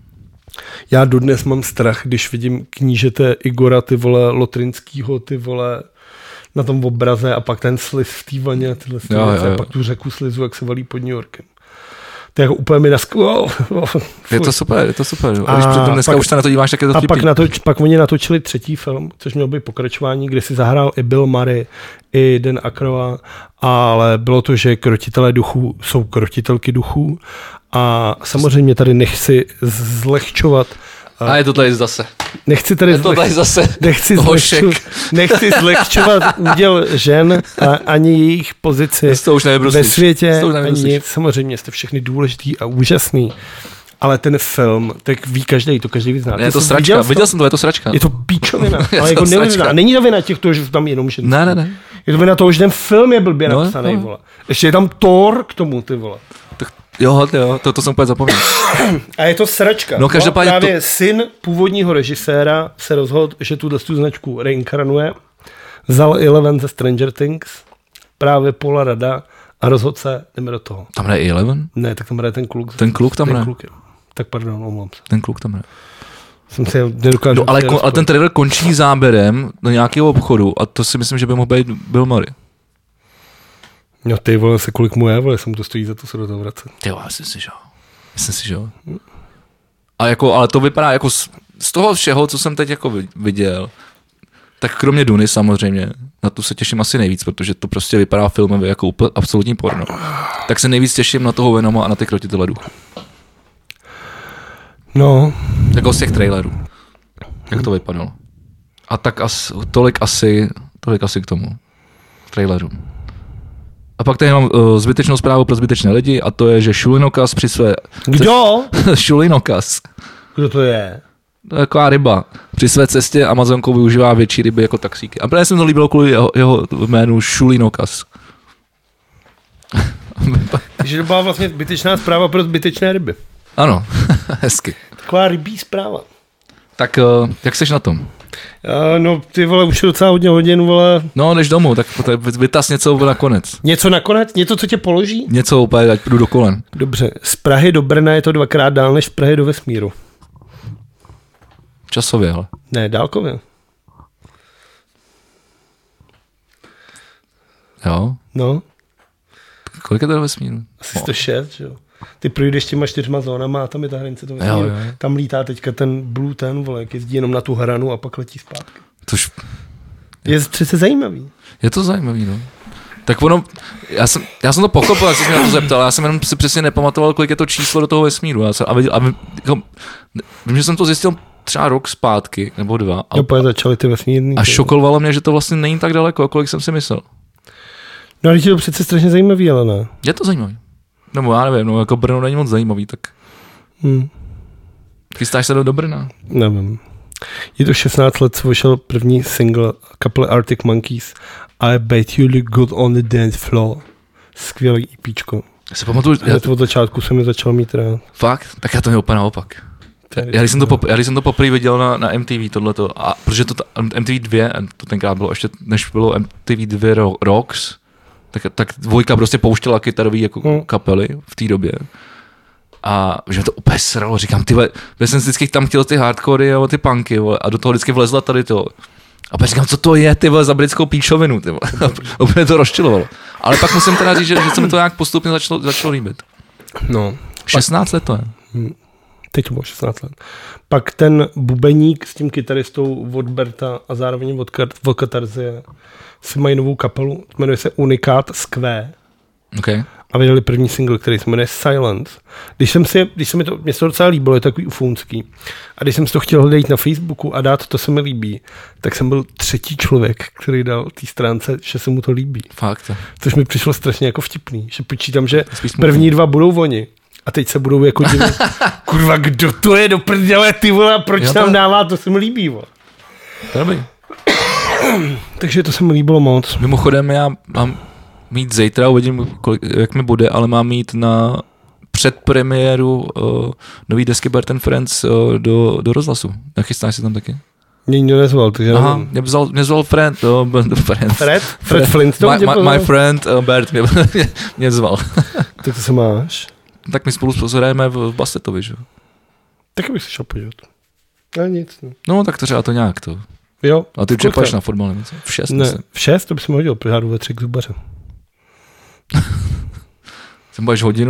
Já dodnes mám strach, když vidím knížete Igora, ty vole, Lotrinskýho, ty vole, na tom obraze a pak ten sliz v té vaně a tyhle a pak tu řeku slizu, jak se valí pod New Yorkem. To je jako úplně mi Je to super. A když přitom dneska už se na to díváš, tak je to vtipný. A pak oni natočili třetí film, což měl být pokračování, kde si zahrál i Bill Murray, i Dan Aykroyd, ale bylo to, že krotitelé duchů jsou krotitelky duchů a samozřejmě tady nechci zlehčovat. A je to tady zase. Nechci zlehčovat úděl žen a ani jejich pozici ve světě. Ani nic. Samozřejmě jste všechny důležitý a úžasný. Ale ten film, tak ví každý, to každý vyzná. Je to sračka, viděl jsem to, je to sračka. Je to píčovina, ale jako nevím, není to vina těch toho, že tam jenom žen. Ne. Je to vina toho, že ten film je blbě napsaný, vole. Ještě je tam Thor k tomu, ty vole. Jo, to jsem úplně zapomněl. A je to sračka. No, každopádně právě syn původního režiséra se rozhodl, že tu značku reinkarnuje. Vzal Eleven ze Stranger Things, právě Paula Rada a rozhodl se, jdeme do toho. Tam hraje Eleven? Ne, tak tam hraje ten kluk. Ten kluk tam hraje? Tak pardon, omlouvám se. Ten kluk tam hraje. Jsem si nedokážu... No, ale ten trailer končí záběrem do nějakého obchodu a to si myslím, že by mohl být Bill Murray. No ty vole, se kolik mu je, vole, se mu to stojí za to se do toho vracet. Ty vole, myslím si, že jo. Ale to vypadá jako z toho všeho, co jsem teď jako viděl, tak kromě Duny samozřejmě, na tu se těším asi nejvíc, protože to prostě vypadá filmově jako úplně absolutní porno. Tak se nejvíc těším na toho Venoma a na ty krotitele duchu. No. Jako z těch trailerů. Jak to vypadalo. A tak tolik asi k tomu traileru. A pak tady mám zbytečnou zprávu pro zbytečné lidi a to je, že Šulinokas při své... Kdo? Šulinokas. Kdo to je? To je taková ryba. Při své cestě Amazonkou využívá větší ryby jako taxíky. A právě se mi to líbilo kvůli jeho jménu Šulinokas. Takže to byla vlastně zbytečná zpráva pro zbytečné ryby. Ano, hezky. Taková rybí zpráva. Tak jak seš na tom? No ty vole, už je docela hodně hodin, vole. No, než domů, tak vytaz něco nakonec. Něco nakonec? Něco, co tě položí? Něco úplně, ať půjdu do kolen. Dobře, z Prahy do Brna je to 2krát dál než z Prahy do vesmíru. Časově, ale. Ne, dálkově. Jo? No. Kolik je to do vesmíru? Asi 106, že jo. Ty projdeš těma 4 zónama a tam je ta hranice toho vesmíru. Jo. Tam lítá teďka ten Blue ten, vole, jak jezdí jenom na tu hranu a pak letí zpátky. Tož... Je přece zajímavý. Je to zajímavý, no. Tak ono, já jsem to pochopil, jak jsi mě na to zeptal, já jsem jenom si přesně nepamatoval, kolik je to číslo do toho vesmíru. Vím, že jsem to zjistil třeba rok zpátky, nebo 2. Začaly ty vesmírný. A šokovalo mě, že to vlastně není tak daleko, kolik jsem si myslel. No ale je to přece strašně zajímavý, ale ne. Je to zajímavý. Nebo já nevím, no jako Brno není moc zajímavý, tak... Chystáš se do Brna? Nevím. Je to 16 let, co vyšel první single kapely Arctic Monkeys I Bet You Look Good on the Dance Floor. Skvělý EPčko. Já si pamatuju... Od začátku jsem je začal mít rád. Fakt? Tak já to měl úplně naopak. Já když jsem to poprvé viděl na MTV tohleto, a protože to MTV 2, to tenkrát bylo ještě, než bylo MTV 2 Rocks, tak dvojka prostě pouštěla kytarový jako kapely v té době. A že to úplně sralo, říkám, já jsem vždycky tam chtěl ty hardcory a ty punky, a do toho vždycky vlezla tady to. A pak říkám, co to je, za britskou píčovinu, úplně to rozčilovalo. Ale pak musím teda říct, že se mi to nějak postupně začalo líbit. No. 16 let to je. Teď to bylo 16 let. Pak ten bubeník s tím kytaristou od Berta a zároveň od Katarzie si mají novou kapelu, jmenuje se Unikát Square. Okay. A vydali první single, který se jmenuje Silence. Mně se to docela líbilo, je takový ufounský. A když jsem si to chtěl hledat na Facebooku a dát, to se mi líbí, tak jsem byl 3. člověk, který dal té stránce, že se mu to líbí. Fakt. Což mi přišlo strašně jako vtipný, že počítám, že první 2 budou oni. A teď se budou jako divit, kurva, kdo to je do prdele, ty vole, proč nám dává, to se mi líbí, vole. Takže to se mi líbilo moc. Mimochodem, já mám mít zítra, uvidím, jak mi bude, ale mám mít na předpremiéru nový desky Bert & Friends do rozhlasu. Nachystáš se tam taky? Mě nikdo nezval, takže aha, mě zval Fred Flintstone? My friend Bert mě zval. Tak to se máš? Tak my spolu hrajeme v Basetovi, že jo? Tak bych se šel podívat. Ale nic. Ne. No, tak to třeba to nějak to. Jo. A ty čekáš na fotbal, nebo co? V 6? Ne, v 6 to bych si mohl dělat, protože já jdu ve 3 k zubaře. Jsem budeš hodinu?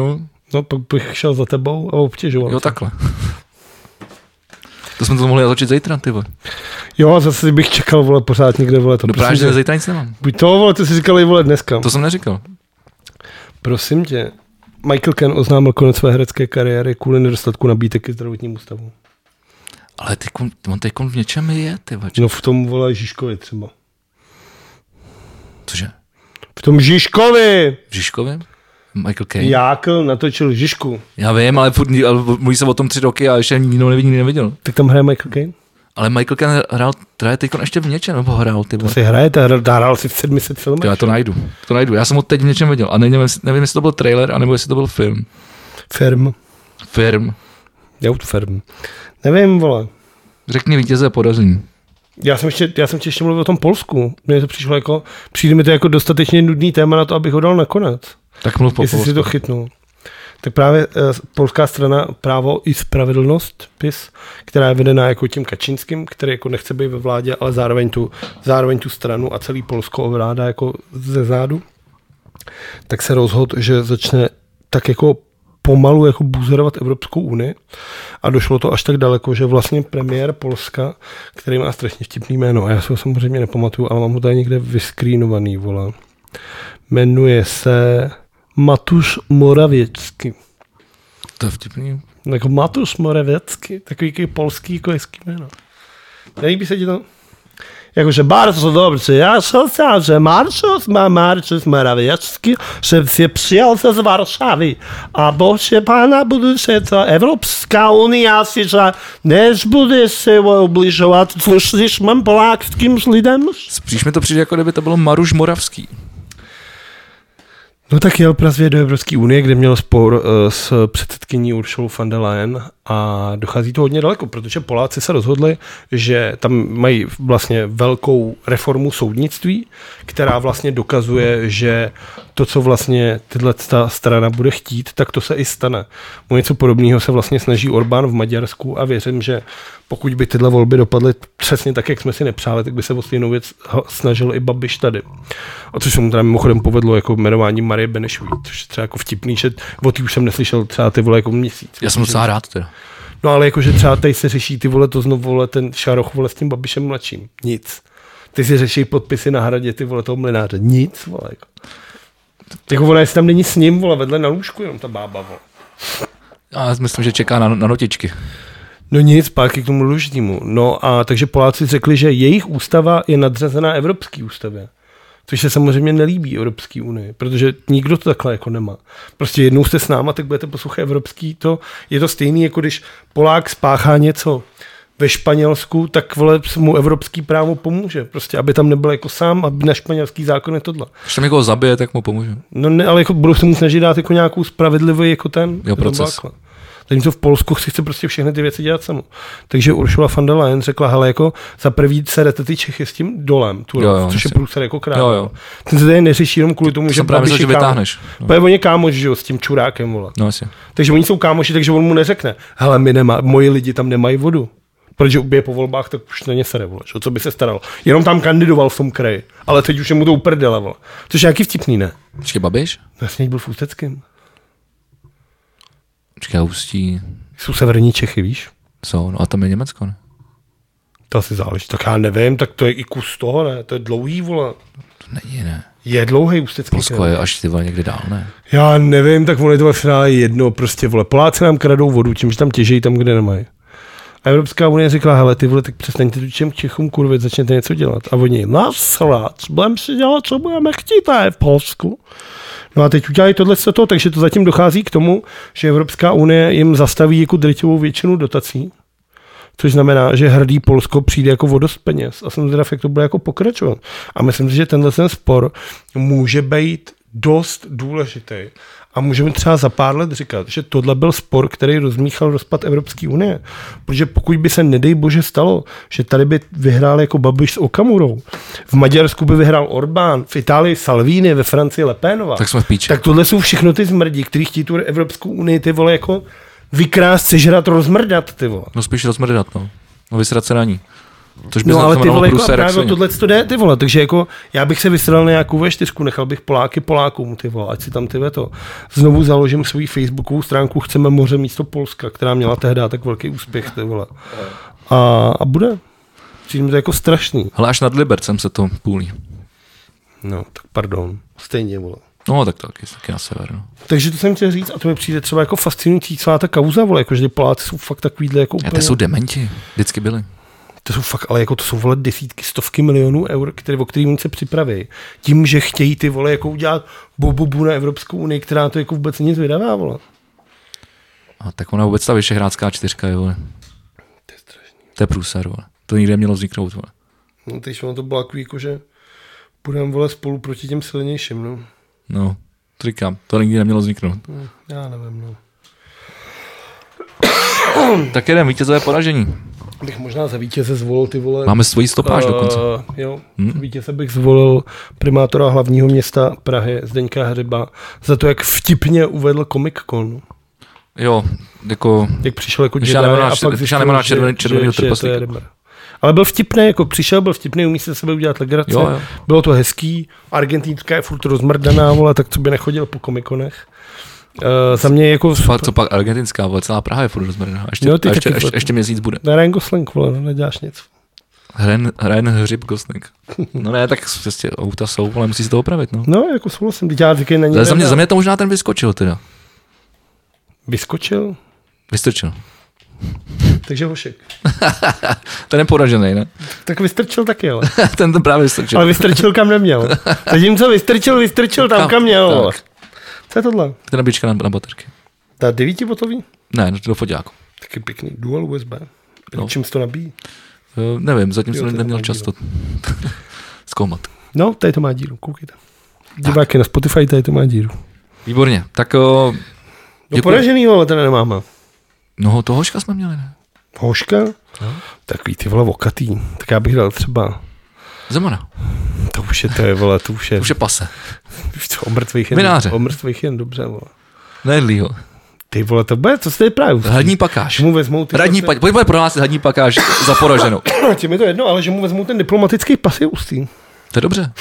No, pak bych šel za tebou a obtěžoval. Jo, takhle. To jsme to mohli natočit zítra, ty vole. Jo, a zase bych čekal, vole, pořád někde, vole. To no právě, že zítra nic nemám. Buď to, vole, ty jsi říkal i, vole, dneska. To jsem neříkal. Prosím tě, Michael Caine oznámil konec své herecké kariéry kvůli nedostatku nabídek ke zdravotnímu stavu. Ale on teď v něčem je, ty vole. No v tom, vole, Žižkovi třeba. Cože? V tom Žižkovi! V Žižkovi? Michael Caine? Jákl natočil Žižku. Já vím, ale mluví se o tom 3 roky a ještě nikdo neviděl. Tak tam hraje Michael Caine? Ale Michael Caine hraje teď ještě v něčem, nebo hrál, ty vole? To si hraje, hrál si v 700 filmech. Já to najdu. Já jsem ho teď v něčem viděl a nevím, jestli to byl trailer, anebo jestli to byl film. Film. Já to film. Nevím, vole. Řekni vítěze podaření. Já jsem ještě mluvil o tom Polsku. Mně to přišlo jako, přijde mi to jako dostatečně nudný téma na to, abych ho dal nakonec. Tak mluv po Jestli Polsku. si to chytnul. Tak právě polská strana Právo i spravedlnost, PiS, která je vedená jako tím Kačínským, který jako nechce být ve vládě, ale zároveň tu stranu a celý Polsko ovládá jako ze zádu, tak se rozhodl, že začne tak jako pomalu jako buzerovat Evropskou unii a došlo to až tak daleko, že vlastně premiér Polska, který má strašně vtipný jméno, a já si ho samozřejmě nepamatuju, ale mám ho tady někde vyskrínovaný, vole. Jmenuje se Matuš Moravěcky. To je vtipný. Jako Matuš Moravěcky, takový polský jako hezký jméno. Nelíbí se ti to? Jakože bardzo dobře, já jsem že Marcus Morawiecki, že się přijal z Warszawy, a bože pána bude se to Evropská unie si, že než bude se ubližovat slušným poláckým lidem. Spíš mi to přijde, jako kdyby to bylo Maruš Moravský. No tak jel právě do Evropské unie, kde měl spor s předsedkyní Uršulou von der Leyen a dochází to hodně daleko, protože Poláci se rozhodli, že tam mají vlastně velkou reformu soudnictví, která vlastně dokazuje, že to, co vlastně ta strana bude chtít, tak to se i stane. O něco podobného se vlastně snaží Orbán v Maďarsku a věřím, že pokud by tyhle volby dopadly přesně tak, jak jsme si nepřáli, tak by se o stejnou věc snažil i Babiš tady. A což se mu teda mimochodem povedlo jako jmenování Marie Benešový, což je třeba jako vtipný, že o té už jsem neslyšel třeba ty vole jako měsíc. Já jsem docela rád teda. No ale jakože třeba tady se řeší ty vole to znovu vole ten Šaroch vole s tím Babišem mladším. Nic. Ty si řeší podpisy na hradě ty vole toho Mlynáře. Nic vole jako. Jako vole, jestli tam není s ním vole vedle na lůžku jenom ta bába vole. Já myslím, že čeká na notičky. No nic, páky k tomu důležitému. No a takže Poláci řekli, že jejich ústava je nadřazená Evropské ústavě. Což se samozřejmě nelíbí Evropské unii, protože nikdo to takhle jako nemá. Prostě jednou jste s náma, tak budete poslouchat evropský, to je to stejný, jako když Polák spáchá něco ve Španělsku, tak vole mu evropský právo pomůže. Prostě, aby tam nebyl jako sám, aby na španělský zákon je tohle. Když tam někoho zabije, tak mu pomůže. No ne, ale jako budou se mu snažit dát jako nějakou spravedlivý jako ten proces. Zatímco v Polsku chce prostě všechny ty věci dělat samo. Takže Ursula von der Leyen řekla, hele, jako za první serete ty Čechy s tím dolem, což je průser jako král. Ten se tady neřeší jenom kvůli tomu, to že Babiš je vytáhneš. No. On je kámoš, že jo, s tím čurákem, vole. No, asi. Takže oni jsou kámoši, takže on mu neřekne, hele, moji lidi tam nemají vodu. Protože je po volbách, tak už na ně sere, vole, co by se staral. Jenom tam kandidoval v tom kraji, ale teď už je mu to uprdele, vole. Což je nějaký vtipný, ne? Počkej, Babiš? Vlastně byl v Ústeckém. Počkej, Ústí. Jsou severní Čechy, víš? Jsou, no a tam je Německo, ne? To asi záleží. Tak já nevím, tak to je i kus toho, ne? To je dlouhý, vole. To není, ne? Je dlouhý Ústecký. Polsko je až ty vole někde dál, ne? Já nevím, tak vole, to ve finále jedno, prostě, vole. Poláci nám kradou vodu, tím, že tam těžejí tam, kde nemají. A Evropská unie řekla, hele, ty vole, tak přestaňte tu těm Čechům kurvit, začněte něco dělat. A oni, nás rád, budeme si dělat, co budeme chtít, v Polsku. No a teď udělají tohle, takže to zatím dochází k tomu, že Evropská unie jim zastaví jako drtivou většinu dotací, což znamená, že hrdý Polsko přijde jako vodost peněz. A jsem zvědav, jak to bude jako pokračovat. A myslím si, že tenhle spor může být dost důležitý. A můžeme třeba za pár let říkat, že tohle byl spor, který rozmíchal rozpad Evropské unie. Protože pokud by se, nedej bože, stalo, že tady by vyhrál jako Babiš s Okamurou, v Maďarsku by vyhrál Orbán, v Itálii Salvini, ve Francii Le Penová, tak jsme v píči. Tak tohle jsou všechno ty zmrdi, kteří chtějí tu Evropskou unii ty vole jako vykrást, sežrat, rozmrdat ty vole. No spíš rozmrdat, no. No vysrat se na ní. Což by no ale ty vole, jako průser, právě tohle to jde, ty vole, takže jako já bych se vystřelil na nějakou V4, nechal bych Poláky Polákům, ty vole, ať si tam ty to. Znovu založím svou facebookovou stránku Chceme moře místo Polska, která měla tehdy tak velký úspěch, ty vole. A bude. Přijde mi to jako strašný. Hele, až nad Libercem se to půlí. No, tak pardon, stejně, vole. No, tak taky na sever, no. Takže to jsem chtěl říct, a to mi přijde třeba jako fascinující celá ta kauza, vole, jakože Poláci jsou fakt takovýhle jako úplně... To jsou dementi, vždycky byli. To jsou fakt, ale jako to jsou, vole, desítky, stovky milionů eur, o který oni se připraví. Tím, že chtějí ty, vole, jako udělat bobu na Evropskou unii, která to jako vůbec nic vydává, vole. A tak ona vůbec ta Vyšehrádská 4, vole. To je strašný. To je průser, vole. To nikdy nemělo vzniknout, vole. No, teď ono to bylo jako, že půjdeme, vole, spolu proti těm silnějším, no. No, to říkám, to nikdy nemělo vzniknout. Já nevím, no. Tak jedem, vítězové poražení. Bych možná za vítěze zvolil ty, vole... Máme svoji stopáž dokonce. Jo, vítěze bych zvolil primátora hlavního města Prahy, Zdeňka Hřiba, za to, jak vtipně uvedl Comic Con. Jo, jako... Jak přišel jako Jedi a pak zjistil, na červenýho trpaslíka. Ale byl vtipný, jako přišel, byl vtipný, umí se sebe udělat legrace. Jo. Bylo to hezký, Argentinská je furt rozmrdaná, vole, tak co by nechodil po komikonech. Za mě jako... Co pak argentinská, vole, celá Praha je furt rozmrdaná. Ještě měsíc bude. Ryan Gosling, vole, no, neděláš nic. Ryan Hřib Gosling. No ne, tak prostě auta jsou, ale musí se to opravit, no. No, jako souhlasím, teď já říkej na něj. Za mě to možná ten vyskočil teda. Vyskočil? Vystrčil. Takže Hošek. Ten je poražený, ne? Tak vystrčil taky, ale. Ten to právě vystrčil. Ale vystrčil kam neměl. Zatímco vystrčil tam, kam měl. Tak. Co je tohle? To je nabíječka na baterky. Ta 9botový? Ne, do foťáku. Taky pěkný. Dual USB. No. Čím se to nabíjí? Nevím, zatím jsem neměl čas to zkoumat. No, tady to má díru, koukejte. Diváky na Spotify, tady to má díru. Výborně, tak... No poraženýho, ale teda nemáme. No, to Hoška jsme měli, ne? Hoška? No. Takový ty, vole, vokatý. Tak já bych dal třeba... Zemana. To už je pase. O mrtvých jen dobře, vole. Nejedlýho. Ty vole, to bude, co se tady právě? Hradní pakáž. Mu vezmou ty pojďme prohlásit hradní pakáž za poraženou. Tím je to jedno, ale že mu vezmou ten diplomatický pas je ústý. To je dobře.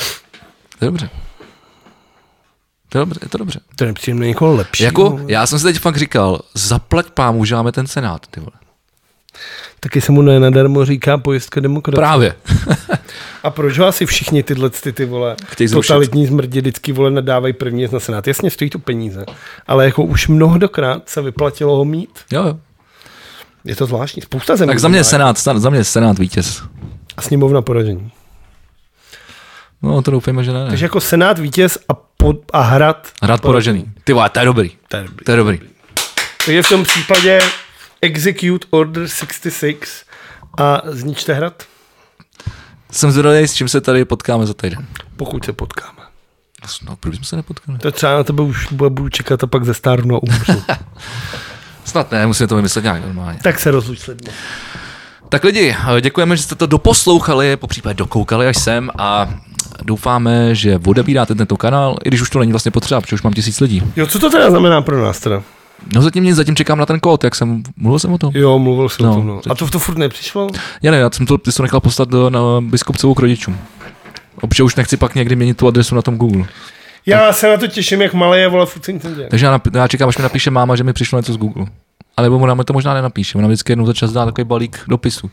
Je to dobře. To nepřijde někoho lepší. Jako, já jsem si teď fakt říkal, zaplať pámu, že máme ten senát, ty vole. Taky se mu nenadarmo říká pojistka demokracie. Právě. A proč ho asi všichni tyhle ty vole totalitní zmrdi vždycky vole nadávají první na senát? Jasně, stojí to peníze. Ale jako už mnohokrát se vyplatilo ho mít. Jo. Je to zvláštní. Spousta zemí. Tak za mě senát vítěz. A sněmovna poražení. No, to doufejme, že ne. Takže jako senát vítěz a hrad poražený. Ty vole, to je dobrý. To je dobrý. Takže v tom případě Execute Order 66 a zničte hrad. Jsem zvědavý, s čím se tady potkáme za týden. Pokud se potkáme. No, proč jsme se nepotkali? To třeba na tebe už budu čekat a pak ze stárnu a umřu. Snad ne, musíme to vymyslet nějak normálně. Tak se rozluč s lidmi. Tak lidi, děkujeme, že jste to doposlouchali, popřípadě dokoukali až sem a doufáme, že odebíráte tento kanál, i když už to není vlastně potřeba, protože už mám 1000 lidí. Jo, co to teda znamená pro nás teda? No zatím čekám na ten kód, mluvil jsem o tom. Jo, mluvil jsem o tom, no. A to furt nepřišlo? Já ne, ty jsi to nechal poslat na Biskupcovou k rodičům. Protože už nechci pak někdy měnit tu adresu na tom Google. Já se na to těším, jak malé je, vole, furt se nic neděje. Takže já čekám, až mi napíše máma, že mi přišlo něco z Google. Ale ona mi to možná nenapíše, ona vždycky jednou za čas dá takový balík dopisu.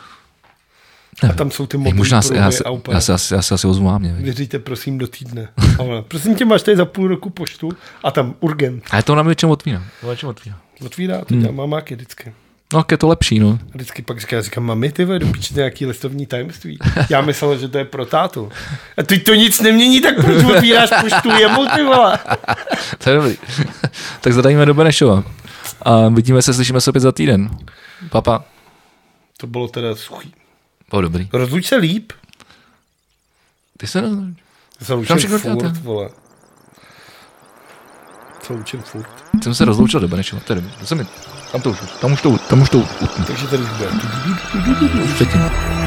A tam jsou ty mobilní já se asi ozvu mámě. Věříte, prosím, do týdne. Prosím tě, máš tady za půl roku poštu a tam urgent. A je to na mě čem otvírá. Otvírá, to dělá mámáky vždycky. No, je to lepší, no. A vždycky pak říkám, mami, ty vole, dopíčete nějaký listovní tajemství. Já myslel, že to je pro tátu. A teď to nic nemění, tak proč otvíráš poštu jemu, ty vole? To je dobrý. Tak zadajíme do Benešova. A slyšíme se opět za týden. Papa. To bylo teda suchý. Bylo dobrý. Rozluč se líp. Ty se rozluč. Se loučím furt, vole. Se loučím furt. Jsem se rozloučil do Benešova, to je dobrý. Tam už to utnu. Takže tady už bude. Předtím.